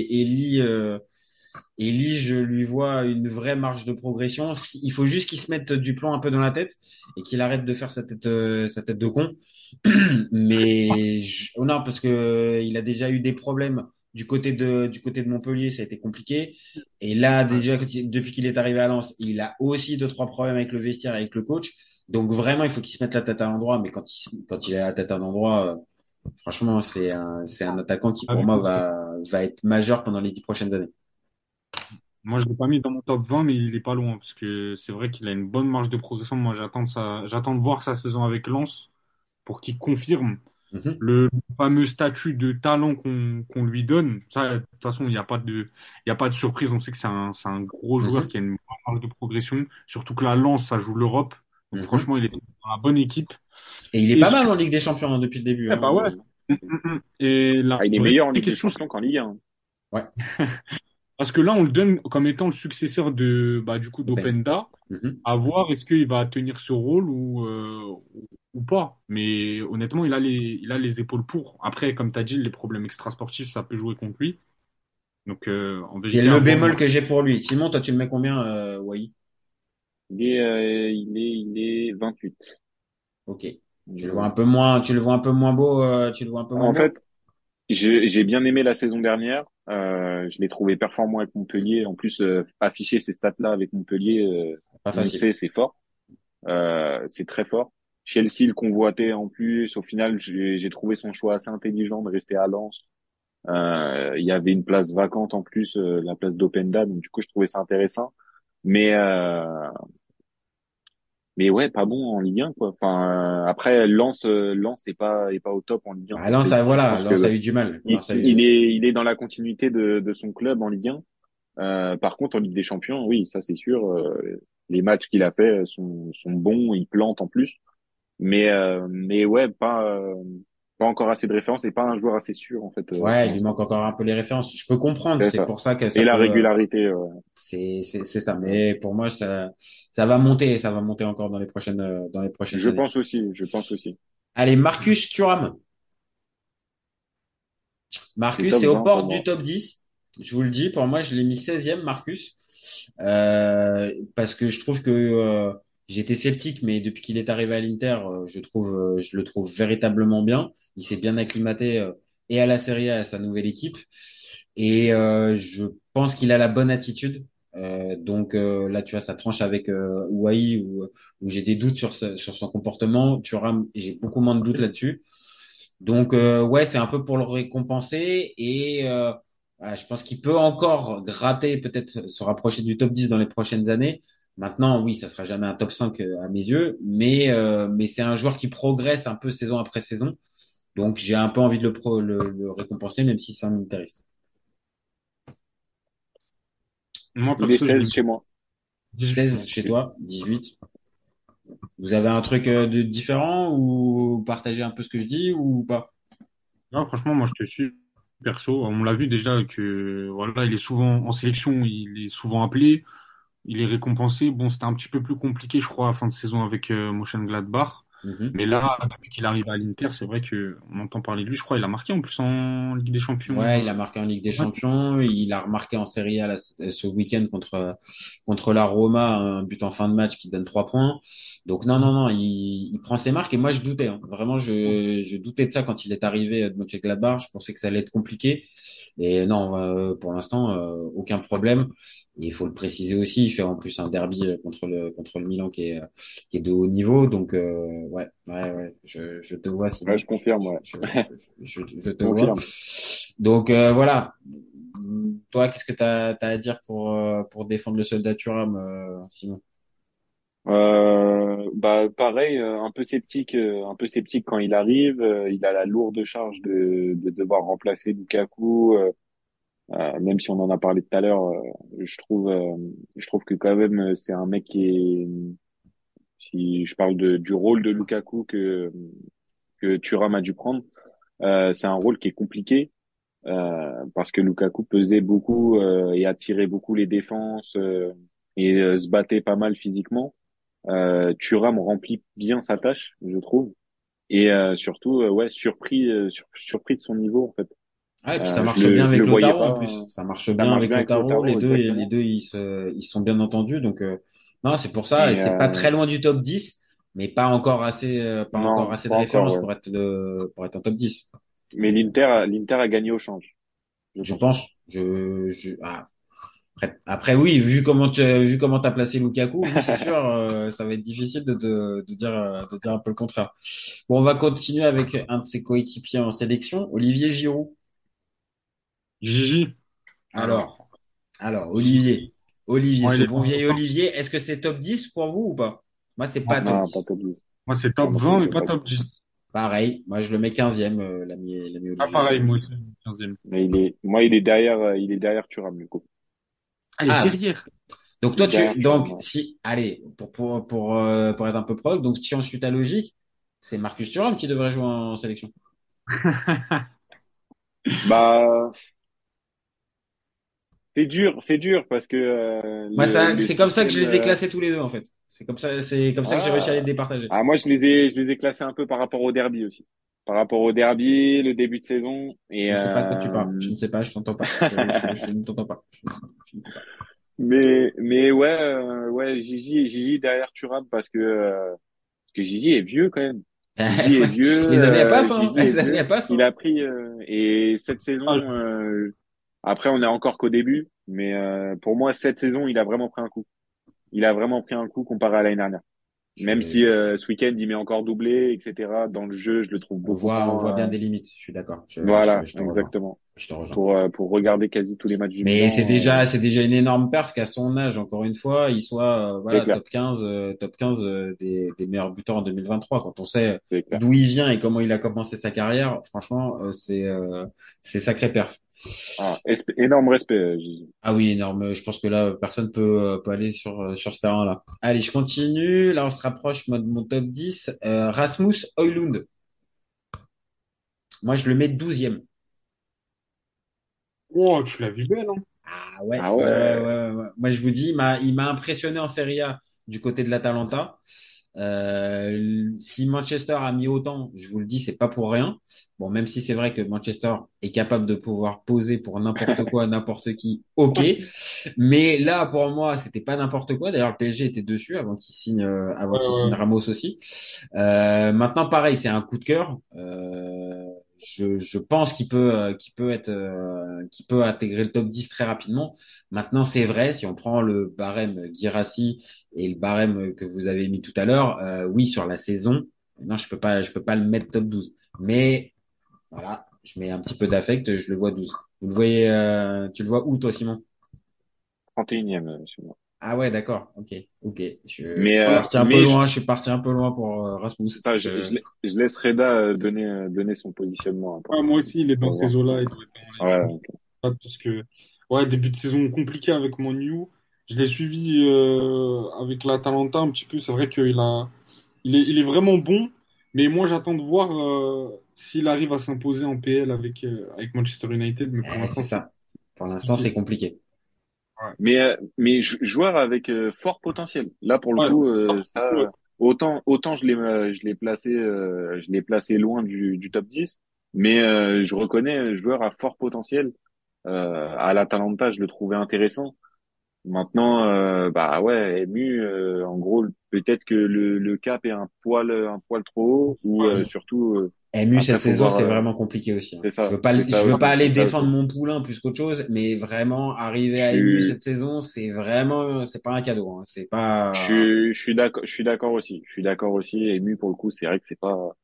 Eli, je lui vois une vraie marge de progression. Il faut juste qu'il se mette du plomb un peu dans la tête et qu'il arrête de faire sa tête de con. Mais oh non, parce que il a déjà eu des problèmes du côté de Montpellier, ça a été compliqué. Et là, Ouais. déjà, depuis qu'il est arrivé à Lens, il a aussi deux, trois problèmes avec le vestiaire, avec le coach. Donc vraiment, il faut qu'il se mette la tête à l'endroit. Mais quand il a la tête à l'endroit, franchement, c'est un attaquant qui, pour Avec moi, le fait. va être majeur pendant les 10 prochaines années. Moi, je l'ai pas mis dans mon top 20, mais il est pas loin, parce que c'est vrai qu'il a une bonne marge de progression. Moi, j'attends de voir sa saison avec Lens pour qu'il confirme Mhm, le fameux statut de talent qu'on lui donne. Ça, de toute façon, il y a pas de surprise. On sait que c'est un gros joueur mhm, qui a une bonne marge de progression. Surtout que la Lens, ça joue l'Europe. Donc, mhm. franchement, il est dans la bonne équipe. Et il est pas Est-ce mal que, en Ligue des Champions hein, depuis le début. eh bah Hein. ouais. Et la Ah, il est vraie meilleur en Ligue des question, Champions qu'en Ligue 1. Ouais, parce que là, on le donne comme étant le successeur du coup, open. d'Openda. Mhm. À voir est-ce qu'il va tenir ce rôle ou pas. Mais honnêtement, il a les épaules pour. Après, comme tu as dit, les problèmes extrasportifs, ça peut jouer contre lui. Donc, en C'est vérité, à le voir. bémol que j'ai pour lui. Simon, toi, tu le mets combien, Wai? Il est 28. Ok. Tu le vois un Euh, peu moins, tu le vois un peu moins beau, tu le vois un peu moins En beau? fait, j'ai bien aimé la saison dernière. Je l'ai trouvé performant avec Montpellier. En plus, afficher ces stats-là avec Montpellier, Pas on le facile. sait, c'est fort. C'est très fort. Chelsea le convoitait en plus. Au final, j'ai trouvé son choix assez intelligent de rester à Lens. Il y avait une place vacante en plus, la place d'Openda. Donc du coup, je trouvais ça intéressant. Mais mais ouais, pas bon en Ligue 1, quoi. Enfin, après, Lens est pas au top en Ligue 1 Bah, cette Lens a, saison. Je voilà, pense Lens a que eu du mal. Lens a eu, il est dans la continuité de son club en Ligue 1. Par contre, en Ligue des Champions, oui, ça c'est sûr. Les matchs qu'il a fait sont bons, il plante en plus. Mais ouais, pas encore assez de références et pas un joueur assez sûr en fait ouais, pour il lui l'instant. manque encore un peu les références. Je peux comprendre, C'est c'est ça. pour ça que Et ça la peut, régularité. c'est ça. Mais pour moi, ça va monter encore dans les prochaines années. Je pense aussi. Allez, Marcus Thuram. C'est Marcus, top c'est aux 20 pour portes du moi. top 10. Je vous le dis, pour moi, je l'ai mis 16e, Marcus. Parce que je trouve que j'étais sceptique, mais depuis qu'il est arrivé à l'Inter, je le trouve véritablement bien. Il s'est bien acclimaté et à la Serie A, et à sa nouvelle équipe. Et je pense qu'il a la bonne attitude. Donc là, tu vois, ça tranche avec Ouahi, où j'ai des doutes sur son comportement. Thuram, j'ai beaucoup moins de doutes là-dessus. Donc ouais, c'est un peu pour le récompenser et voilà, je pense qu'il peut encore gratter, peut-être se rapprocher du top 10 dans les prochaines années. Maintenant, oui, ça sera jamais un top 5 à mes yeux, mais c'est un joueur qui progresse un peu saison après saison. Donc j'ai un peu envie de le récompenser, même si c'est un intéressant. Moi, Il est perso, je l'ai 16 mis chez moi. 18. 16 chez toi, 18. Vous avez un truc de différent ou partagez un peu ce que je dis ou pas? Non, franchement, moi, je te suis. Perso, on l'a vu déjà que voilà, il est souvent en sélection, il est souvent appelé, il est récompensé. Bon, c'était un petit peu plus compliqué, je crois, à fin de saison avec Mönchengladbach. Mhm. Mais là, depuis qu'il arrive à l'Inter, c'est vrai que on entend parler de lui. Je crois il a marqué en plus en Ligue des Champions. Ouais, il a marqué en Ligue des Ouais. Champions, il a remarqué en Serie A ce week-end contre la Roma, un but en fin de match qui donne 3 points. Donc non, non, non, il prend ses marques et moi je doutais, hein. Vraiment, je doutais de ça quand il est arrivé de Mönchengladbach. Je pensais que ça allait être compliqué. Et non, pour l'instant, aucun problème. Et il faut le préciser aussi, il fait en plus un derby contre le Milan qui est de haut niveau. Donc ouais, ouais, ouais, je te vois, Ouais, Simon. je confirme, ouais. Je te vois. Confirme. Donc voilà. Toi, qu'est-ce que t'as à dire pour défendre le soldat Thuram, Simon? Bah pareil, un peu sceptique quand il arrive. Il a la lourde charge de devoir remplacer Lukaku. Même si on en a parlé tout à l'heure, je trouve que quand même c'est un mec qui est, si je parle du rôle de Lukaku que Thuram a dû prendre, c'est un rôle qui est compliqué parce que Lukaku pesait beaucoup et attirait beaucoup les défenses et se battait pas mal physiquement. Thuram remplit bien sa tâche, je trouve, et surtout ouais surpris de son niveau en fait. Ah, et puis ça marche bien Je le avec voyais Lautaro en pas. plus. Ça marche Ça bien marche avec bien avec Lautaro. Lautaro Les exactement. deux, ils se sont bien entendus. Donc, non, c'est pour ça. Et Et c'est pas très loin du top 10, mais pas encore non, assez de pas encore. références Ouais. pour être en top 10. Mais l'Inter a gagné au change, je Je pense. pense. Après, oui, vu comment t'as placé Lukaku, oui, c'est sûr, ça va être difficile de dire un peu le contraire. Bon, on va continuer avec un de ses coéquipiers en sélection, Olivier Giroud. Gigi. Alors, Alors, alors, Gigi. Olivier, Moi, ce il est bon dans mon vieil top. Olivier, est-ce que c'est top 10 pour vous ou pas? Moi, c'est pas Non, top Non, pas 10. top 10. moi, c'est Pas top non plus, 20, mais j'aime pas pas top top 10. 10. Pareil, moi, je le mets 15e, l'ami Ah, Olivier pareil, Giroud. moi aussi, 15e. Mais il est derrière Thuram, du coup. Ah, il est Ah, derrière. donc Il est toi, derrière Thuram, donc, ouais. si, allez, pour être un peu proche, donc si on suit ta logique, c'est Marcus Thuram qui devrait jouer en sélection. Bah, c'est dur parce que Moi, le c'est comme ça que je système. les ai classés tous les deux, en fait. C'est comme ça que j'ai réussi à les Ah, départager. moi je les ai classés un peu par rapport au derby aussi. Par rapport au derby, le début de saison et Je ne sais pas de quoi tu parles. Je ne sais pas, je t'entends pas. Je ne t'entends pas. Je ne sais pas. mais ouais ouais Gigi derrière Thuram parce que Gigi est vieux quand même. Gigi est vieux, Les années elles passent, hein. Gigi est Les années vieux. elles passent, Il hein. a pris et cette Ah, saison après on est encore qu'au début, mais pour moi cette saison il a vraiment pris un coup. Il a vraiment pris un coup comparé à l'année dernière. Même si ce week-end il met encore doublé, etc. Dans le jeu, je le trouve beaucoup On voit bien moins. des limites. Je suis d'accord. Voilà, Je te rejoins. exactement. Je te rejoins. pour regarder quasi tous les matchs du Mais Milan. c'est déjà une énorme perf qu'à son âge, encore une fois, il soit C'est voilà clair, top 15 des meilleurs buteurs en 2023. Quand on sait c'est clair. d'où il vient et comment il a commencé sa carrière, franchement, c'est sacré perf. Énorme respect, Gigi. Ah oui, énorme. Je pense que là, personne peut aller sur ce terrain-là. Allez, je continue. Là, on se rapproche moi, de mon top 10. Rasmus Højlund. Moi, je le mets 12e. Oh, tu l'as vu belle, hein. Ah ouais, Ah ouais, ouais, ouais, ouais, ouais. Moi, je vous dis, il m'a impressionné en Serie A du côté de l'Atalanta. Si Manchester a mis autant, je vous le dis, c'est pas pour rien. Bon, même si c'est vrai que Manchester est capable de pouvoir poser pour n'importe quoi, n'importe qui, ok. Mais là, pour moi, c'était pas n'importe quoi. D'ailleurs, le PSG était dessus avant Ouais, qu'il signe ouais. Ramos aussi. Maintenant, pareil, c'est un coup de cœur. Je pense qu'il peut intégrer le top 10 très rapidement. Maintenant, c'est vrai, si on prend le barème Guirassy et le barème que vous avez mis tout à l'heure, oui, sur la saison, non, je peux pas le mettre top 12. Mais voilà, je mets un petit peu d'affect, je le vois 12. Vous le voyez, tu le vois où toi, Simon? 31e, chez moi. Ah ouais, d'accord, ok, ok. Je Mais, suis euh, parti un peu mais je, loin, je suis parti un peu loin pour Rasmus. attends, je laisse Reda donner son positionnement Ouais, moi aussi, il est dans pour ces voir. eaux-là, il doit être dans Ouais, les ok. parce que, ouais, début de saison compliqué avec mon New. Je l'ai suivi avec l'Atalanta un petit peu. C'est vrai il est vraiment bon, mais moi j'attends de voir s'il arrive à s'imposer en PL avec Manchester United. Mais pour C'est l'instant, c'est ça. Pour l'instant, compliqué. c'est compliqué. Ouais, Mais joueur avec fort potentiel. Là, pour le ouais, coup, ouais, ça, autant je l'ai placé loin du top 10, mais je reconnais joueur à fort potentiel. À l'Atalanta, je le trouvais intéressant. Maintenant, bah ouais, ému. En gros, peut-être que le cap est un poil trop haut, ou ouais. surtout MU après cette faut saison, voir. c'est vraiment compliqué aussi, hein. C'est ça Je veux pas aussi, aller c'est ça aussi. défendre mon poulain plus qu'autre chose, mais vraiment arriver Je à MU suis cette saison, c'est pas un cadeau, hein. C'est pas, je suis d'accord aussi. Je suis d'accord aussi. Ému pour le coup, c'est vrai que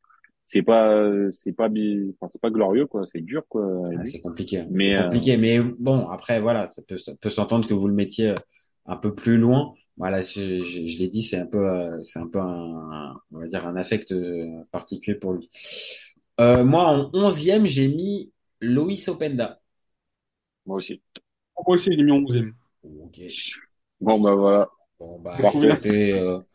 enfin, c'est pas glorieux quoi. C'est dur quoi, ému. c'est compliqué, hein. C'est Mais compliqué. Mais bon, après voilà, ça peut s'entendre que vous le mettiez un peu plus loin. Voilà, je l'ai dit, c'est un peu on va dire un affect particulier pour lui. Moi, en 11e, j'ai mis Loïs Openda. moi aussi. Moi aussi, il est mis en 11e. Ok. Bon bah voilà, Bon bah J'ai trouvé la... parfait. écoutez,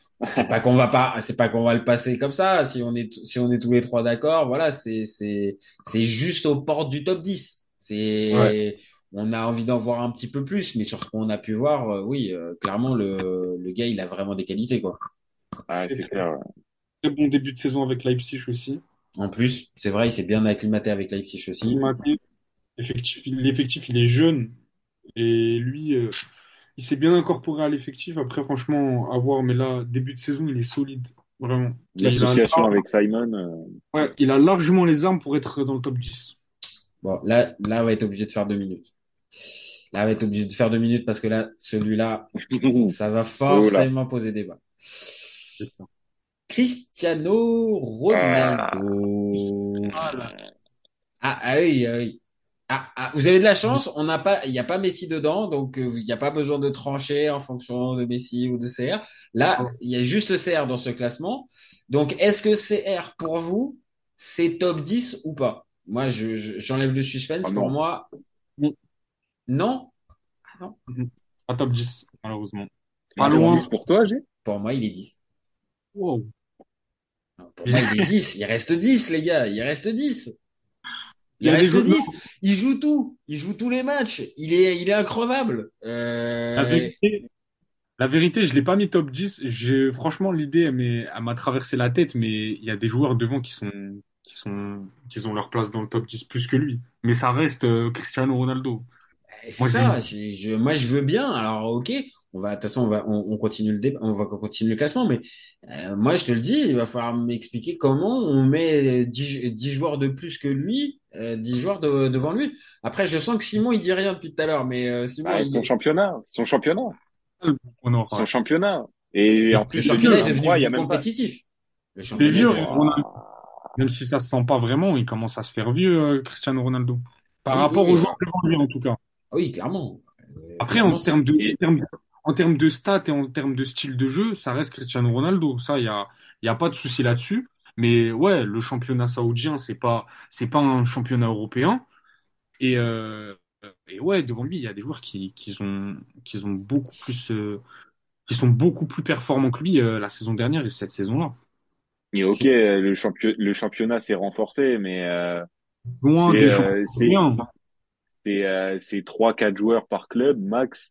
c'est pas qu'on va le passer comme ça. Si on est tous les trois d'accord, voilà, c'est juste aux portes du top 10. Ouais. On a envie d'en voir un petit peu plus, mais sur ce qu'on a pu voir, oui, clairement le gars il a vraiment des qualités quoi. Ah, Très, c'est très, clair. très bon début de saison avec Leipzig aussi. En plus, c'est vrai, il s'est bien acclimaté avec Leipzig aussi. Climaté. L'effectif, il est jeune. Et lui, il s'est bien incorporé à l'effectif. Après, franchement, à voir. Mais là, début de saison, il est solide. Vraiment. Et L'association avec Simon. ouais, il a largement les armes pour être dans le top 10. Bon, là, on va être obligé de faire 2 minutes. Là, on va être obligé de faire 2 minutes parce que là, celui-là, ça va Oh là. forcément poser débat. C'est ça. Cristiano Ah. Ronaldo. Ah là. Ah oui, ah oui. Vous avez de la chance, il n'y a pas Messi dedans, donc il n'y a pas besoin de trancher en fonction de Messi ou de CR. Là, il y a juste CR dans ce classement. Donc, est-ce que CR pour vous, c'est top 10 ou pas? Moi, j'enlève le suspense. Oh Pour non. moi, non. Ah non. Pas top 10, malheureusement. C'est Pas un top loin. 10 Pour toi, G? Pour moi, il est 10. Wow. Non, pour moi, il est 10. Il reste 10, les gars. Il reste 10. Il Il y a des reste joueurs. 10. Il joue tout. Il joue tous les matchs. Il est increvable. La vérité, la vérité, je l'ai pas mis top 10. Franchement, l'idée, elle m'a traversé la tête, mais il y a des joueurs devant qui ont leur place dans le top 10 plus que lui. Mais ça reste Cristiano Ronaldo. C'est Moi, je l'aime. ça. Moi, je veux bien. Alors, ok. De toute façon, on continue le débat, on va continuer le classement, mais moi, je te le dis, il va falloir m'expliquer comment on met 10 joueurs de plus que lui, 10 joueurs devant lui. Après, je sens que Simon, il dit rien depuis tout à l'heure, mais Simon, Bah, On aura, son ouais. championnat. Et en le plus, championnat est devenu 2023, il y a plus même pas. compétitif. Le C'est championnat est vieux, devenu... Ronaldo. Ouah. Même si ça se sent pas vraiment, il commence à se faire vieux, Cristiano Ronaldo. Par Oui, oui, rapport aux oui. joueurs devant lui, en tout cas. Ah oui, clairement. Après, Clairement, en termes de stats et en termes de style de jeu, ça reste Cristiano Ronaldo. Ça, il y a pas de souci là-dessus. Mais ouais, le championnat saoudien, c'est pas un championnat européen. Et, euh, et ouais, devant lui, il y a des joueurs qui ont beaucoup plus, qui sont beaucoup plus performants que lui la saison dernière et cette saison-là. Et ok, c'est- le championnat s'est renforcé, mais Loin c'est des champions euh, c'est européens. c'est trois quatre joueurs par club max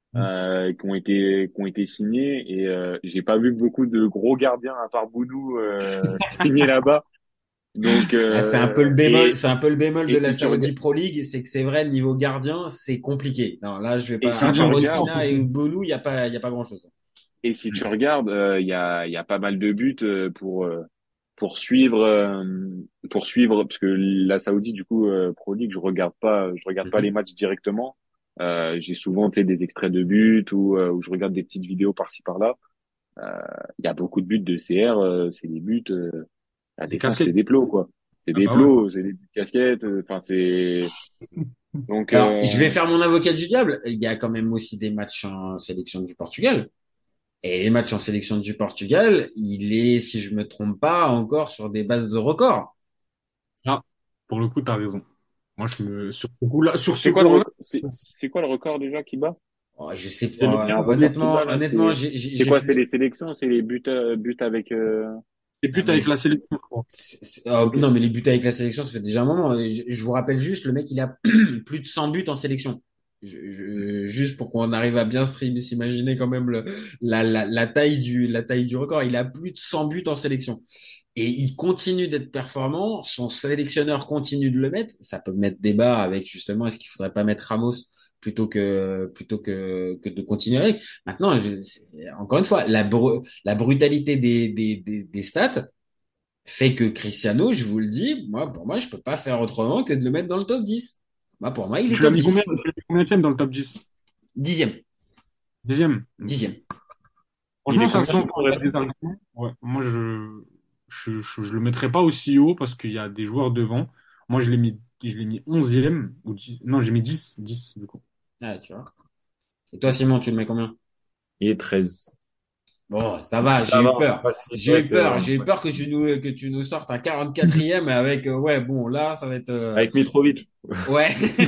qui ont été signés et j'ai pas vu beaucoup de gros gardiens à part Bounou signés là-bas. Donc Ah, c'est un peu le bémol, et c'est un peu le bémol et de la si tu Saudi regardes Pro League, c'est que c'est vrai, niveau gardien, c'est compliqué. Non, là, je vais et pas, si à tu part regardes Ospina et Bonu, il y a pas grand-chose. et si tu regardes il y a pas mal de buts pour suivre pour suivre parce que la Saoudi du coup Pro League je regarde pas les Mhm. matchs directement. J'ai souvent tu sais, des extraits de buts ou je regarde des petites vidéos par-ci par-là. Il y a beaucoup de buts de CR, c'est des buts la Les défense c'est casquettes. des plots quoi. C'est Ah des bah ouais. plots, c'est des buts de casquettes, enfin c'est donc Alors, je vais faire mon avocat du diable. Il y a quand même aussi des matchs en sélection du Portugal. Et les matchs en sélection du Portugal, il est, si je me trompe pas, encore sur des bases de records. Ah, pour le coup, t'as raison. Moi, sur ce point-là, c'est quoi le record déjà qui bat? Oh, je sais c'est le Il y a pas. un record qui bat là, Honnêtement, c'est j'ai quoi? C'est plus. les sélections, c'est les buts avec les Ah, buts avec mais la sélection, je crois. oh, OK. non, mais les buts avec la sélection, ça fait déjà un moment. Je vous rappelle juste, le mec, il a plus de 100 buts en sélection. Juste pour qu'on arrive à bien s'imaginer quand même la taille du record. Il a plus de 100 buts en sélection. Et il continue d'être performant. Son sélectionneur continue de le mettre. Ça peut mettre débat avec justement, est-ce qu'il faudrait pas mettre Ramos que de continuer avec. Maintenant, encore une fois, la brutalité des stats fait que Cristiano, je vous le dis, moi, pour moi, je peux pas faire autrement que de le mettre dans le top 10. Moi, pour moi, il est Tu l'as top mis combien, 10. tu l'as mis combienième dans le top 10? Dixième. Dixième. Ok. Dixième. Il Franchement, est ça combien se sent sur quand il y a des arguments. Ouais. Moi, je le mettrais pas aussi haut parce qu'il y a des joueurs devant. Moi, je l'ai mis 11e ou 10, non, j'ai mis 10 du coup. Ah, tu vois. Et toi, Simon, tu le mets combien? Il est 13. Bon, ça va, j'ai Ça va, eu on va peur. pas se dire que... J'ai eu peur que tu nous sortes un 44e avec, ouais, bon, là, ça va être, Avec Mitrovic. ouais.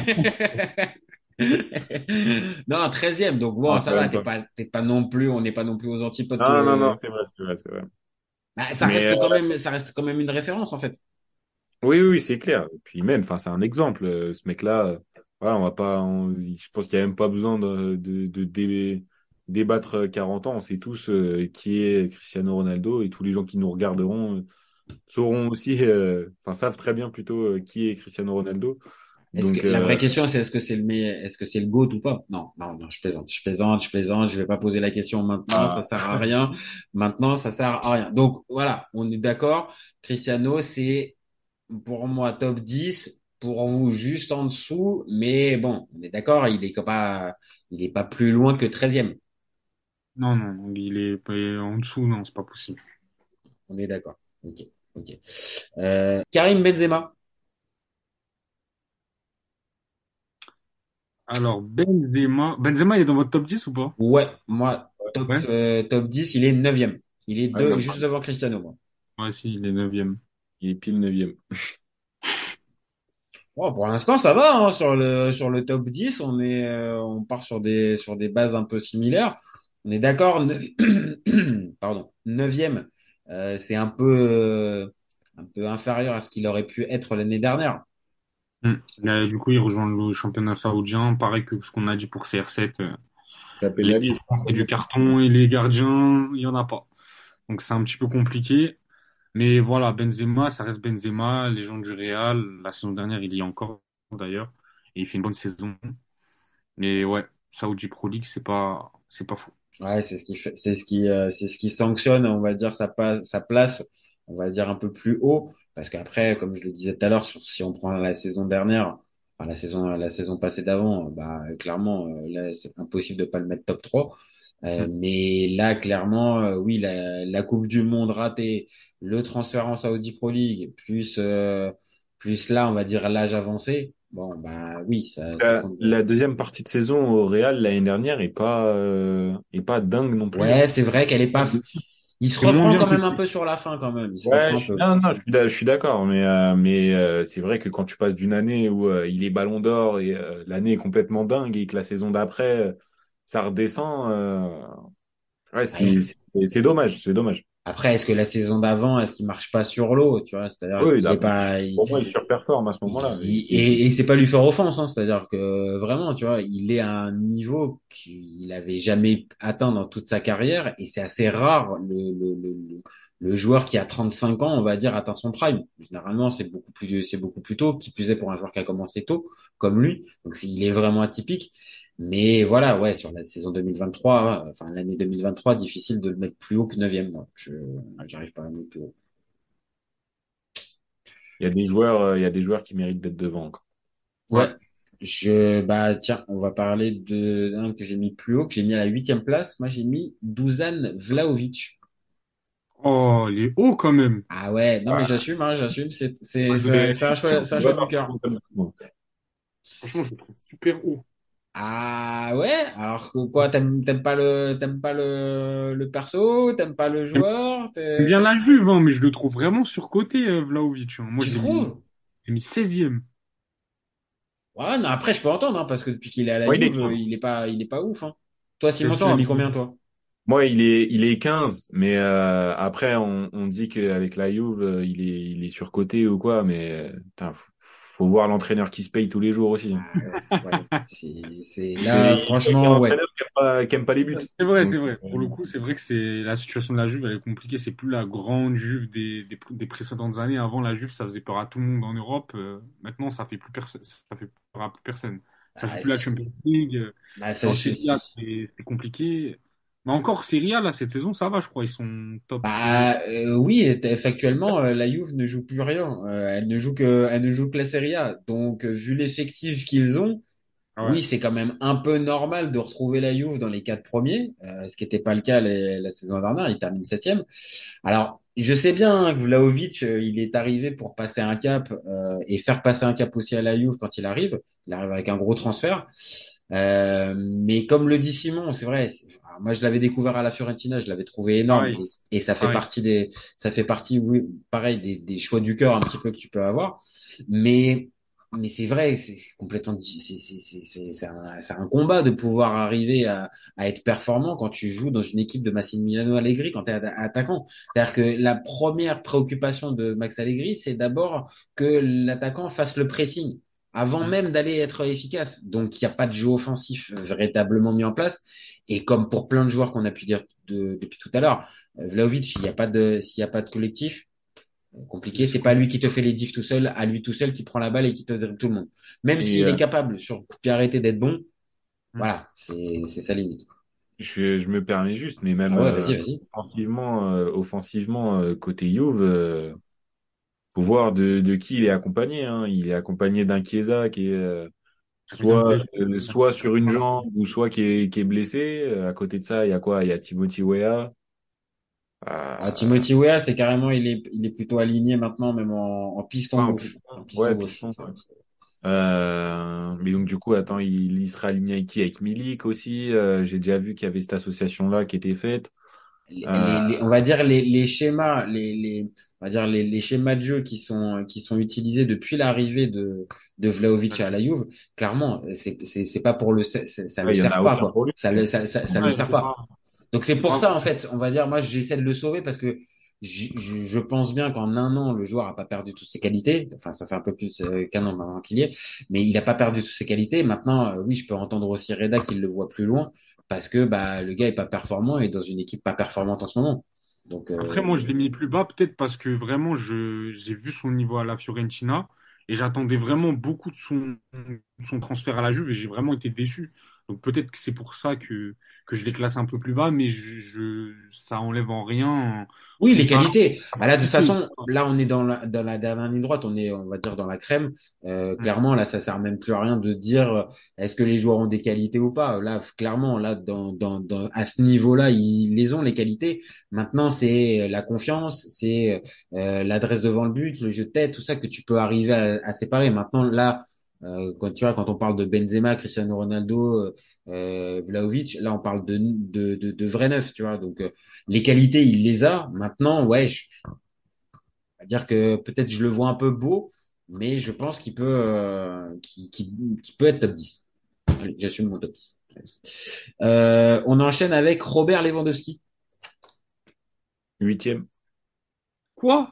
Non, 13e, donc bon, Non, ça quand va, même pas. t'es pas non plus, on n'est pas non plus aux antipodes. Non, non, non, c'est vrai, c'est vrai, c'est vrai. Bah, Mais ça reste quand même une référence, en fait. oui, oui, c'est clair. Et puis même, enfin, c'est un exemple. Ce mec-là, voilà, on va pas, je pense qu'il y a même pas besoin débattre 40 ans. On sait tous qui est Cristiano Ronaldo et tous les gens qui nous regarderont sauront aussi, enfin, savent très bien plutôt qui est Cristiano Ronaldo. Donc, La vraie question, c'est est-ce que c'est le GOAT ou pas? Non, non, non, je plaisante, je vais pas poser la question maintenant, ça ah, sert à rien. Maintenant, ça sert à rien. Donc, voilà, on est d'accord. Cristiano, c'est, pour moi, top 10, pour vous, juste en dessous, mais bon, on est d'accord, il est pas plus loin que 13e. Non, non, il est pas en dessous, non, c'est pas possible. On est d'accord. Ok, ok. Karim Benzema. Alors, Benzema, il est dans votre top 10 ou pas? Ouais, moi, Ouais. top 10, il est 9e. Il est ouais, juste devant Cristiano, moi. Ouais, si, il est 9e. il est pile 9e. Bon, pour l'instant, ça va, hein, sur le top 10, on part sur des bases un peu similaires. On est d'accord, pardon, neuvième, c'est un peu inférieur à ce qu'il aurait pu être l'année dernière. Du coup, il rejoint le championnat saoudien. Pareil que ce qu'on a dit pour CR7. Ça Les pénalise. c'est du carton et les gardiens, il y en a pas. Donc c'est un petit peu compliqué. Mais voilà, Benzema, ça reste Benzema, légende du Real. La saison dernière, il y est encore d'ailleurs. Et il fait une bonne saison. Mais ouais, Saudi Pro League, c'est pas fou. Ouais, c'est ce qui sanctionne, on va dire, sa place, on va dire un peu plus haut. Parce qu'après, comme je le disais tout à l'heure, si on prend la saison dernière, enfin, la saison passée d'avant, bah, clairement, là, c'est impossible de pas le mettre top 3. Mais là, clairement, oui, la Coupe du Monde ratée, le transfert en Saudi Pro League, plus là, on va dire l'âge avancé. Bon, bah oui, ça La, semble. la deuxième partie de saison au Real l'année dernière est pas dingue non plus, Ouais, hein. c'est vrai qu'elle est pas. Il se C'est moins reprend bien quand que même un peu sur la fin, quand même. Il se Ouais, reprend un peu. non, non, je suis d'accord, mais c'est vrai que quand tu passes d'une année où il est Ballon d'Or et l'année est complètement dingue et que la saison d'après ça redescend, ouais, Ouais. c'est dommage, c'est dommage. Après, est-ce que la saison d'avant, est-ce qu'il marche pas sur l'eau, tu vois? C'est-à-dire, est-ce Oui, qu'il est pas, pour moi, il surperforme à ce moment-là. et c'est pas lui faire offense, hein. C'est-à-dire que vraiment, tu vois, il est à un niveau qu'il avait jamais atteint dans toute sa carrière et c'est assez rare le joueur qui a 35 ans, on va dire, atteint son prime. Généralement, c'est beaucoup plus tôt, qui plus est pour un joueur qui a commencé tôt, comme lui. Donc, il est vraiment atypique. Mais voilà, ouais, sur la saison 2023, enfin l'année 2023, difficile de le mettre plus haut que neuvième. Moi, j'arrive pas à le mettre plus haut. Il y a des joueurs qui méritent d'être devant encore. Ouais, bah tiens, on va parler de un que j'ai mis plus haut, que j'ai mis à la huitième place. Moi, j'ai mis Dusan Vlahovic. Oh, il est haut quand même. Ah ouais, non mais Ah, j'assume, hein, j'assume. Malgré, C'est un choix du cœur. franchement, je le trouve super haut. Ah ouais, alors que quoi, t'aimes pas le perso, t'aimes pas le joueur, J'aime bien la Juve, hein, mais je le trouve vraiment surcoté, Vlahovic, hein. Moi, tu trouves? j'ai mis 16e. Ouais, non, après, je peux entendre, hein, parce que depuis qu'il est à la Moi, il est Juve, 15. il est pas ouf, hein. Toi, C'est Simon, tu ça, l'as mais mis combien, toi? Moi, il est 15, mais après, on dit qu'avec la Juve, il est surcoté ou quoi, mais putain, faut voir l'entraîneur qui se paye tous les jours aussi, hein. Ah ouais, ouais. C'est Et là, il paye un franchement, ouais. entraîneur qui aime pas les buts. c'est Donc, vrai. Pour le coup, c'est vrai que c'est la situation de la Juve, elle est compliquée. C'est plus la grande Juve des précédentes années. Avant, la Juve, ça faisait peur à tout le monde en Europe. Maintenant, ça fait plus personne, ça fait peur à plus personne. Ça joue Ah, plus la Champions League. bah, En Serie A, c'est compliqué. Mais encore, Serie A, là, cette saison, ça va, je crois. Ils sont top. oui, factuellement, la Juve ne joue plus rien. Elle ne joue que la Serie A. Donc, vu l'effectif qu'ils ont, Ah ouais. oui, c'est quand même un peu normal de retrouver la Juve dans les quatre premiers, ce qui n'était pas le cas la saison dernière. Il termine septième. Alors, je sais bien, hein, que Vlahovic, il est arrivé pour passer un cap et faire passer un cap aussi à la Juve quand il arrive. Il arrive avec un gros transfert. Mais comme le dit Simon, c'est vrai. Alors, moi, je l'avais découvert à la Fiorentina, je l'avais trouvé énorme Pareil, et pareil. ça fait partie, oui, pareil, des choix du cœur un petit peu que tu peux avoir. Mais mais c'est vrai, c'est complètement, c'est un combat de pouvoir arriver à être performant quand tu joues dans une équipe de Massimiliano Allegri quand tu es attaquant. C'est-à-dire que la première préoccupation de Max Allegri, c'est d'abord que l'attaquant fasse le pressing avant Mm. même d'aller être efficace. Donc, il n'y a pas de jeu offensif véritablement mis en place. Et comme pour plein de joueurs qu'on a pu dire depuis tout à l'heure, Vlahovic, s'il y a pas de collectif, compliqué. C'est pas lui qui te fait les diffs tout seul, à lui tout seul qui prend la balle et qui te dribble tout le monde. Même et s'il est capable sur coup de pied arrêté d'être bon, Mm. voilà, c'est sa limite. je me permets juste, mais même Ah ouais, vas-y, vas-y. offensivement côté Juve, faut voir de qui il est accompagné, hein. Il est accompagné d'un Chiesa qui est Bien blessé. soit sur une jambe ou soit qui est blessé. À côté de ça, il y a quoi? Il y a Timothy Weah. Ah, Euh, Timothy Weah, c'est carrément, il est plutôt aligné maintenant, même en piston pas un gauche. En piston. piston Ouais, gauche. piston. Mais donc du coup, attends, il sera aligné avec qui? Avec Milik aussi. J'ai déjà vu qu'il y avait cette association-là qui était faite. Euh, On va dire les schémas, on va dire les schémas de jeu qui sont utilisés depuis l'arrivée de Vlahovic à la Juve, clairement, c'est pas pour ça ouais, le il y en sert a pas, aucun quoi. pour lui. Ça le Ouais, sert pas. Donc c'est c'est pour pas, ça, en fait, on va dire, moi j'essaie de le sauver parce que je pense bien qu'en un an, le joueur a pas perdu toutes ses qualités. Enfin, ça fait un peu plus qu'un an maintenant qu'il y est, mais il a pas perdu toutes ses qualités. Maintenant, oui, je peux entendre aussi Reda qu'il le voit plus loin parce que bah le gars est pas performant et dans une équipe pas performante en ce moment. Donc Après, moi, je l'ai mis plus bas, peut-être parce que vraiment, j'ai vu son niveau à la Fiorentina et j'attendais vraiment beaucoup de son transfert à la Juve et j'ai vraiment été déçu. Donc peut-être que c'est pour ça que je les classe un peu plus bas, mais ça enlève en rien oui, son les talent. qualités. Bah là, de toute Footeux. façon, là, on est dans la dernière ligne droite. On est, on va dire, dans la crème. Mm. Clairement, là, ça sert même plus à rien de dire est-ce que les joueurs ont des qualités ou pas. Là, clairement, là, à ce niveau-là, ils les ont les qualités. Maintenant, c'est la confiance, c'est l'adresse devant le but, le jeu de tête, tout ça que tu peux arriver à séparer. Maintenant, là, Quand on parle de Benzema, Cristiano Ronaldo, Vlahovic, là on parle de vrais neufs, tu vois. Donc les qualités, il les a. Maintenant, ouais, on va dire que peut-être je le vois un peu beau, mais je pense qu'il peut être top 10. Allez, j'assume mon top 10. On enchaîne avec Robert Lewandowski. Huitième. Quoi?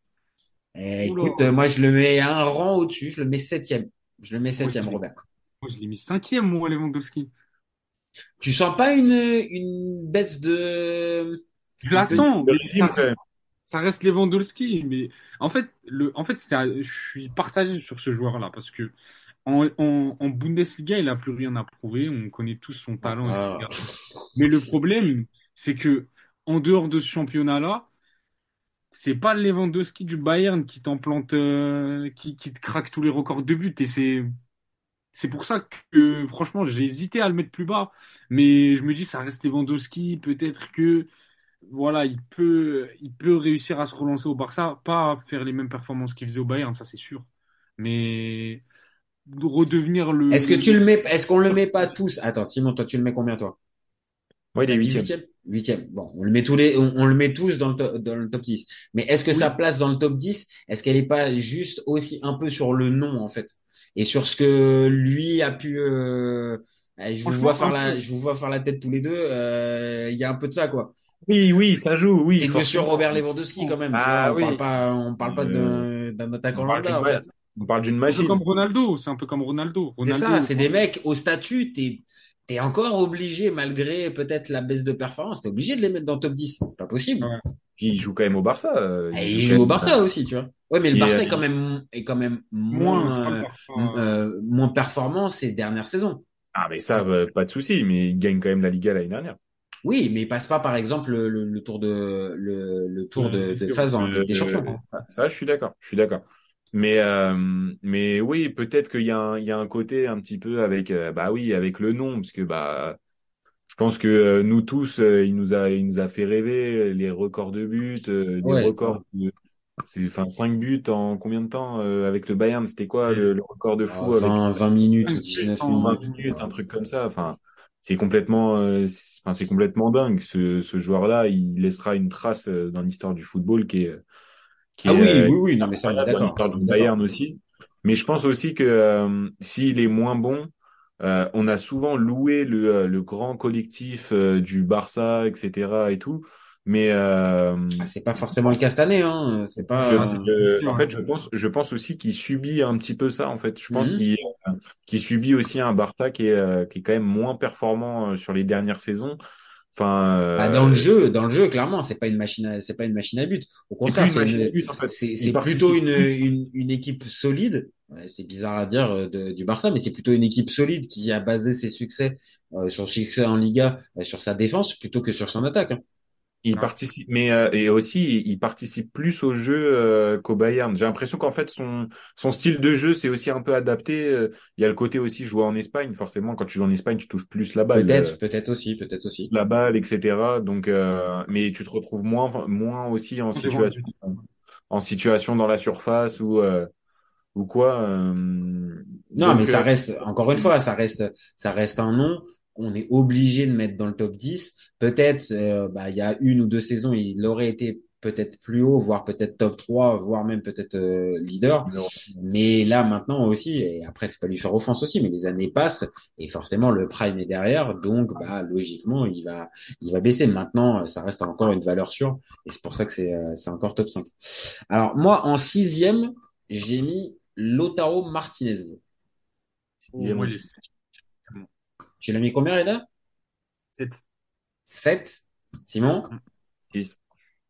Oula. Écoute, moi je le mets un rang au-dessus, je le mets septième. Je le mets Moi, septième, Robert. je l'ai mis cinquième, moi, Lewandowski. Tu sens pas une baisse de... Je la de- sens, Le mais régime, quand même. ça reste Lewandowski. Mais en fait, je suis partagé sur ce joueur-là parce que en Bundesliga, il a plus rien à prouver. On connaît tous son talent, Ah, etc. Mais le problème, c'est que en dehors de ce championnat-là, c'est pas le Lewandowski du Bayern qui t'en plante, qui te craque tous les records de buts. Et c'est pour ça que, franchement, j'ai hésité à le mettre plus bas. Mais je me dis, ça reste Lewandowski. Peut-être que, voilà, il peut réussir à se relancer au Barça. Pas faire les mêmes performances qu'il faisait au Bayern, ça c'est sûr. Mais redevenir est-ce qu'on le met pas tous? Attends, Simon, toi, tu le mets combien, toi? Moi, il est T'as dit huitième. huitième? Huitième. Bon, on le met tous dans le top 10. Mais est-ce que sa Oui, place dans le top 10, est-ce qu'elle est pas juste aussi un peu sur le nom, en fait? Et sur ce que lui a pu, franchement, un peu. je vous vois faire la tête tous les deux, il y a un peu de ça, quoi. Oui, oui, ça joue, oui, C'est Monsieur forcément. Robert Lewandowski, quand même, tu vois. Ah oui. On parle pas Euh, d'un on attaquant parle lambda, d'une en fait. on parle d'une Un peu comme machine. Ronaldo, c'est un peu comme Ronaldo. C'est ça, Ronaldo, c'est des mecs au statut, t'es encore obligé, malgré peut-être la baisse de performance, t'es obligé de les mettre dans le top 10. C'est pas possible. ouais. Puis il joue quand même au Barça. Et Il joue il quand joue au même. Barça aussi, tu vois. Ouais, mais le Et, Barça est quand même Moins, c'est pas le moins, Barça. moins performant ces dernières saisons. ah, mais ça, pas de souci, mais il gagne quand même la Liga l'année dernière. Oui, mais il passe pas, par exemple, le tour de phase en Ligue des Champions. Ça, je suis d'accord. Je suis d'accord. Mais oui, peut-être il y a un côté un petit peu avec, bah oui, avec le nom, parce que bah, je pense que nous tous, il nous a fait rêver les records de buts, des Ouais. records c'est, enfin, 5 buts en combien de temps avec le Bayern, c'était quoi Et, le record de Ah, fou avec 20 minutes ou 5 buts 19 20 minutes. minutes, un truc comme ça. Enfin, c'est complètement dingue. Ce joueur-là, il laissera une trace dans l'histoire du football qui Ah est oui, oui, oui, non, mais ça, on est incroyable dans d'accord. l'histoire Ça, on du est d'accord. Bayern aussi. Mais je pense aussi que s'il est moins bon, on a souvent loué le grand collectif du Barça, etc. et tout. Mais Ah, c'est pas forcément le cas cette année, hein. C'est ah, pas, c'est compliqué, en ouais. fait, je pense aussi qu'il subit un petit peu ça. En fait, je pense Mhm. qu'il subit aussi un Barça qui est quand même moins performant sur les dernières saisons. Enfin, Bah, dans le jeu, clairement, c'est pas une machine à but. Au c'est plus contraire, une machine à but en fait. Il c'est plutôt participe plus. une équipe solide. Ouais, c'est bizarre à dire du Barça, mais c'est plutôt une équipe solide qui a basé ses succès sur le succès en Liga, sur sa défense plutôt que sur son attaque, hein. Il Ouais. participe, mais et aussi il participe plus au jeu qu'au Bayern. J'ai l'impression qu'en fait son style de jeu c'est aussi un peu adapté. Il y a le côté aussi jouer en Espagne. Forcément, quand tu joues en Espagne, tu touches plus Peut-être aussi, peut-être aussi. la balle, etc. Donc, mais tu te retrouves moins aussi Devant le but. en situation dans la surface ou quoi. Non, mais Donc, encore une fois, ça reste un nom qu'on est obligé de mettre dans le top 10. Peut-être, bah, il y a une ou deux saisons, il aurait été peut-être plus haut, voire peut-être top 3, voire même peut-être leader. Mais là, maintenant aussi, et après, c'est pas lui faire offense aussi, mais les années passent et forcément, le prime est derrière. Donc, bah, logiquement, il va baisser. Maintenant, ça reste encore une valeur sûre et c'est pour ça que c'est encore top 5. Alors, moi, en sixième, j'ai mis Lautaro Martinez. Oh, moi, j'ai 7. Tu l'as mis combien, Reda? 7. 7. Simon? 6.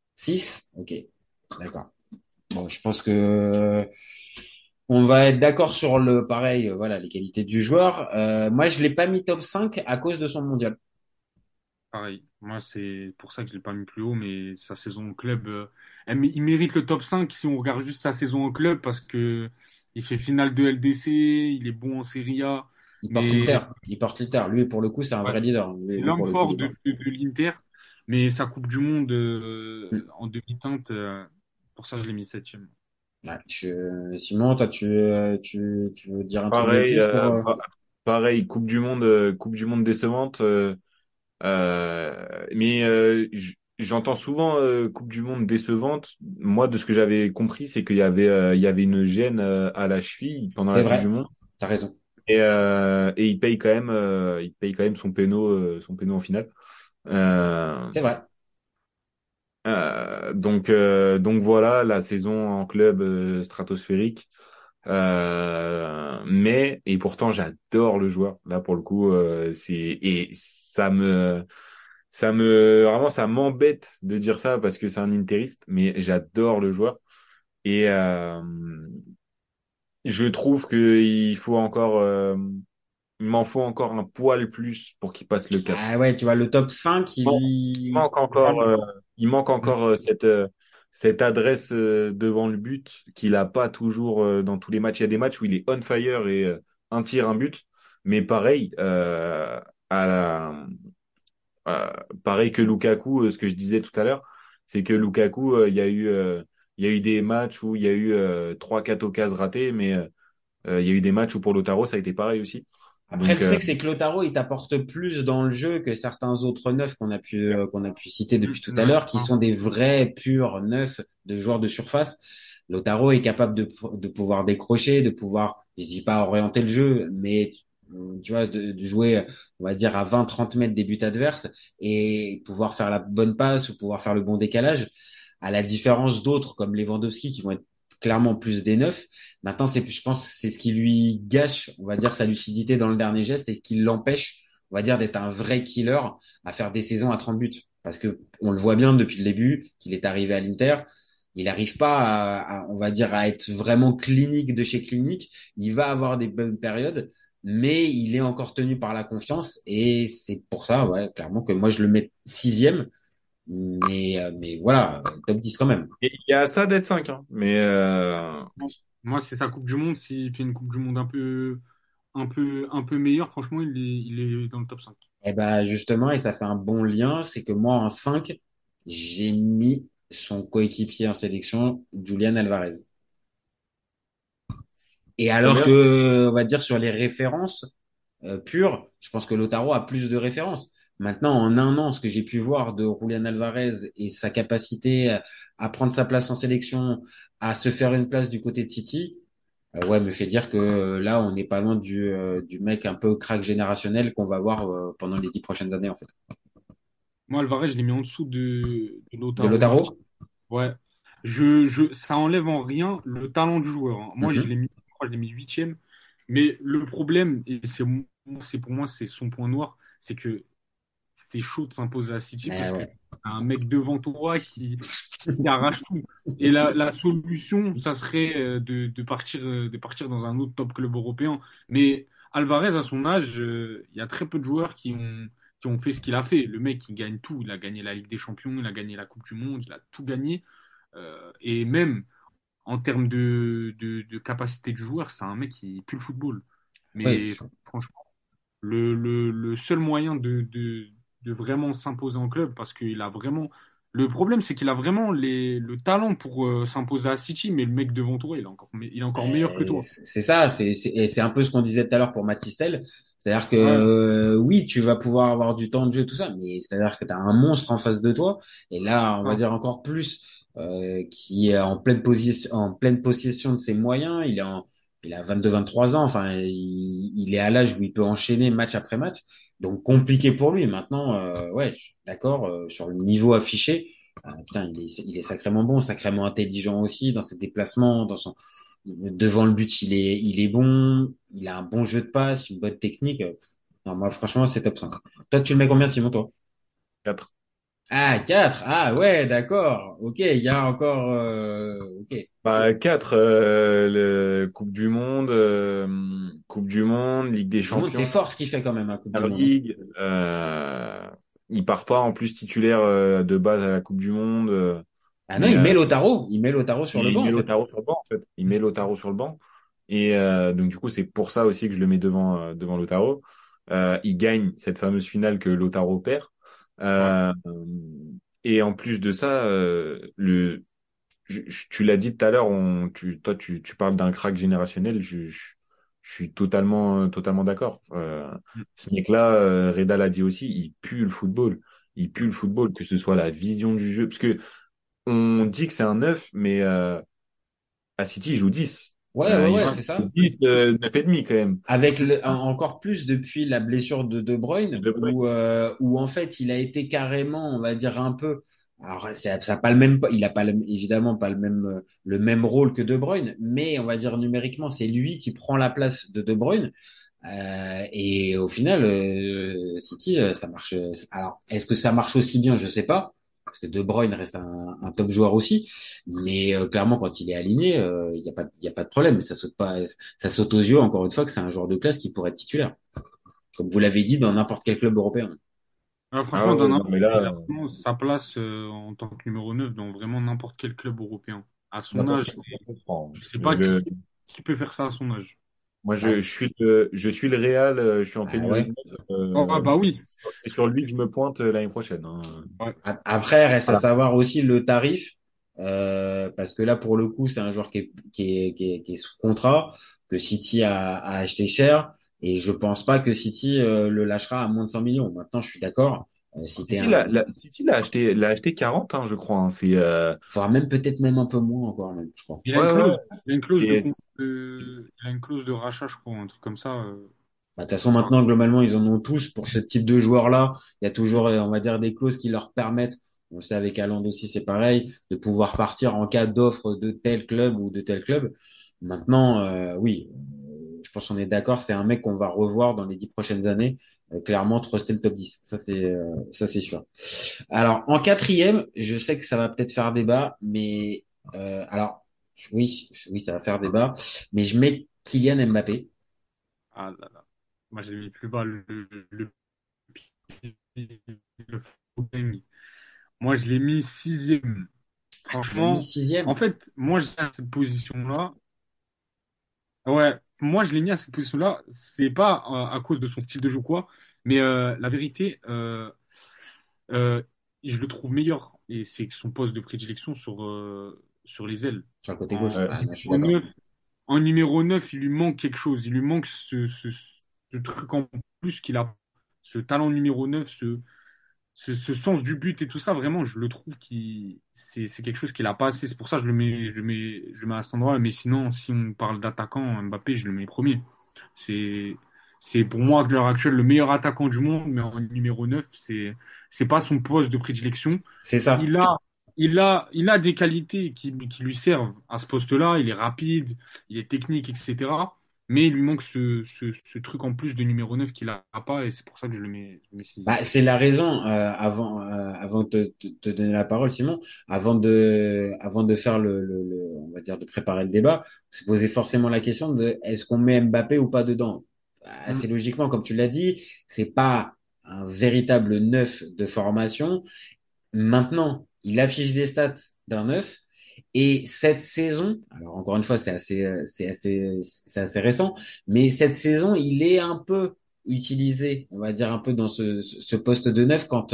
6. Ok, d'accord. Bon, je pense que on va être d'accord sur le pareil, voilà, les qualités du joueur. Moi, je l'ai pas mis top 5 à cause de son mondial. Pareil. Moi, c'est pour ça que je l'ai pas mis plus haut, mais sa saison en club, il mérite le top 5 si on regarde juste sa saison en club parce que il fait finale de LDC, il est bon en Serie A, Il porte mais l'Inter. Il porte l'Inter. Lui, pour le coup, c'est un ouais, vrai leader. c'est Lui, l'homme pour le coup, fort il porte. de l'Inter, mais sa Coupe du Monde Mm. en demi-teinte, pour ça je l'ai mis septième. Là, Simon, toi, tu veux dire un truc de Pareil, plus pour pareil, Coupe du Monde décevante. Mais j'entends souvent Coupe du Monde décevante. Moi, de ce que j'avais compris, c'est qu'il y avait une gêne à la cheville pendant C'est la Coupe du vrai, Monde t'as raison. et il paye quand même son péno en finale. Euh, C'est vrai. donc voilà, la saison en club stratosphérique. Mais et pourtant j'adore le joueur. Là pour le coup, c'est et ça m'embête de dire ça parce que c'est un interiste, mais j'adore le joueur et je trouve que il m'en faut encore un poil plus pour qu'il passe le cap. Ah ouais, tu vois, le top 5 Il il manque encore, cette adresse devant le but qu'il a pas toujours dans tous les matchs. Il y a des matchs où il est on fire et un tir, un but. Mais pareil, à la- pareil que Lukaku, ce que je disais tout à l'heure, c'est que Lukaku, il y a eu des matchs où il y a eu trois, quatre occasions ratées, mais il y a eu des matchs où pour Lautaro, ça a été pareil aussi. Après, le Donc, truc, c'est que Lautaro, il t'apporte plus dans le jeu que certains autres neufs qu'on a pu citer depuis tout à Ouais, l'heure, qui sont des vrais purs neufs de joueurs de surface. Lautaro est capable de pouvoir décrocher, de pouvoir, je dis pas orienter le jeu, mais tu vois, de jouer, on va dire, à 20-30 mètres des buts adverses et pouvoir faire la bonne passe ou pouvoir faire le bon décalage, à la différence d'autres comme Lewandowski qui vont être clairement plus des neufs. Maintenant, je pense que c'est ce qui lui gâche, on va dire, sa lucidité dans le dernier geste et qui l'empêche, on va dire, d'être un vrai killer à faire des saisons à 30 buts. Parce que on le voit bien depuis le début qu'il est arrivé à l'Inter. Il n'arrive pas on va dire, à être vraiment clinique de chez clinique. Il va avoir des bonnes périodes, mais il est encore tenu par la confiance et c'est pour ça, ouais, clairement que moi je le mets sixième. Mais voilà, top 10 quand même. il y a ça d'être 5, hein. Mais moi, c'est sa Coupe du Monde. S'il fait une Coupe du Monde un peu meilleure, franchement, il est dans le top 5. Eh ben justement, et ça fait un bon lien, c'est que moi en 5 j'ai mis son coéquipier en sélection, Julian Alvarez. Et alors combien? que, on va dire sur les références pures, je pense que Lautaro a plus de références. Maintenant, en un an, ce que j'ai pu voir de Julian Alvarez et sa capacité à prendre sa place en sélection, à se faire une place du côté de City, ouais, me fait dire que là, on n'est pas loin du mec un peu crack générationnel qu'on va voir pendant les 10 prochaines années, en fait. Moi, Alvarez, je l'ai mis en dessous de De Lautaro Martinez. Lautaro? Ouais. Ça enlève en rien le talent du joueur, hein. Moi, Mhm. je crois que je l'ai mis huitième. Mais le problème, et c'est pour moi, c'est son point noir, c'est que c'est chaud de s'imposer à City Eh parce que ouais. t'as un mec devant toi qui arrache tout. Et la solution, ça serait de partir dans un autre top club européen. Mais Alvarez, à son âge, il y a très peu de joueurs qui ont fait ce qu'il a fait. Le mec, il gagne tout. Il a gagné la Ligue des Champions, il a gagné la Coupe du Monde, il a tout gagné. Et même en termes de capacité de joueur, c'est un mec qui pue le football. Oui. Mais franchement, le seul moyen de vraiment s'imposer en club, parce qu'il a vraiment. Le problème, c'est qu'il a vraiment le talent pour s'imposer à City, mais le mec devant toi, il est encore meilleur que toi. C'est ça, et c'est un peu ce qu'on disait tout à l'heure pour Matistel. C'est-à-dire que Ouais, oui, tu vas pouvoir avoir du temps de jeu, tout ça, mais c'est-à-dire que tu as un monstre en face de toi, et là, on va ça. dire encore plus, qui est en pleine possession de ses moyens. Il a 22-23 ans, enfin, il est à l'âge où il peut enchaîner match après match, donc compliqué pour lui. Maintenant, ouais, je suis d'accord sur le niveau affiché. Putain, il est sacrément bon, sacrément intelligent aussi dans ses déplacements, dans son devant le but, il est bon, il a un bon jeu de passe, une bonne technique. Non, moi, franchement, c'est top 5. Toi, tu le mets combien, Simon, toi? 4. Ah, 4. Ah, ouais, d'accord. Ok, il y a encore, ok, ok. Bah, 4, Coupe du Monde, Ligue des Du monde, c'est Champions, fort ce qu'il fait quand même, un Coupe du Première Monde. Ligue. Il part pas en plus titulaire de base à la Coupe du Monde. Ah non, Mais Il met Lautaro sur le il banc, en met fait. Lautaro sur le banc, en fait. Il met Lautaro sur le banc. Et donc, du coup, c'est pour ça aussi que je le mets devant Lautaro. Il gagne cette fameuse finale que Lautaro perd. Ouais. Euh, et en plus de ça, tu l'as dit tout à l'heure, toi, tu parles d'un crack générationnel. Je suis totalement d'accord. Ce mec-là, Reda l'a dit aussi, il pue le football. Il pue le football, que ce soit la vision du jeu. Parce que on dit que c'est un 9, mais à City, il joue 10. Ouais, ouais, Il ouais, joue c'est ça. 10, 9 et demi quand même. Avec encore plus depuis la blessure de De Bruyne, De Bruyne. où en fait il a été carrément, on va dire un peu. Alors ça a pas le même, il a pas évidemment pas le même rôle que De Bruyne, mais on va dire numériquement c'est lui qui prend la place de De Bruyne. Et au final, City, ça marche. Alors est-ce que ça marche aussi bien? Je sais pas. Parce que De Bruyne reste un top joueur aussi, mais clairement quand il est aligné, il y a pas de problème. Ça saute pas, ça saute aux yeux encore une fois que c'est un joueur de classe qui pourrait être titulaire, comme vous l'avez dit dans n'importe quel club européen. Ah Franchement, ouais, non, mais il a là, vraiment sa place en tant que numéro 9 dans vraiment n'importe quel club européen. À son n'importe âge, quel club comprend. je sais pas qui peut faire ça à son age. Moi, Ah, je suis le Real, je suis en ah pénurie ouais. de neuf. Oh, ah bah oui. C'est sur lui que je me pointe l'année prochaine, hein. Ouais. Après, reste à Voilà. savoir aussi le tarif, parce que là pour le coup c'est un joueur qui est sous contrat, que City a acheté cher, et je pense pas que City le lâchera à moins de 100 millions. Maintenant, je suis d'accord. Si t'es City l'a acheté 40, hein, je crois, hein. faudra même peut-être même un peu moins encore même, je crois. Il a une Ouais, ouais, clause, il a une clause c'est, il a une clause de rachat, je crois, un truc comme ça. Bah, de toute façon, maintenant, globalement, ils en ont tous. Pour ce type de joueurs-là, il y a toujours, on va dire, des clauses qui leur permettent, on le sait avec Haaland aussi, c'est pareil, de pouvoir partir en cas d'offre de tel club ou de tel club. Maintenant, oui, je pense qu'on est d'accord, c'est un mec qu'on va revoir dans les 10 prochaines années. Clairement, truster le top 10. Ça, c'est sûr. Alors, en quatrième, je sais que ça va peut-être faire débat, mais alors, oui, oui, ça va faire débat, mais je mets Kylian Mbappé. Ah là là. Moi, j'ai mis plus bas le Fouquet. Moi, je l'ai mis sixième. Tu l'as mis Franchement, en sixième. fait, moi, j'ai à cette position-là. Ouais, moi, je l'ai mis à cette position-là. C'est pas à cause de son style de jeu ou quoi, mais la vérité, euh, je le trouve meilleur. Et c'est son poste de prédilection sur les ailes. Sur le côté gauche. En ouais. Ah, là, je suis numéro d'accord. 9, en numéro 9, il lui manque quelque chose. Il lui manque ce truc en plus qu'il a. Ce talent numéro 9, ce sens du but et tout ça, vraiment, je le trouve c'est quelque chose qu'il a pas assez. C'est pour ça que je le mets à cet endroit. Mais sinon, si on parle d'attaquant, Mbappé, je le mets premier. C'est, c'est pour moi, à l'heure actuelle, le meilleur attaquant du monde, mais en numéro 9 c'est pas son poste de prédilection. C'est ça. Il a, il a des qualités qui lui servent à ce poste-là. Il est rapide, il est technique, etc. Mais il lui manque ce truc en plus de numéro 9 qu'il a pas, et c'est pour ça que je le mets sixième. Bah, c'est la raison, avant de te donner la parole, Simon, avant de faire on va dire, de préparer le débat, se poser forcément la question de est-ce qu'on met Mbappé ou pas dedans? Assez Mm. logiquement, comme tu l'as dit, c'est pas un véritable neuf de formation. Maintenant, il affiche des stats d'un neuf. Et cette saison, alors encore une fois, c'est assez récent, mais cette saison, il est un peu utilisé, on va dire un peu dans ce poste de neuf quand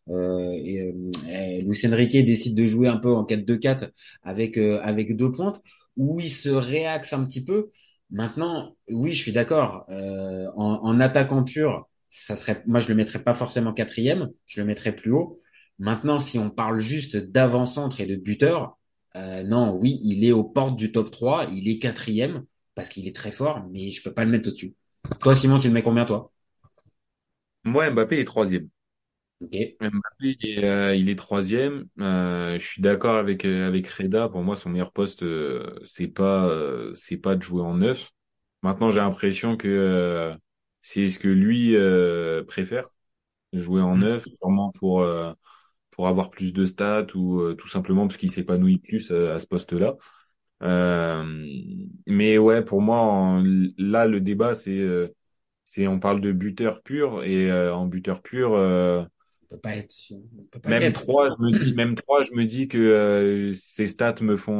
Luis Enrique décide de jouer un peu en 4-2-4 avec deux pointes, où il se réaxe un petit peu. Maintenant, oui, je suis d'accord. En attaquant pur, ça serait, moi, je le mettrais pas forcément quatrième, je le mettrais plus haut. Maintenant, si on parle juste d'avant-centre et de buteur, non, oui, il est aux portes du top 3, il est quatrième, parce qu'il est très fort, mais je peux pas le mettre au-dessus. Toi, Simon, tu le mets combien, toi? Moi, Mbappé est troisième. Ok. Mbappé, il est troisième. Je suis d'accord avec Reda. Pour moi, son meilleur poste, c'est pas de jouer en neuf. Maintenant, j'ai l'impression que c'est ce que lui préfère, jouer en Mm. neuf, sûrement pour avoir plus de stats ou tout simplement parce qu'il s'épanouit plus à ce poste-là. Euh, mais ouais, pour moi, là, le débat, on parle de buteur pur et en buteur pur. On peut pas y être. Même 3, je me dis que ces stats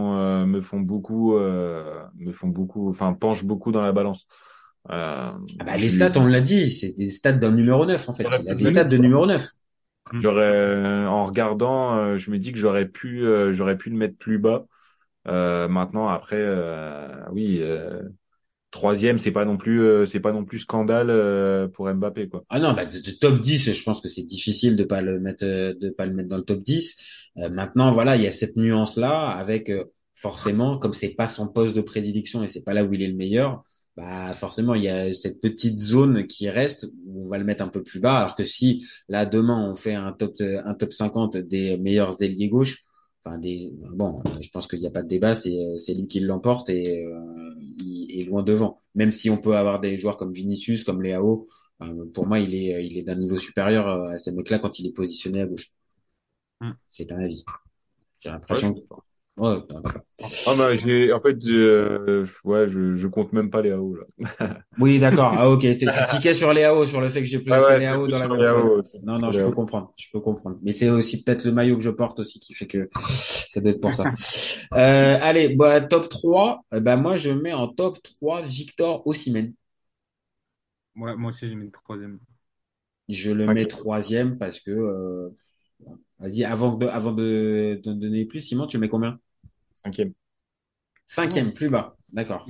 me font beaucoup, enfin, penchent beaucoup dans la balance. Euh, Ah bah, les je, stats, on l'a dit, c'est des stats d'un numéro 9 en fait. j'aurais Il a pu des le stats mettre, de numéro 9. Mm. en regardant, je me dis que j'aurais pu le mettre plus bas. Maintenant, après, oui, troisième, c'est pas non plus scandale pour Mbappé, quoi. Ah non, bah, de top 10, je pense que c'est difficile de pas le mettre dans le top 10. Maintenant, voilà, il y a cette nuance-là avec, forcément, comme c'est pas son poste de prédilection et c'est pas là où il est le meilleur, bah, forcément, il y a cette petite zone qui reste où on va le mettre un peu plus bas. Alors que si, là, demain, on fait un top 50 des meilleurs ailiers gauche, enfin, bon, je pense qu'il n'y a pas de débat, c'est lui qui l'emporte et, il est loin devant. Même si on peut avoir des joueurs comme Vinicius, comme Leao, pour moi, il est d'un niveau supérieur à ces mecs-là quand il est positionné à gauche. Mm. C'est un avis. J'ai Ouais, je l'impression suis que... d'accord. Ouais, d'accord. Ah bah en fait ouais je compte même pas les AO là. Oui, d'accord. Ah, ok. Tu tiquais sur Léao, sur le fait que j'ai Ah placé ouais, c'est Léao plus dans la sur même les AO, phrase. c'est plus Non, non, sur les je peux AO. comprendre. Je peux comprendre. Mais c'est aussi peut-être le maillot que je porte aussi qui fait que ça doit être pour ça. Allez, bah, top 3. Bah, moi, je mets en top 3 Victor Osimhen. Ouais, moi aussi, j'ai mis le troisième. Je le mets Cinquième. troisième parce que, vas-y, avant de donner plus, Simon, tu le mets combien? Cinquième. Oh. Cinquième, plus bas. D'accord.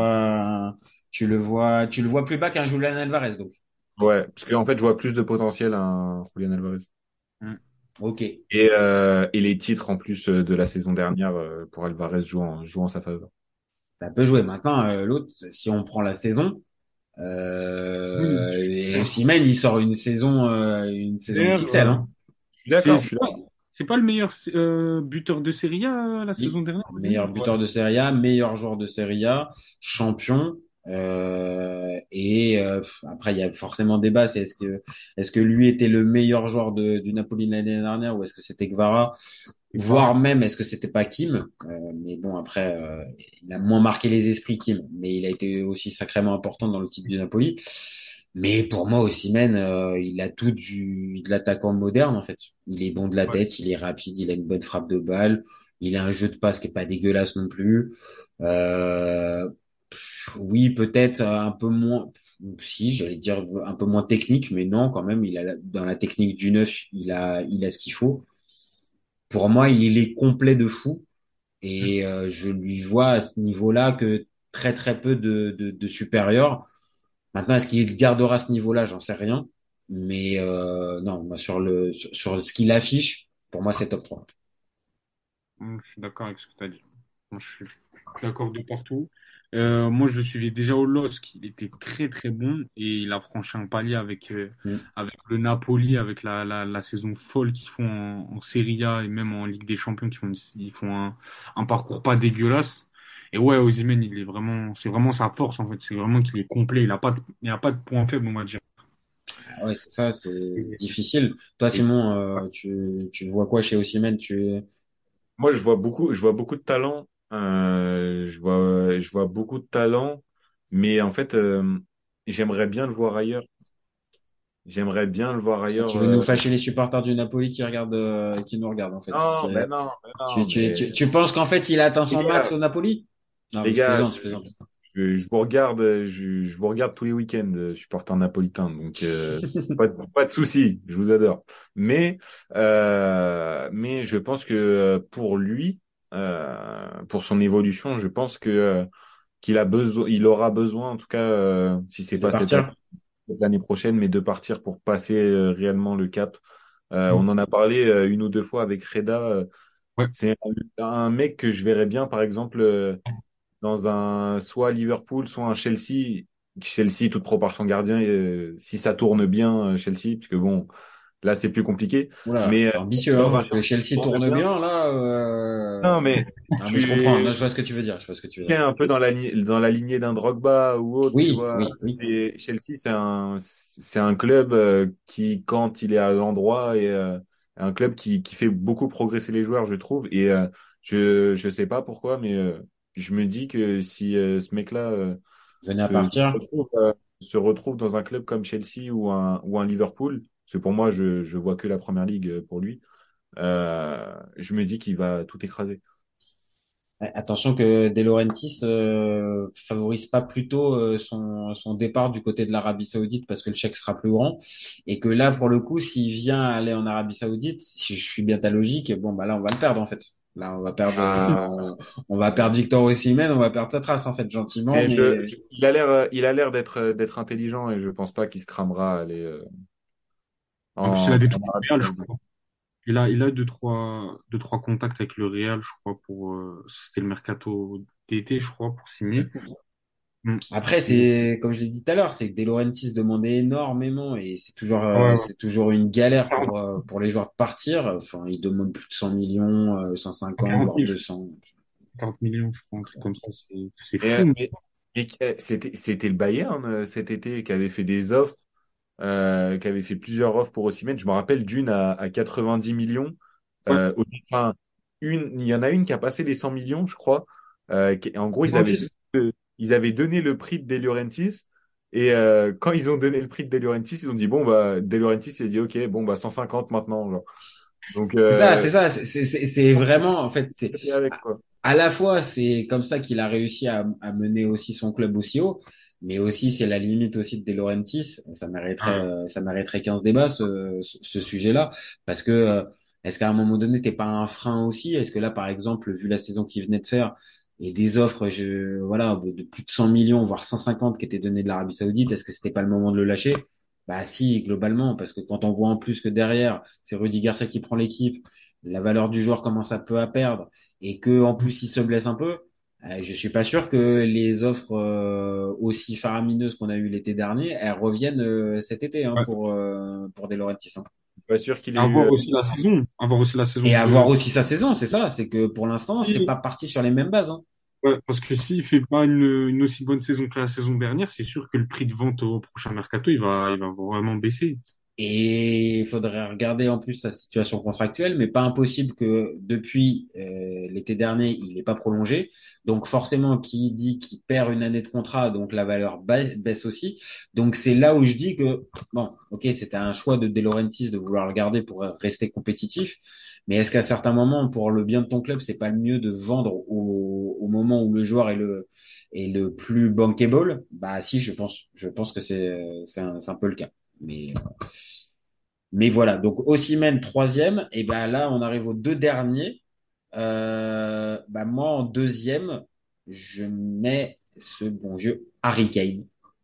Tu le vois plus bas qu'un Julian Alvarez, donc. Ouais, parce qu'en fait je vois plus de potentiel à un Julian Alvarez. Mm. Ok. Et les titres en plus de la saison dernière pour Alvarez jouent en sa faveur. Ça peut jouer. Maintenant, l'autre, si on prend la saison, Oui, je suis et d'accord. Osimhen, il sort une saison D'ailleurs, XXL, hein. Je suis d'accord, je c'est suis pas, d'accord. c'est pas le meilleur buteur de Serie A la saison Oui. dernière, Meilleur Osimhen? buteur de Serie A, meilleur joueur de Serie A, champion. Après, il y a forcément débat. Est-ce que lui était le meilleur joueur du Napoli l'année dernière ou est-ce que c'était Kvara? C'est Kvara, Voire je même, est-ce que c'était pas Kim? Mais bon, après, il a moins marqué les esprits Kim, mais il a été aussi sacrément important dans le titre du Napoli. Mais pour moi, Osimhen, il a tout de l'attaquant moderne en fait. Il est bon de la crois. tête, il est rapide, il a une bonne frappe de balle, il a un jeu de passe qui est pas dégueulasse non plus. Euh, oui, peut-être un peu moins, si j'allais dire un peu moins technique, mais non, quand même, dans la technique du neuf, il a ce qu'il faut. Pour moi, il est complet de fou. Ouais. Et je lui vois à ce niveau-là que très très peu de supérieur. Maintenant, est-ce qu'il gardera ce niveau-là? J'en sais rien. Mais non, moi, sur ce qu'il affiche, pour moi, c'est top 3. Je suis d'accord avec ce que tu as dit. Moi, je suis d'accord de partout. Moi, je le suivais déjà au LOSC. Il était très, très bon et il a franchi un palier Mm. avec le Napoli, avec la saison folle qu'ils font en Serie A et même en Ligue des Champions, ils font un parcours pas dégueulasse. Et ouais, Osimhen, c'est vraiment sa force, en fait. C'est vraiment qu'il est complet. Il a pas de point faible, on va dire. Ah ouais, c'est ça, c'est difficile. Toi, Et Simon, tu vois quoi chez Osimhen? moi je vois beaucoup de talent. Je vois beaucoup de talent, mais en fait j'aimerais bien le voir ailleurs. J'aimerais bien le voir ailleurs. Tu veux nous fâcher les supporters du Napoli qui nous regardent, en fait. Non, mais non, mais non, mais Tu penses qu'en fait, il a atteint les son max gars, au Napoli? Non, les mais je gars, plaisante, je plaisante. je vous regarde, je vous regarde tous les week-ends, supporter napolitain, donc pas de souci, je vous adore. Mais je pense que pour lui, pour son évolution, je pense que il aura besoin, en tout cas, si c'est De pas cette année, partir? l'année prochaine, mais de partir pour passer réellement le cap. On Mm. en a parlé une ou deux fois avec Reda. Ouais. C'est un mec que je verrais bien, par exemple, dans un soit Liverpool, soit un Chelsea. Chelsea, toute proportion gardien, si ça tourne bien, Chelsea, puisque bon, là c'est plus compliqué. Oula, Mais t'es ambitieux, dans hein. un Que Chelsea qui Chelsea tourne tourne bien. bien, là. Non, mais Ah, mais je comprends. tu Là, je vois ce que tu veux dire. Je vois ce que tu veux dire. tiens un peu dans la lignée d'un Drogba ou autre, tu Oui, vois. oui, oui. C'est Chelsea, c'est un club qui, quand il est à l'endroit, est un club qui fait beaucoup progresser les joueurs, je trouve. Et je sais pas pourquoi, mais je me dis que si ce mec-là Venez à se partir. retrouve, se retrouve dans un club comme Chelsea ou un Liverpool, parce que pour moi, je vois que la première ligue pour lui, je me dis qu'il va tout écraser. Ouais, attention que De Laurentiis favorise pas plutôt son départ du côté de l'Arabie Saoudite parce que le chèque sera plus grand et que là pour le coup s'il vient aller en Arabie Saoudite si je suis bien ta logique bon bah là on va le perdre en fait Là, on va perdre, Ah, on va perdre Victor Osimhen, on va perdre sa trace en fait gentiment, mais mais il a l'air d'être intelligent et je pense pas qu'il se cramera à aller En plus, il a des en trucs Arabie Real, je Saoudite. crois. Il a deux, trois contacts avec le Real, je crois, c'était le mercato d'été, je crois, pour signer. Mm. après, Et- c'est, comme je l'ai dit tout à l'heure, c'est que De Laurentiis demandait énormément et ouais, ouais. c'est toujours une galère pour les joueurs de partir. Enfin, ils demandent plus de 100 millions, 150, 40 voire 000, 200. 40 millions, je crois, un truc comme ça. C'est Et, fou. c'était le Bayern cet été qui avait fait des offres, qui avait fait plusieurs offres pour Osimhen. Je me rappelle d'une à 90 millions. Ouais. Enfin, il y en a une qui a passé les 100 millions, je crois. En gros, Laurentiis. ils avaient donné le prix de De Laurentiis. Et quand ils ont donné le prix de De Laurentiis, ils ont dit, bon, bah, De Laurentiis, il a dit, OK, bon, bah, 150 maintenant. Genre. Donc, C'est vraiment, en fait, c'est, avec, quoi. à la fois, c'est comme ça qu'il a réussi à mener aussi son club aussi haut, mais aussi c'est la limite aussi de De Laurentiis. Ah, Ça mériterait 15 débats ce sujet-là, parce que est-ce qu'à un moment donné t'es pas un frein aussi? Est-ce que là, par exemple, vu la saison qu'il venait de faire et des offres, voilà, de plus de 100 millions, voire 150 qui étaient données de l'Arabie Saoudite, est-ce que c'était pas le moment de le lâcher? Bah si, globalement, parce que quand on voit en plus que derrière, c'est Rudy Garcia qui prend l'équipe, la valeur du joueur commence un peu à perdre et que en plus il se blesse un peu, je suis pas sûr que les offres aussi faramineuses qu'on a eues l'été dernier, elles reviennent cet été hein, ouais. pour De Laurentiis. Hein. Pas sûr qu'il ait eu. Avoir aussi la saison. Avoir aussi la saison Et avoir que, aussi sa saison, c'est ça, c'est que pour l'instant, c'est pas parti sur les mêmes bases. Hein. ouais, parce que s'il fait pas une aussi bonne saison que la saison dernière, c'est sûr que le prix de vente au prochain mercato, il va vraiment baisser. Et il faudrait regarder en plus sa situation contractuelle, mais pas impossible que depuis l'été dernier, il n'est pas prolongé. Donc forcément, qui dit qu'il perd une année de contrat, donc la valeur baisse aussi. Donc c'est là où je dis que, bon, ok, c'était un choix de De Laurentiis de vouloir le garder pour rester compétitif, mais est-ce qu'à certains moments, pour le bien de ton club, c'est pas le mieux de vendre au moment où le joueur est le plus bankable? Bah si, je pense. Je pense que c'est un peu le cas. Mais voilà, donc Osimhen troisième, et ben là on arrive aux deux derniers. Bah moi en deuxième, je mets ce bon vieux Harry Kane.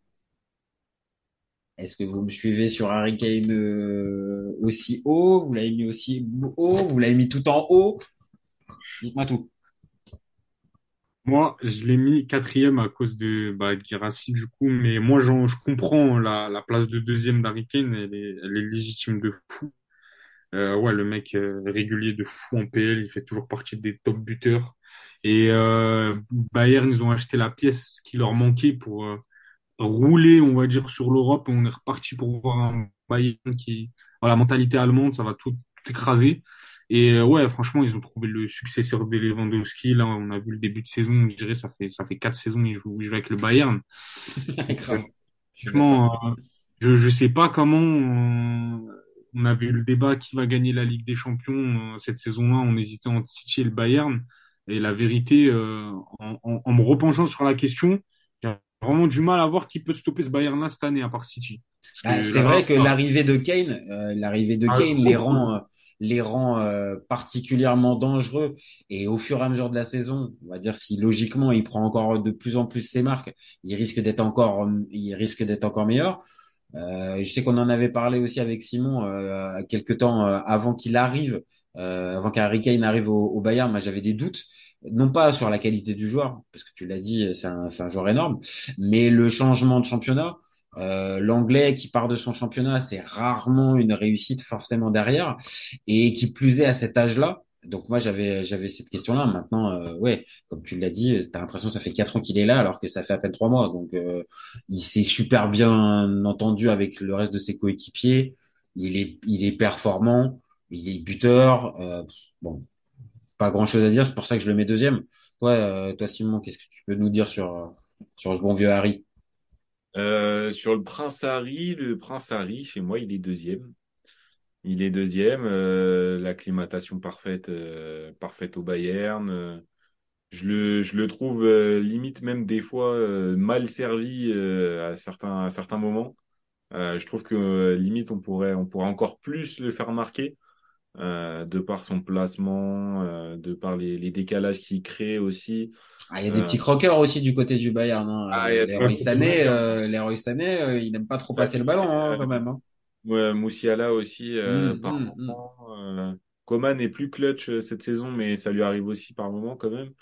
Est-ce que vous me suivez sur Harry Kane aussi haut? Vous l'avez mis aussi haut? Vous l'avez mis tout en haut? Dites-moi tout. Moi, je l'ai mis quatrième à cause de Guirassy, du coup, mais moi, je comprends la place de deuxième d'Harry Kane, elle est légitime de fou. Ouais, le mec régulier de fou en PL, il fait toujours partie des top buteurs. Et Bayern, ils ont acheté la pièce qui leur manquait pour rouler, on va dire, sur l'Europe. Et on est reparti pour voir un Bayern qui, voilà, mentalité allemande, ça va tout écraser. Et ouais, franchement, ils ont trouvé le successeur de Lewandowski. Là, on a vu le début de saison, je dirais, ça fait 4 saisons il joue avec le Bayern. Donc, Grave. Je suis d'accord. franchement, je sais pas comment on avait eu le débat qui va gagner la Ligue des Champions cette saison-là. On hésitait entre City et le Bayern. Et la vérité, en me repenchant sur la question, j'ai vraiment du mal à voir qui peut stopper ce Bayern-là cette année à part City. Parce Bah, que c'est là, vrai que l'arrivée de Kane les rend particulièrement dangereux. Et au fur et à mesure de la saison, on va dire si logiquement il prend encore de plus en plus ses marques, il risque d'être encore meilleur. Je sais qu'on en avait parlé aussi avec Simon quelque temps avant qu'il arrive, avant qu'Harry Kane arrive au Bayern. Moi, j'avais des doutes, non pas sur la qualité du joueur, parce que tu l'as dit, c'est un joueur énorme, mais le changement de championnat. L'anglais qui part de son championnat, c'est rarement une réussite forcément derrière, et qui plus est à cet âge-là. Donc moi j'avais cette question-là. Maintenant, ouais, comme tu l'as dit, t'as l'impression que ça fait 4 ans qu'il est là, alors que ça fait à peine 3 mois. Donc il s'est super bien entendu avec le reste de ses coéquipiers. Il est performant, il est buteur. Bon, pas grand-chose à dire. C'est pour ça que je le mets deuxième. Toi Simon, qu'est-ce que tu peux nous dire sur le bon vieux Harry? Sur le Prince Harry, chez moi, il est deuxième. Il est deuxième. L'acclimatation parfaite, parfaite au Bayern. Je le trouve limite même des fois mal servi à certains moments. Je trouve que limite on pourrait encore plus le faire marquer. de par son placement, de par les décalages qu'il crée aussi. Ah, il y a des Euh, petits croqueurs aussi du côté du Bayern, hein. il y a Ouais, faut dire. Leroy Sané, il n'aime pas trop passer le Sané, ballon, hein, quand même, hein. ouais, Moussiala aussi par Hum. moment. Coman est plus clutch cette saison, mais ça lui arrive aussi par moment quand même.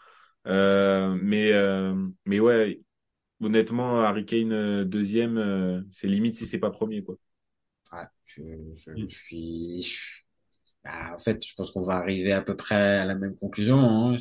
Mais ouais, honnêtement, Harry Kane deuxième, c'est limite si c'est pas premier quoi. Ouais, bah, en fait, je pense qu'on va arriver à peu près à la même conclusion, hein.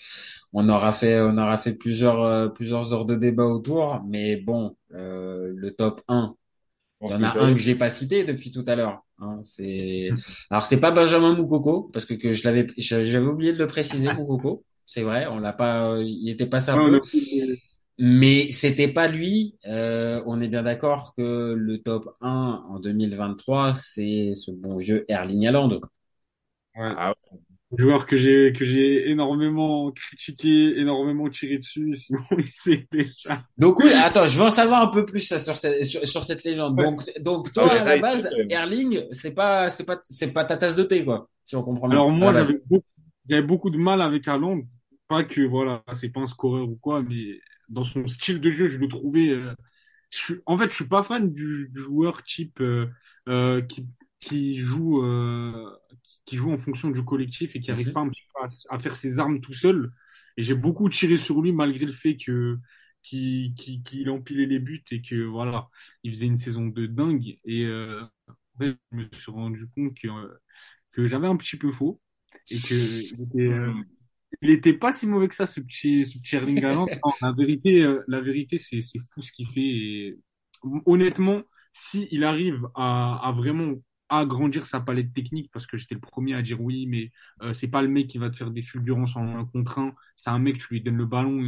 On aura fait plusieurs heures de débat autour, mais bon, le top 1, Je il pense y en que a ça y un est. que j'ai pas cité depuis tout à l'heure, hein. Alors c'est pas Benjamin Moukoko, parce que j'avais oublié de le préciser, Moukoko. C'est vrai, on l'a pas, il était passé un Ouais, on peu. a fait, Mais c'était pas lui. On est bien d'accord que le top 1 en 2023, c'est ce bon vieux Erling Haaland. ouais. Ah Joueur que j'ai énormément critiqué, énormément tiré dessus, sinon il sait déjà. Donc oui, attends, je veux en savoir un peu plus ça, sur cette légende. Ouais. Donc ah toi ouais, à la là, il faut base, quand même. Erling, c'est pas ta tasse de thé quoi, si on comprend bien Alors à la moi, base. j'avais beaucoup de mal avec Haaland. Pas que, voilà, c'est pas un scoreur ou quoi, mais dans son style de jeu, je le trouvais, en fait, je suis pas fan du joueur type, qui joue, qui joue en fonction du collectif et qui arrive Mhm. pas un petit peu à faire ses armes tout seul. Et j'ai beaucoup tiré sur lui malgré le fait qu'il empilait les buts et que voilà, il faisait une saison de dingue. Et en fait, je me suis rendu compte que j'avais un petit peu faux et que Hmm. il était pas si mauvais que ça, ce petit Erling Haaland. Non, la vérité, c'est fou ce qu'il fait. Et honnêtement, si il arrive à vraiment agrandir sa palette technique, parce que j'étais le premier à dire oui, mais c'est pas le mec qui va te faire des fulgurances en 1 contre 1. C'est un mec, tu lui donnes le ballon,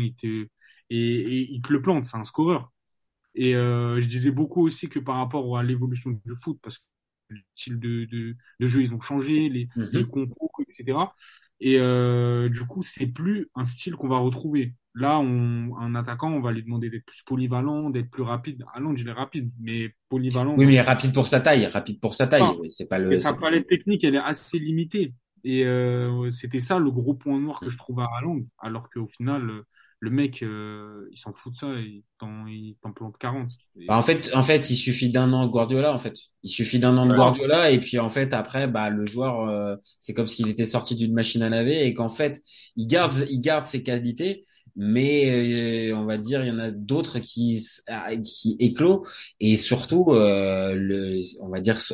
et il te le plante. C'est un scoreur. Et je disais beaucoup aussi que par rapport à l'évolution du foot, parce que le style de jeu, ils ont changé, les Mhm. compos, etc. Et du coup, c'est plus un style qu'on va retrouver. Là, un attaquant, on va lui demander d'être plus polyvalent, d'être plus rapide. Allons, il est rapide, mais polyvalent Oui, dans mais son rapide pour sa taille, rapide pour sa taille. pas. Oui, c'est pas Et le. sa palette technique, elle est assez limitée. Et c'était ça le gros point noir que je trouve à Haaland. Alors qu'au final, le mec, il s'en fout de ça, il t'en plante 40. Bah, Et, en fait, il suffit d'un an de Guardiola, en fait. Il suffit d'un an de voilà. Guardiola, et puis en fait, après, bah, le joueur, c'est comme s'il était sorti d'une machine à laver, et qu'en fait, il garde ses qualités, mais on va dire, il y en a d'autres qui éclosent, et surtout, on va dire,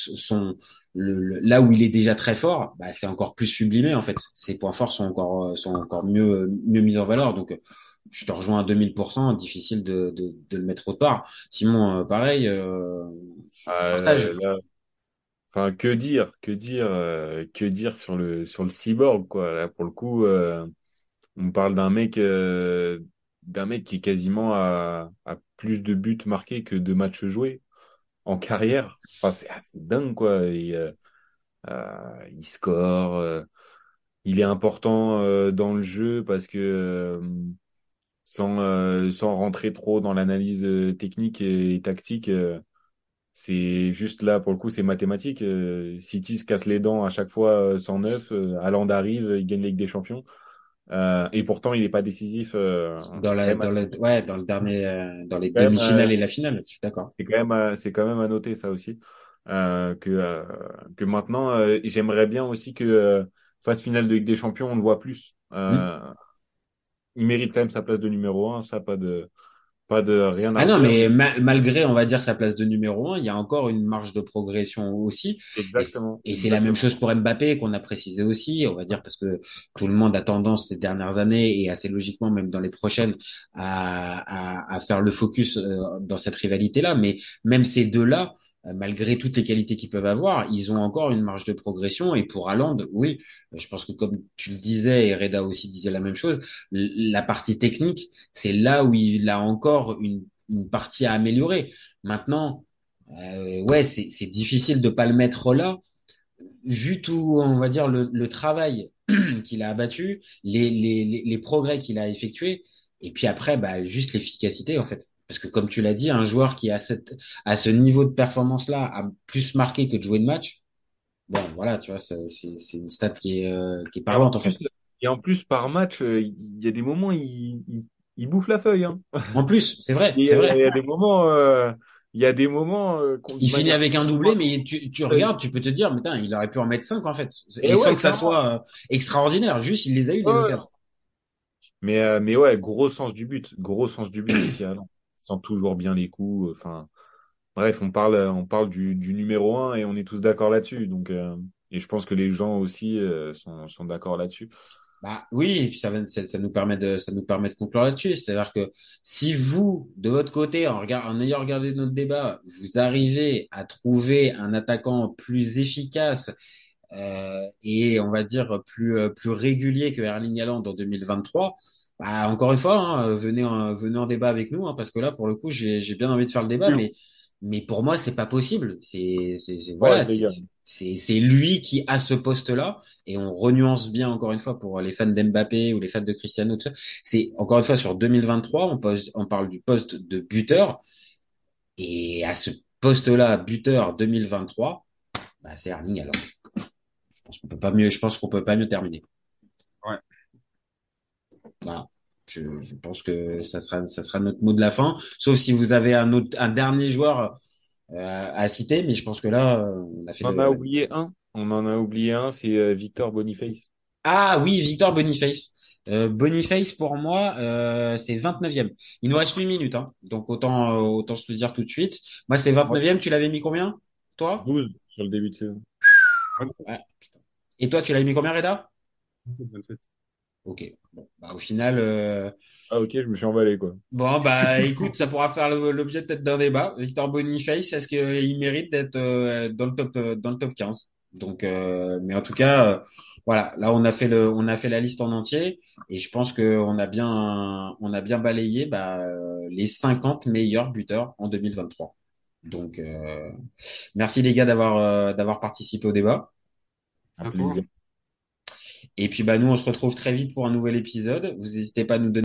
là où il est déjà très fort, bah, c'est encore plus sublimé, en fait. Ses points forts sont encore mieux mis en valeur, donc. Je te rejoins à 2000%, difficile de le mettre autre part. Simon, pareil, partage. Là, enfin, que dire sur le cyborg, quoi. Là, pour le coup, on parle d'un mec qui est quasiment à plus de buts marqués que de matchs joués en carrière. Enfin, c'est assez dingue, quoi. Il score, il est important dans le jeu parce que sans rentrer trop dans l'analyse technique et tactique. C'est juste là, pour le coup, c'est mathématique. City se casse les dents à chaque fois 109. Haaland arrive, il gagne la Ligue des Champions. Et pourtant, il n'est pas décisif. C'est quand même, Dans le dernier, dans les quand même, demi-finales et la finale, je suis d'accord. c'est quand même à noter ça aussi. Que maintenant, j'aimerais bien aussi que phase finale de Ligue des Champions, on le voit plus. Hmm. Il mérite quand même sa place de numéro un. Ça, pas de rien à Ah non, redire. mais malgré, on va dire, sa place de numéro un, il y a encore une marge de progression aussi. Exactement, Et c'est la même exactement. chose pour Mbappé qu'on a précisé aussi, on va dire, parce que tout le monde a tendance ces dernières années et assez logiquement même dans les prochaines à faire le focus dans cette rivalité-là. Mais même ces deux-là, malgré toutes les qualités qu'ils peuvent avoir, ils ont encore une marge de progression. Et pour Haaland, oui, je pense que comme tu le disais et Reda aussi disait la même chose, la partie technique, c'est là où il a encore une partie à améliorer. Maintenant, ouais, c'est difficile de pas le mettre là, vu tout, on va dire, le travail qu'il a abattu, les progrès qu'il a effectués, et puis après, bah, juste l'efficacité, en fait. Parce que comme tu l'as dit, un joueur qui a à ce niveau de performance-là a plus marqué que de jouer de match, Bon, voilà, tu vois, c'est une stat qui est Et en parlante, en fait. plus, et en plus par match, il y a des moments, il bouffe la feuille, hein. En plus, c'est vrai, Et c'est vrai. il y a des moments, de Il finit manière avec un doublé, mais tu euh, regardes, tu peux te dire, mais putain, il aurait pu en mettre 5 en fait. et Et sans ouais, que ça clairement. soit extraordinaire. Juste, il les a eu, Ouais, les ouais. occasions. Mais ouais, gros sens du but aussi. Alors, il sent toujours bien les coups. Enfin, bref, on parle du numéro un et on est tous d'accord là-dessus. Donc, et je pense que les gens aussi sont d'accord là-dessus. Bah oui, et puis ça nous permet de conclure là-dessus. C'est-à-dire que si vous, de votre côté, en ayant regardé notre débat, vous arrivez à trouver un attaquant plus efficace et on va dire plus régulier que Erling Haaland en 2023, bah encore une fois, hein, venez en débat avec nous, hein, parce que là, pour le coup, j'ai bien envie de faire le débat, Oui, mais pour moi, c'est pas possible. ouais, Voilà, les gars. c'est lui qui a ce poste-là, et on renuance bien encore une fois pour les fans d'Mbappé ou les fans de Cristiano, tout ça. C'est encore une fois sur 2023, on parle du poste de buteur, et à ce poste-là, buteur 2023, bah c'est Erling Haaland. Je pense qu'on peut pas mieux terminer. Ouais. Voilà. Je pense que ça sera notre mot de la fin. Sauf si vous avez un dernier joueur à citer, mais je pense que là, on a fait On en a le. oublié un. On en a oublié un, c'est Victor Boniface. Ah oui, Victor Boniface. Boniface pour moi, c'est 29e. Il nous reste 8 minutes, hein. Donc autant se le dire tout de suite. Moi, c'est Moi, 29e. Tu l'avais mis combien, toi? 12 sur le début de saison. Ouais. Et toi, tu l'avais mis combien, Reda? 27, 27. Ok. Bon, bah, au final. Ah ok, je me suis emballé quoi. Bon, bah écoute, ça pourra faire l'objet peut-être d'un débat. Victor Boniface, est-ce qu'il mérite d'être dans le top 15? Donc, mais en tout cas, voilà, là on a fait la liste en entier et je pense que on a bien balayé les 50 meilleurs buteurs en 2023. Donc, merci les gars d'avoir participé au débat. Un À toi. plaisir. Et puis bah nous on se retrouve très vite pour un nouvel épisode. Vous n'hésitez pas à nous donner